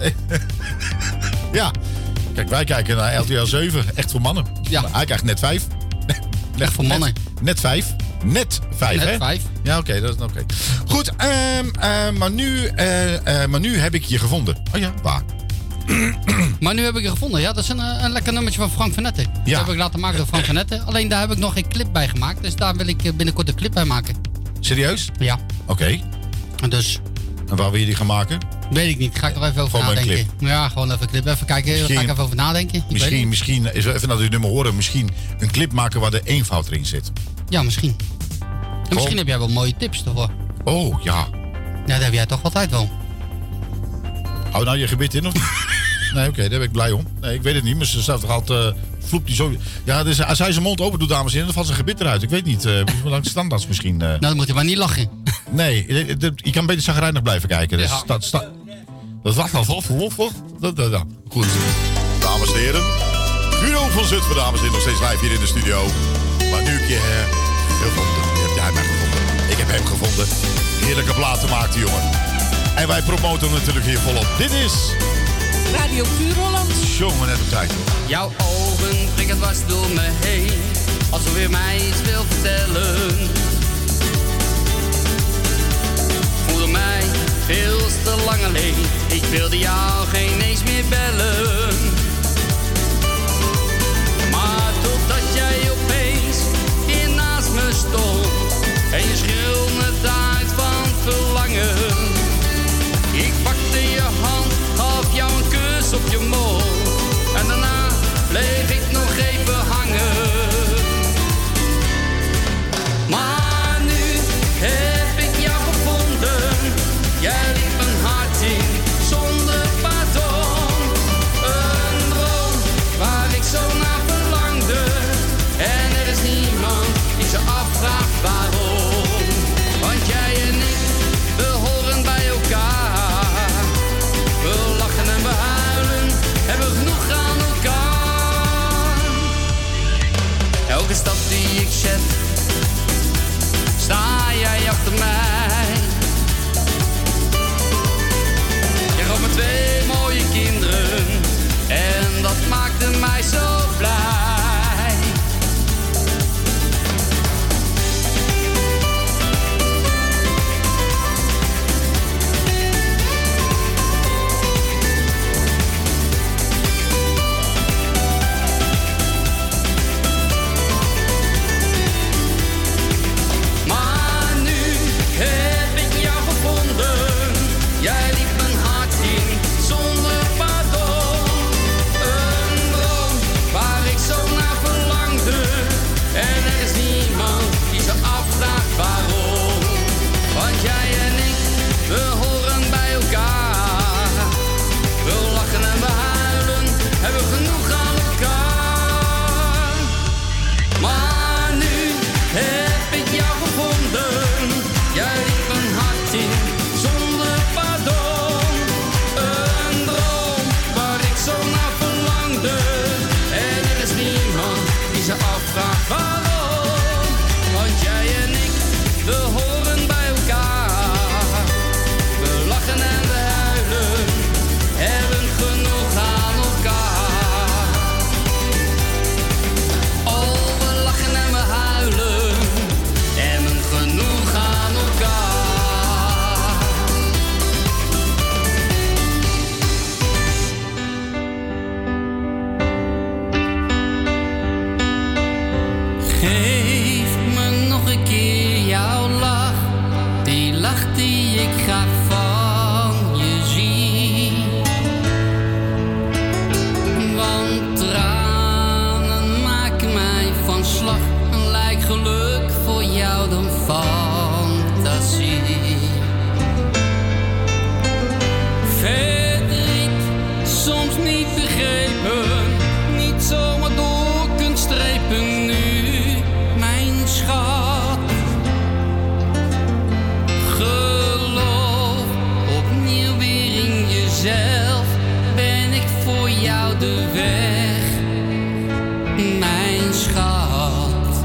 Speaker 4: Ja. Kijk, wij kijken naar R T L zeven, echt voor mannen.
Speaker 7: Ja.
Speaker 4: Hij krijgt net vijf. Net,
Speaker 7: echt voor mannen.
Speaker 4: Net, net vijf. Net vijf,
Speaker 7: net
Speaker 4: hè?
Speaker 7: vijf.
Speaker 4: Ja, oké, okay, dat is oké. Okay. Goed, um, uh, maar, nu, uh, uh, maar nu heb ik je gevonden. Oh ja, waar?
Speaker 7: Maar nu heb ik je gevonden, ja. Dat is een, een lekker nummertje van Frank van Netten. Ja. Dat heb ik laten maken door Frank van Netten. Alleen daar heb ik nog geen clip bij gemaakt. Dus daar wil ik binnenkort een clip bij maken.
Speaker 4: Serieus?
Speaker 7: Ja.
Speaker 4: Oké. Okay.
Speaker 7: Dus.
Speaker 4: En waar wil je die gaan maken?
Speaker 7: Weet ik niet. Ga ik er even over gewoon nadenken. Ja, gewoon even een clip. Even kijken. Misschien, ga ik even over nadenken. Ik
Speaker 4: misschien, misschien, even naar dit nummer horen. Misschien een clip maken waar de eenvoud erin zit.
Speaker 7: Ja, misschien. En misschien oh. heb jij wel mooie tips ervoor.
Speaker 4: Oh, ja.
Speaker 7: Ja, dat heb jij toch altijd wel.
Speaker 4: Hou nou je gebit in, of niet? Nee, oké, okay, daar ben ik blij om. Nee, ik weet het niet, maar ze staat toch altijd... Uh, vloept die zo... Ja, dus als hij zijn mond open doet, dames en heren, dan valt zijn gebit eruit. Ik weet niet, uh, langs standaards misschien... Uh...
Speaker 7: Nou, dan moet hij maar niet lachen.
Speaker 4: Nee, je kan beter chagrijnig blijven kijken. Dus ja. sta, sta, dat wacht al vol, vol, vol. Dat, dat, dat. Goed. Dames en heren. Guido van Zutphen, dames en heren, nog steeds live hier in de studio. Maar nu heb je uh, gevonden. Nu heb jij mij gevonden. Ik heb hem gevonden. Heerlijke platen maakt die jongen. En wij promoten hem natuurlijk hier volop. Dit is...
Speaker 5: Radio Puur Holland.
Speaker 4: Jongen, net op tijd hoor.
Speaker 20: Jouw ogen prikken dwars door me heen. Alsof je mij iets wil vertellen. Voelde mij veel te lang alleen. Ik wilde jou geen eens meer bellen. Maar totdat jij opeens hier naast me stond. En je schreeuwde uit van verlangen. Ik pakte je hand, gaf jou een kus op je mond. En daarna bleef ik nog even hangen. Maar
Speaker 6: horen bij elkaar. We lachen en we huilen, hebben genoeg aan elkaar. Oh, we lachen en we huilen, hebben genoeg aan elkaar. Geef me nog een keer jouw lach, die lach die ik graag van je zie. Want tranen maken mij van slag en lijkt geluk voor jou dan fantasie. Verdriet, soms niet begrepen, niet zomaar door kunt strepen nu. Mijn schat, geloof opnieuw weer in jezelf. Ben ik voor jou de weg, mijn schat.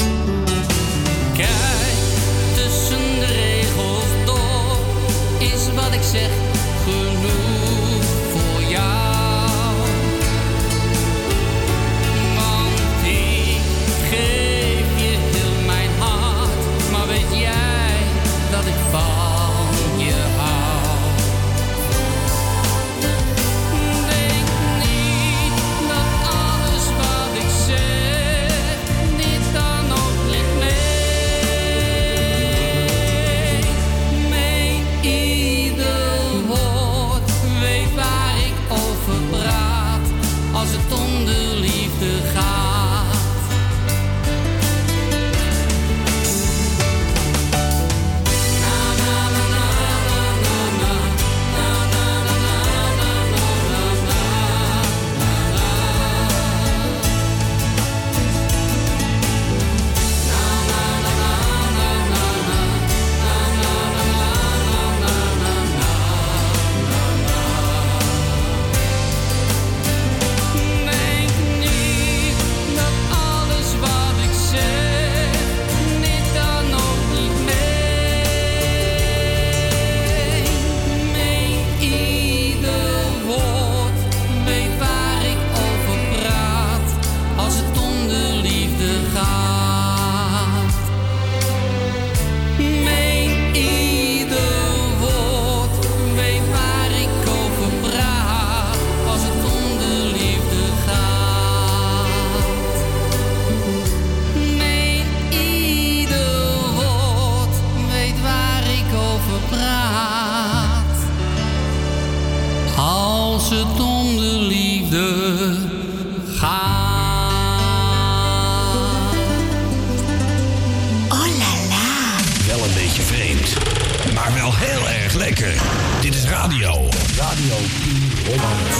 Speaker 6: Kijk tussen de regels door, is wat ik zeg genoeg voor jou. Want ik geef je heel mijn hart, maar weet jij dat ik van je hou? Denk niet dat alles wat ik zeg niet dan ook niet mee. Meen ieder woord, weet waar ik over praat, als het om de liefde gaat. Denk niet dat alles wat ik zeg niet dan ook niet mee. Meen ieder woord, weet waar ik over praat, als het om de liefde gaat. Meen ieder woord, weet waar ik over praat, als het om de liefde gaat. Meen ieder woord, weet waar ik over praat, als het om de liefde gaat.
Speaker 2: Oh la la.
Speaker 8: Wel een beetje vreemd, maar wel heel erg lekker. Dit is radio. Radio Puur Holland.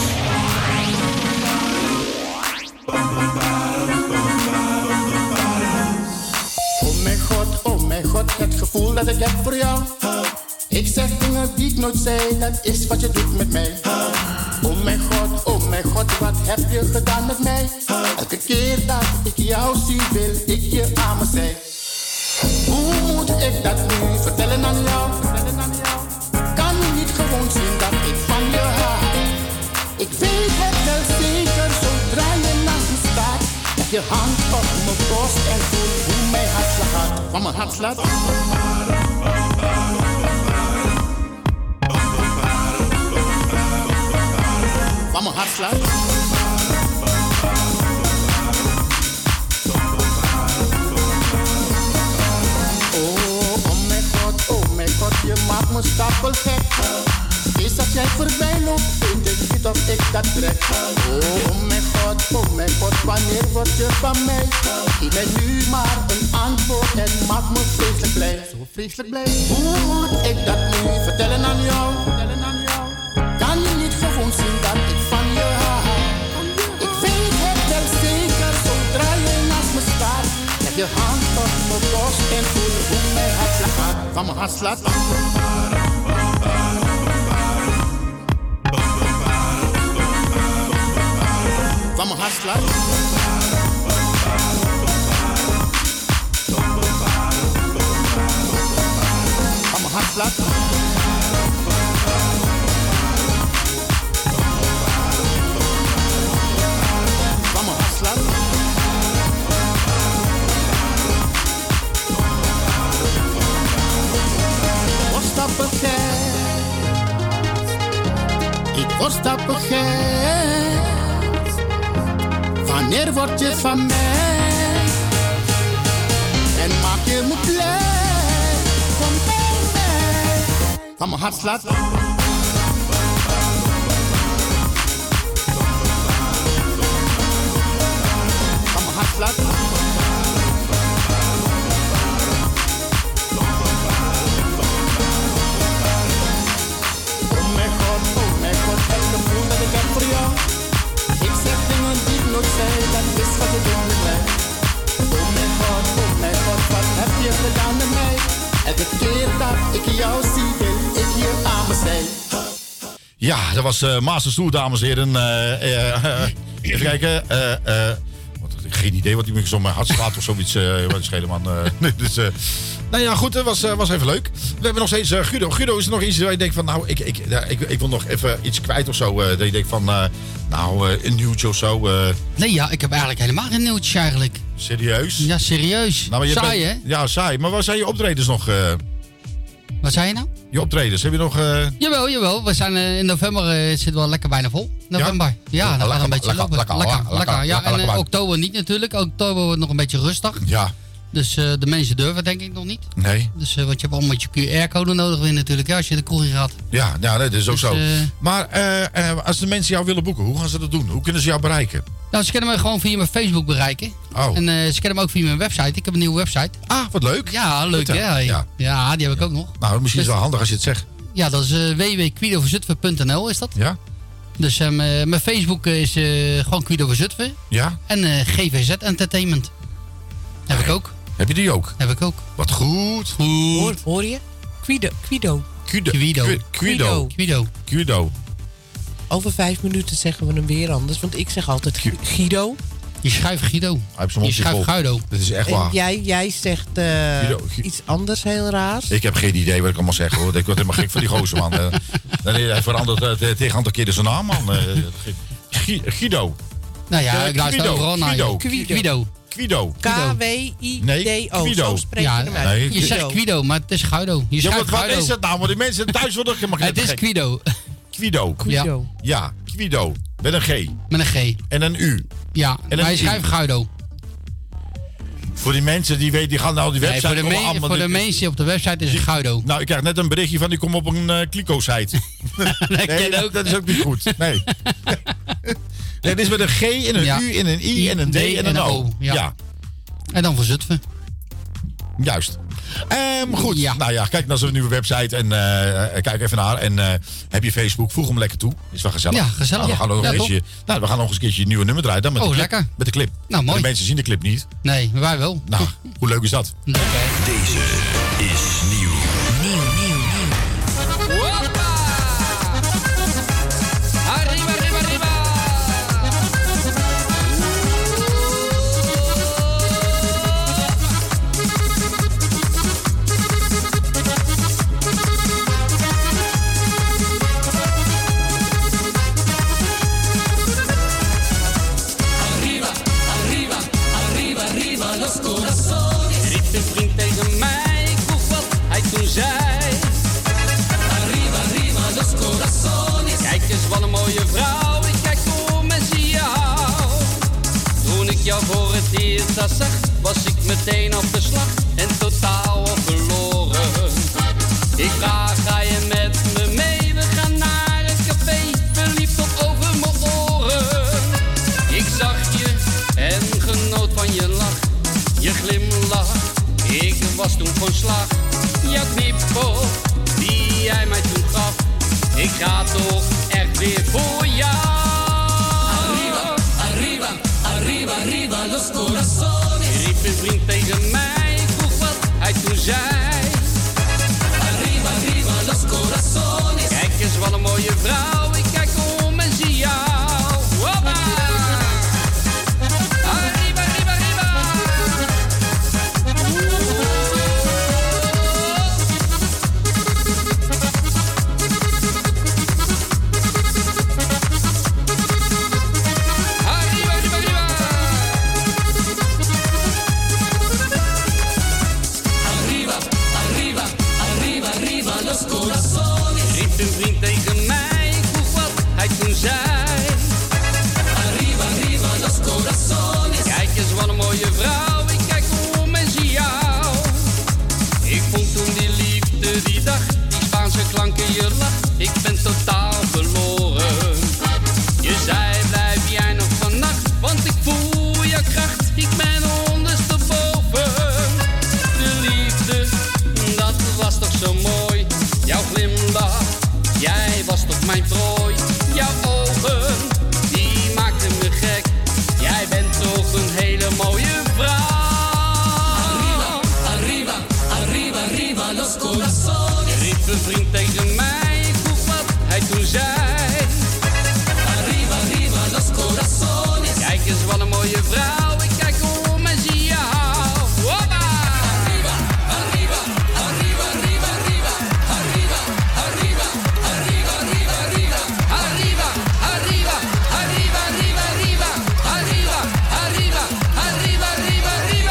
Speaker 22: Oh mijn god, oh mijn god, het gevoel dat ik heb voor jou. Ik zeg dingen die ik nooit zei, dat is wat je doet met mij. Oh mijn god, oh mijn god, wat heb je gedaan met mij? Elke keer dat ik jou zie, wil ik je aan me zijn. Hoe moet ik dat nu vertellen aan jou? Kan je niet gewoon zien dat ik van je hou? Ik weet het wel zeker, zodra je naast me staat. Leg je hand op mijn borst en voel hoe mijn hartslag gaat. Van mijn hartslag. Van mijn hartslag. Oh, oh mijn god, oh mijn god, je maakt me stapel gek. Is als jij voorbij loopt, weet ik niet of ik dat trek. Oh, oh mijn god, oh mijn god, wanneer word je van mij? Geef mij nu maar een antwoord en maak me vreselijk blij. Zo vreselijk blij. Hoe moet ik dat nu vertellen aan jou? Kan je niet gewoon zien dat ik van je hou? Ik weet het wel zeker, zodra je naast me staat. Leg je hand op mijn borst en voel hoe mijn hartslag gaat. Van mijn hartslag. Van mijn hartslag. hartslag. Van mijn hartslag. Word stappen gek. Ik word stappen gek. Wanneer word je van mij? En maak je me blij? Kom bij mij. Van mijn hartslag. Van mijn hartslag. Oh mijn god, oh mijn god, het gevoel dat ik heb voor jou. Ik zeg dingen die ik nooit zei, dat is wat ik in me blij. Oh mijn god, oh mijn god, wat heb je gedaan met mij? Elke keer dat ik jou zie, wil ik je aan me zijn.
Speaker 4: Ja, dat was uh, Master Stoel, dames en heren. Uh, uh, uh, even kijken. Uh, uh, wat, geen idee wat hij me gezongen had. Hartslaat of zoiets. Uh, wat is helemaal. Uh, dus, uh, nou ja, goed, het was, uh, was even leuk. We hebben nog steeds uh, Guido. Guido, is er nog iets waar je denkt van, nou, ik, ik, uh, ik, ik wil nog even iets kwijt of zo. Uh, dat je denkt van, uh, nou, uh, een nieuwtje of zo. Uh.
Speaker 7: Nee, ja, ik heb eigenlijk helemaal geen nieuwtjes eigenlijk.
Speaker 4: Serieus?
Speaker 7: Ja, serieus.
Speaker 4: Nou,
Speaker 7: saai,
Speaker 4: bent, hè? Ja, saai. Maar waar zijn je optredens nog? Uh?
Speaker 7: Wat zei je nou?
Speaker 4: Je optredens, heb je nog... Uh...
Speaker 7: Jawel, jawel. We zijn uh, in november uh, zit wel lekker bijna vol. November. Ja, ja dat gaat een beetje
Speaker 4: lekker,
Speaker 7: lopen.
Speaker 4: Lekker, lekker, lekker,
Speaker 7: lekker. Ja,
Speaker 4: lekker,
Speaker 7: en
Speaker 4: lekker,
Speaker 7: uh, oktober niet natuurlijk. Oktober wordt nog een beetje rustig.
Speaker 4: Ja.
Speaker 7: Dus uh, de mensen durven denk ik nog niet.
Speaker 4: Nee.
Speaker 7: Dus uh, want je hebt allemaal met je Q R-code nodig weer natuurlijk, hè, als je de kroeg in gaat.
Speaker 4: Ja, ja nee, dat is ook
Speaker 7: dus,
Speaker 4: zo.
Speaker 7: Uh,
Speaker 4: maar uh, uh, als de mensen jou willen boeken, hoe gaan ze dat doen? Hoe kunnen ze jou bereiken?
Speaker 7: Nou, ze kunnen me gewoon via mijn Facebook bereiken.
Speaker 4: Oh.
Speaker 7: En uh, ze kennen me ook via mijn website. Ik heb een nieuwe website.
Speaker 4: Ah, wat leuk.
Speaker 7: Ja, leuk hè. Ja. Ja. ja, die heb ik ook nog.
Speaker 4: Nou, misschien
Speaker 7: dus,
Speaker 4: is het wel handig als je het zegt.
Speaker 7: Ja, dat is uh, w w w punt quido voor zutphen punt n l is dat.
Speaker 4: Ja.
Speaker 7: Dus uh, mijn Facebook is uh, gewoon Quido voor Zutphen.
Speaker 4: Ja.
Speaker 7: En uh, G V Z Entertainment. Heb ik ook.
Speaker 4: Heb je die ook?
Speaker 7: Heb ik ook.
Speaker 4: Wat goed.
Speaker 7: Goed.
Speaker 5: Hoor, hoor je? Quido. Quido.
Speaker 4: Quido.
Speaker 7: Quido.
Speaker 4: Quido.
Speaker 7: Quido.
Speaker 4: Quido.
Speaker 5: Over vijf minuten zeggen we hem weer anders. Want ik zeg altijd Guido.
Speaker 7: Je schrijft Guido.
Speaker 4: Je schrijft
Speaker 7: Guido.
Speaker 4: Dat is echt waar.
Speaker 5: En jij, jij zegt uh, Guido, Guido. iets anders heel raars.
Speaker 4: Ik heb geen idee wat ik allemaal zeg hoor. Ik word helemaal gek van die gozer man. Uh, hij verandert uh, tegen een aantal keer zijn naam man. Uh, Guido.
Speaker 7: Nou ja, ik luister overal naar je.
Speaker 5: Guido.
Speaker 4: Quido.
Speaker 5: K W I D O.
Speaker 4: Nee, Quido.
Speaker 5: Zo spreek je
Speaker 7: ja,
Speaker 5: hem uit.
Speaker 7: Nee. Je zegt Quido, maar het is Guido. Je
Speaker 4: ja,
Speaker 7: wat,
Speaker 4: wat
Speaker 7: Guido.
Speaker 4: is dat nou? Want die mensen thuis worden ook helemaal
Speaker 7: Het is Quido.
Speaker 4: Quido.
Speaker 5: Quido.
Speaker 4: Ja, Quido. Met een G.
Speaker 7: Met een G.
Speaker 4: En een U.
Speaker 7: Ja, en maar je schrijft Guido.
Speaker 4: Voor die mensen die weten, die gaan nou die website...
Speaker 7: Nee, voor de, me voor de mensen op de website is het Guido.
Speaker 4: Nou, ik krijg net een berichtje van, die komt op een uh, Kliko-site.
Speaker 7: nee,
Speaker 4: nee ook. Dat is ook niet goed. Nee. Nee, dit is met een G en een ja. U en een I en een D, D en, en een O. O.
Speaker 7: Ja. ja. En dan voor Zutphen.
Speaker 4: Juist. Um, goed, ja. Nou ja, kijk naar zo'n nieuwe website en uh, kijk even naar. En uh, heb je Facebook, voeg hem lekker toe. Is wel gezellig.
Speaker 7: Ja, gezellig.
Speaker 4: Nou, we, gaan nog
Speaker 7: ja,
Speaker 4: een keertje, nou, we gaan nog eens een keertje een nieuwe nummer draaien. Dan met
Speaker 7: oh,
Speaker 4: de clip,
Speaker 7: lekker.
Speaker 4: Met de clip.
Speaker 7: Nou, mooi.
Speaker 4: De mensen zien de clip niet.
Speaker 7: Nee, maar wij wel.
Speaker 4: Nou, hoe leuk is dat?
Speaker 7: Leuk, hè?
Speaker 8: Deze is nieuw.
Speaker 7: Nieuw, nieuw, nieuw.
Speaker 6: Hoppa! Arriba, arriba, arriba! Riep een vriend tegen mij, ik vroeg wat hij toen zei. Arriba, arriba, los corazones. Kijk eens wat een mooie vrouw, ik kijk om en zie jou. Toen ik jou voor het eerst zag, was ik meteen op de slag en totaal al verloren. Ik vraag, ga je met me mee? We gaan naar het café, verliefd tot over mijn oren. Ik zag je en genoot van je lach. Je glimlach, ik was toen van slag. Jouw knipoog, die jij mij toen gaf. Ik ga toch echt weer voor jou. Arriba, arriba, arriba, arriba, los corazones. Riep een vriend tegen mij, ik vroeg wat hij toen zei. Arriba, arriba, los corazones. Kijk eens wat een mooie vrouw, ik kijk om en zie jou. Hoppa! een vriend tegen mij, ik vroeg wat hij toen zei. Arriba, arriba, los corazones. Kijk eens wat een mooie vrouw, ik kijk om en zie jou. Ik vond toen die liefde die dag, die Spaanse klanken, je lacht. Ik ben totaal verloren. Je zei, blijf jij nog vannacht, want ik voel je kracht. Ik ben ondersteboven. De liefde, dat was toch zo mooi. Jouw glimlach, jij was toch mijn prooi. Jouw ogen, die maakten me gek. Jij bent toch een hele mooie vrouw. Arriba, arriba, arriba, arriba, los corazones. Riep een vriend tegen mij, ik vroeg wat hij toen zei. Arriba, arriba, los corazones. Kijk eens wat een mooie vrouw, ik kijk om en zie jou. Hoppa! Arriba, arriba, arriba, arriba, arriba. Arriba, arriba, arriba, arriba, arriba. Arriba, arriba, arriba, arriba, arriba. Arriba, arriba, arriba, arriba, arriba.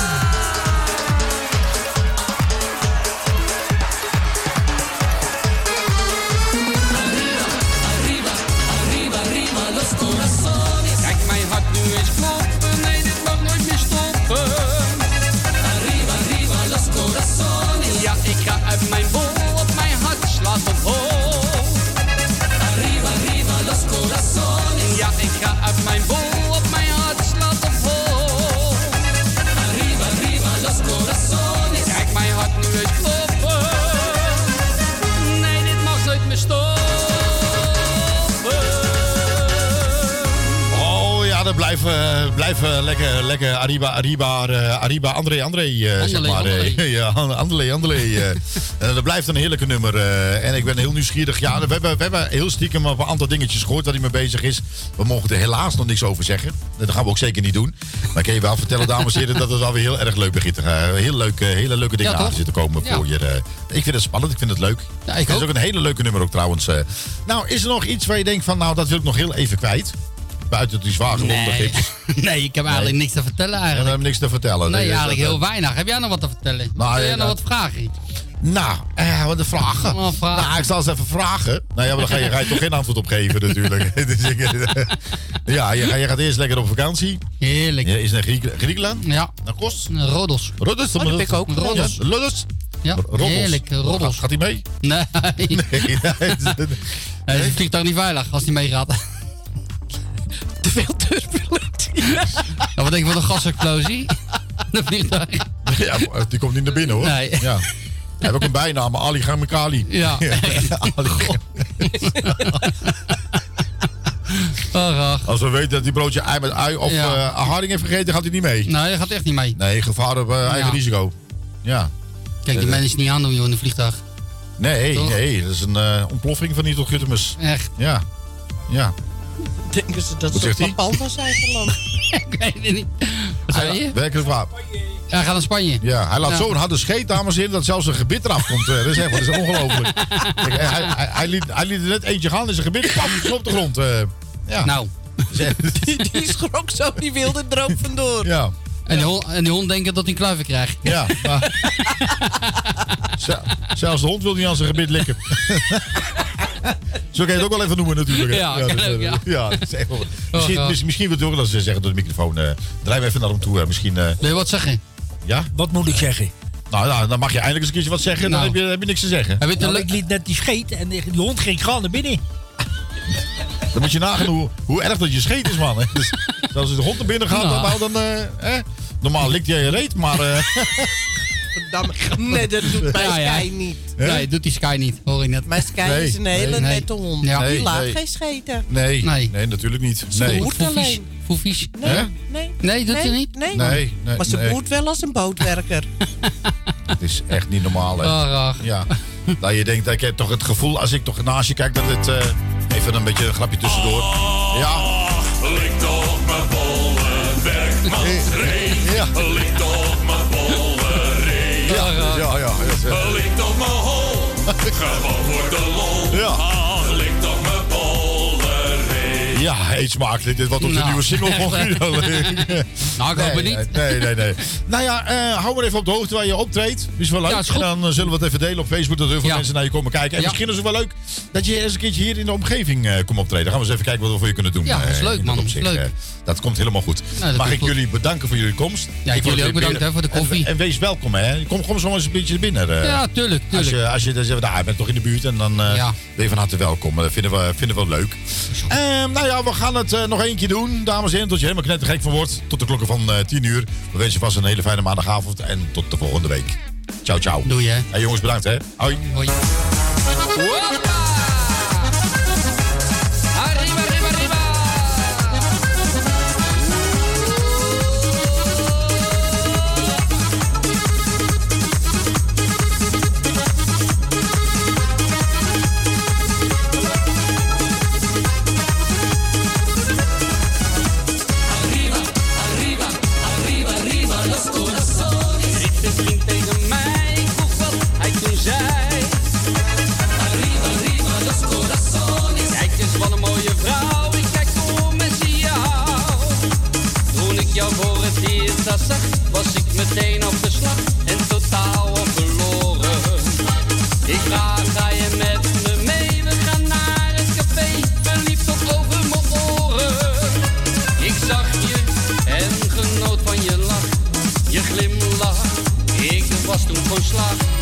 Speaker 6: Arriba, arriba, arriba, los corazones. Kijk mijn hart nu eens kloppen, nee dit mag nooit meer stoppen. Arriba, arriba, los corazones. Ja, ik ga uit mijn bol, op mijn hart slaat op hol. Arriba, arriba, los corazones. Ja, ik ga uit mijn bol, op mijn hart slaat op hol. Arriba, arriba, los corazones. Kijk mijn hart nu eens kloppen. Nee, dit mag nooit meer stoppen.
Speaker 4: Oh ja, dat blijft, uh, blijft uh, lekker, lekker Arriba, Arriba, uh, Arriba, André, André, uh, zeg maar. Uh, ja, André, André. Uh, uh, dat blijft een heerlijke nummer. Uh, en ik ben heel nieuwsgierig. Ja, we hebben, we hebben heel stiekem op een aantal dingetjes gehoord waar hij mee bezig is. We mogen er helaas nog niks over zeggen. Dat gaan we ook zeker niet doen. Maar ik kan je wel vertellen, dames en heren, dat het alweer heel erg leuk begint te gaan. Heel leuke, hele leuke dingen
Speaker 7: Ja,
Speaker 4: aan
Speaker 7: toch?
Speaker 4: zitten komen
Speaker 7: Ja.
Speaker 4: voor je. Uh, ik vind het spannend, ik vind het leuk.
Speaker 7: Ja, ik
Speaker 4: het is
Speaker 7: ook.
Speaker 4: ook een hele leuke nummer ook trouwens. Uh, nou, is er nog iets waar je denkt van, nou, dat wil ik nog heel even kwijt? Buiten die zwaar gewonde
Speaker 7: Nee.
Speaker 4: gips.
Speaker 7: Nee, ik heb eigenlijk niks te vertellen
Speaker 4: Ja, we
Speaker 7: eigenlijk.
Speaker 4: hebben niks te vertellen.
Speaker 7: Nee,
Speaker 4: Dus
Speaker 7: eigenlijk
Speaker 4: dat,
Speaker 7: heel
Speaker 4: uh,
Speaker 7: weinig. Heb jij nog wat te vertellen?
Speaker 4: Nou,
Speaker 7: Wil jij
Speaker 4: ja,
Speaker 7: nog
Speaker 4: dat-
Speaker 7: wat vragen?
Speaker 4: Nou, eh, wat een vragen.
Speaker 7: Oh, vragen.
Speaker 4: Nou, ik zal eens even vragen. Nou ja, maar dan ga je, ga je toch geen antwoord op geven natuurlijk. Dus ik, eh, ja, je, je gaat eerst lekker op vakantie.
Speaker 7: Heerlijk.
Speaker 4: Je is naar Griek- Griekenland.
Speaker 7: Ja.
Speaker 4: Naar Kos.
Speaker 7: Rodos.
Speaker 4: Rodos.
Speaker 5: Oh, dat ben ik ook.
Speaker 7: Rodos.
Speaker 4: Ja, Rodos.
Speaker 7: Ja,
Speaker 4: Rodos.
Speaker 7: heerlijk. Rodos.
Speaker 4: Gaat hij mee?
Speaker 7: Nee.
Speaker 4: Nee. nee.
Speaker 7: Hij is het vliegtuig niet veilig als hij meegaat.
Speaker 5: Te veel turbulentie.
Speaker 7: Ja, wat denk je van een gasexplosie? De vliegtuig.
Speaker 4: Ja, die komt niet naar binnen hoor.
Speaker 7: Nee.
Speaker 4: Ja. Hij heeft ook een bijnaam, Ali Gamekali.
Speaker 7: Ja.
Speaker 4: Ali
Speaker 7: Oh, ach.
Speaker 4: Als we weten dat hij broodje ei met ui of
Speaker 7: Ja.
Speaker 4: uh, haring heeft gegeten, gaat hij niet mee.
Speaker 7: Nee, dat gaat echt niet mee.
Speaker 4: Nee, gevaar op uh, eigen
Speaker 7: Ja.
Speaker 4: risico. Ja.
Speaker 7: Kijk, die
Speaker 4: Uh,
Speaker 7: mensen niet aandoen joh, in een vliegtuig.
Speaker 4: Nee,
Speaker 7: Toch?
Speaker 4: nee, dat is een uh, ontploffing van Nietel Guttemus.
Speaker 7: Echt.
Speaker 4: Ja. Ja.
Speaker 5: Denken ze dat
Speaker 4: Wat
Speaker 5: ze
Speaker 4: zegt
Speaker 7: Oh,
Speaker 5: op
Speaker 4: hij?
Speaker 5: Lapalma zijn geland?
Speaker 7: Ik weet het niet. Wat zei je?
Speaker 4: Werkelijk waar.
Speaker 7: Hij gaat naar Spanje.
Speaker 4: Ja, hij laat
Speaker 7: Ja.
Speaker 4: zo'n harde scheet, dames en heren, dat zelfs een gebit eraf komt. Uh, dat is echt, dat is ongelooflijk. Kijk, hij, hij, hij, liet, hij liet er net eentje gaan en zijn gebit pam, is op de grond. Uh, ja.
Speaker 7: Nou.
Speaker 5: Die, die schrok zo, die wilde er ook vandoor.
Speaker 4: Ja.
Speaker 7: En, die hond, en die hond denkt dat hij kluiven krijgt.
Speaker 4: Ja. Maar, Zel- zelfs de hond wil niet aan zijn gebit likken. Zo kan je het ook wel even noemen natuurlijk. hè.
Speaker 7: Ja,
Speaker 4: dat,
Speaker 7: kan
Speaker 4: is,
Speaker 7: ook,
Speaker 4: uh,
Speaker 7: ja.
Speaker 4: dat is echt wel- misschien,
Speaker 7: Oh,
Speaker 4: mis- misschien wil je ook wel eens zeggen door de microfoon. Uh, draai even naar hem toe. Uh, misschien, uh,
Speaker 7: Wil je wat zeggen?
Speaker 4: ja?
Speaker 2: Wat moet ik zeggen?
Speaker 4: Nou, nou, dan mag je eindelijk eens een keertje wat zeggen.
Speaker 7: Nou.
Speaker 4: Dan heb je, heb je niks te zeggen.
Speaker 7: Hij weet
Speaker 2: Nou,
Speaker 7: de
Speaker 2: ik liet net die scheet en die die hond ging gaan naar binnen.
Speaker 4: Dan moet je nagaan hoe, hoe erg dat je scheet is, man. hè. Dus als de hond er binnen gaat,
Speaker 7: Nou.
Speaker 4: dan... dan uh, hè? Normaal likt jij je reet, maar... Uh,
Speaker 5: Verdamme. Nee, dat doet bij
Speaker 7: Ja, ja.
Speaker 5: Sky niet.
Speaker 7: Nee, doet die Sky niet, hoor ik net.
Speaker 5: Maar Sky
Speaker 4: Nee.
Speaker 5: is een hele
Speaker 7: Nee.
Speaker 5: nette hond.
Speaker 7: Ja.
Speaker 5: Die
Speaker 4: Nee,
Speaker 5: laat
Speaker 4: nee.
Speaker 5: geen scheten.
Speaker 4: nee, nee,
Speaker 7: Nee.
Speaker 4: natuurlijk niet.
Speaker 5: Ze
Speaker 4: Nee.
Speaker 5: boert
Speaker 7: Foefies.
Speaker 5: alleen.
Speaker 7: Foefies.
Speaker 5: Nee,
Speaker 4: Hè?
Speaker 5: nee.
Speaker 7: Nee, doet
Speaker 5: nee,
Speaker 7: ze niet?
Speaker 5: Nee.
Speaker 4: Nee, nee,
Speaker 5: Maar ze
Speaker 4: nee.
Speaker 5: boert wel als een bootwerker.
Speaker 4: Het is echt niet normaal, hè.
Speaker 7: Oh, ach.
Speaker 4: Ja. Dat je denkt, ik heb toch het gevoel, als ik toch naast je kijk, dat het... uh, even een beetje een grapje tussendoor. Ja.
Speaker 1: Lik toch mijn bolle werkmansreet.
Speaker 4: Ja.
Speaker 1: Lik toch mijn bolle reet.
Speaker 4: Ja, ja, ja. ja, ja.
Speaker 1: Lik toch mijn hol. Gewoon voor de lol.
Speaker 4: Ja.
Speaker 1: Ah, lik toch mijn bolle reet.
Speaker 4: Ja, eet smakelijk. Dit wordt op de
Speaker 7: Nou,
Speaker 4: nieuwe single van Guido.
Speaker 7: Nou, ik hoop het niet.
Speaker 4: Nee, nee, nee. Nou ja, uh, hou maar even op de hoogte waar je optreedt. Is wel leuk.
Speaker 7: Ja, is
Speaker 4: en dan uh, zullen we het even delen op Facebook. Dat heel veel
Speaker 7: ja.
Speaker 4: mensen naar je komen kijken. En
Speaker 7: ja.
Speaker 4: misschien is het wel leuk dat je eens een keertje hier in de omgeving uh, komt optreden. Dan gaan we eens even kijken wat we voor je kunnen doen.
Speaker 7: Ja, dat is leuk,
Speaker 4: uh,
Speaker 7: man.
Speaker 4: Dat, opzicht,
Speaker 7: leuk.
Speaker 4: Uh, dat komt helemaal goed.
Speaker 7: Nou,
Speaker 4: Mag ik
Speaker 7: goed.
Speaker 4: jullie bedanken voor jullie komst.
Speaker 7: Ja, ik jullie ook bedankt hè, voor de koffie.
Speaker 4: En, en wees welkom, hè. Kom, kom zo eens een beetje binnen. Uh,
Speaker 7: ja, tuurlijk. tuurlijk.
Speaker 4: Als je, als je, als je daar bent, toch in de buurt. En dan uh,
Speaker 7: ja.
Speaker 4: ben je van harte welkom. Dat vinden we, vinden we wel leuk. Uh, nou ja, we gaan het uh, nog één keer doen. Dames en heren, tot je helemaal knettergek van wordt. Tot de klokken van uh, tien uur. We wensen je vast een hele fijne maandagavond. En tot de volgende week. Ciao, ciao.
Speaker 7: Doei, hè.
Speaker 4: Hey, jongens, bedankt, hè. Hoi.
Speaker 7: Hoi.
Speaker 6: Arriba, arriba, arriba. Was ik meteen op de slag en totaal op verloren. Ik vraag, ga je met me mee? We gaan naar het café, verliefd tot over mijn oren. Ik zag je en genoot van je lach, je glimlach. Ik was toen van slag.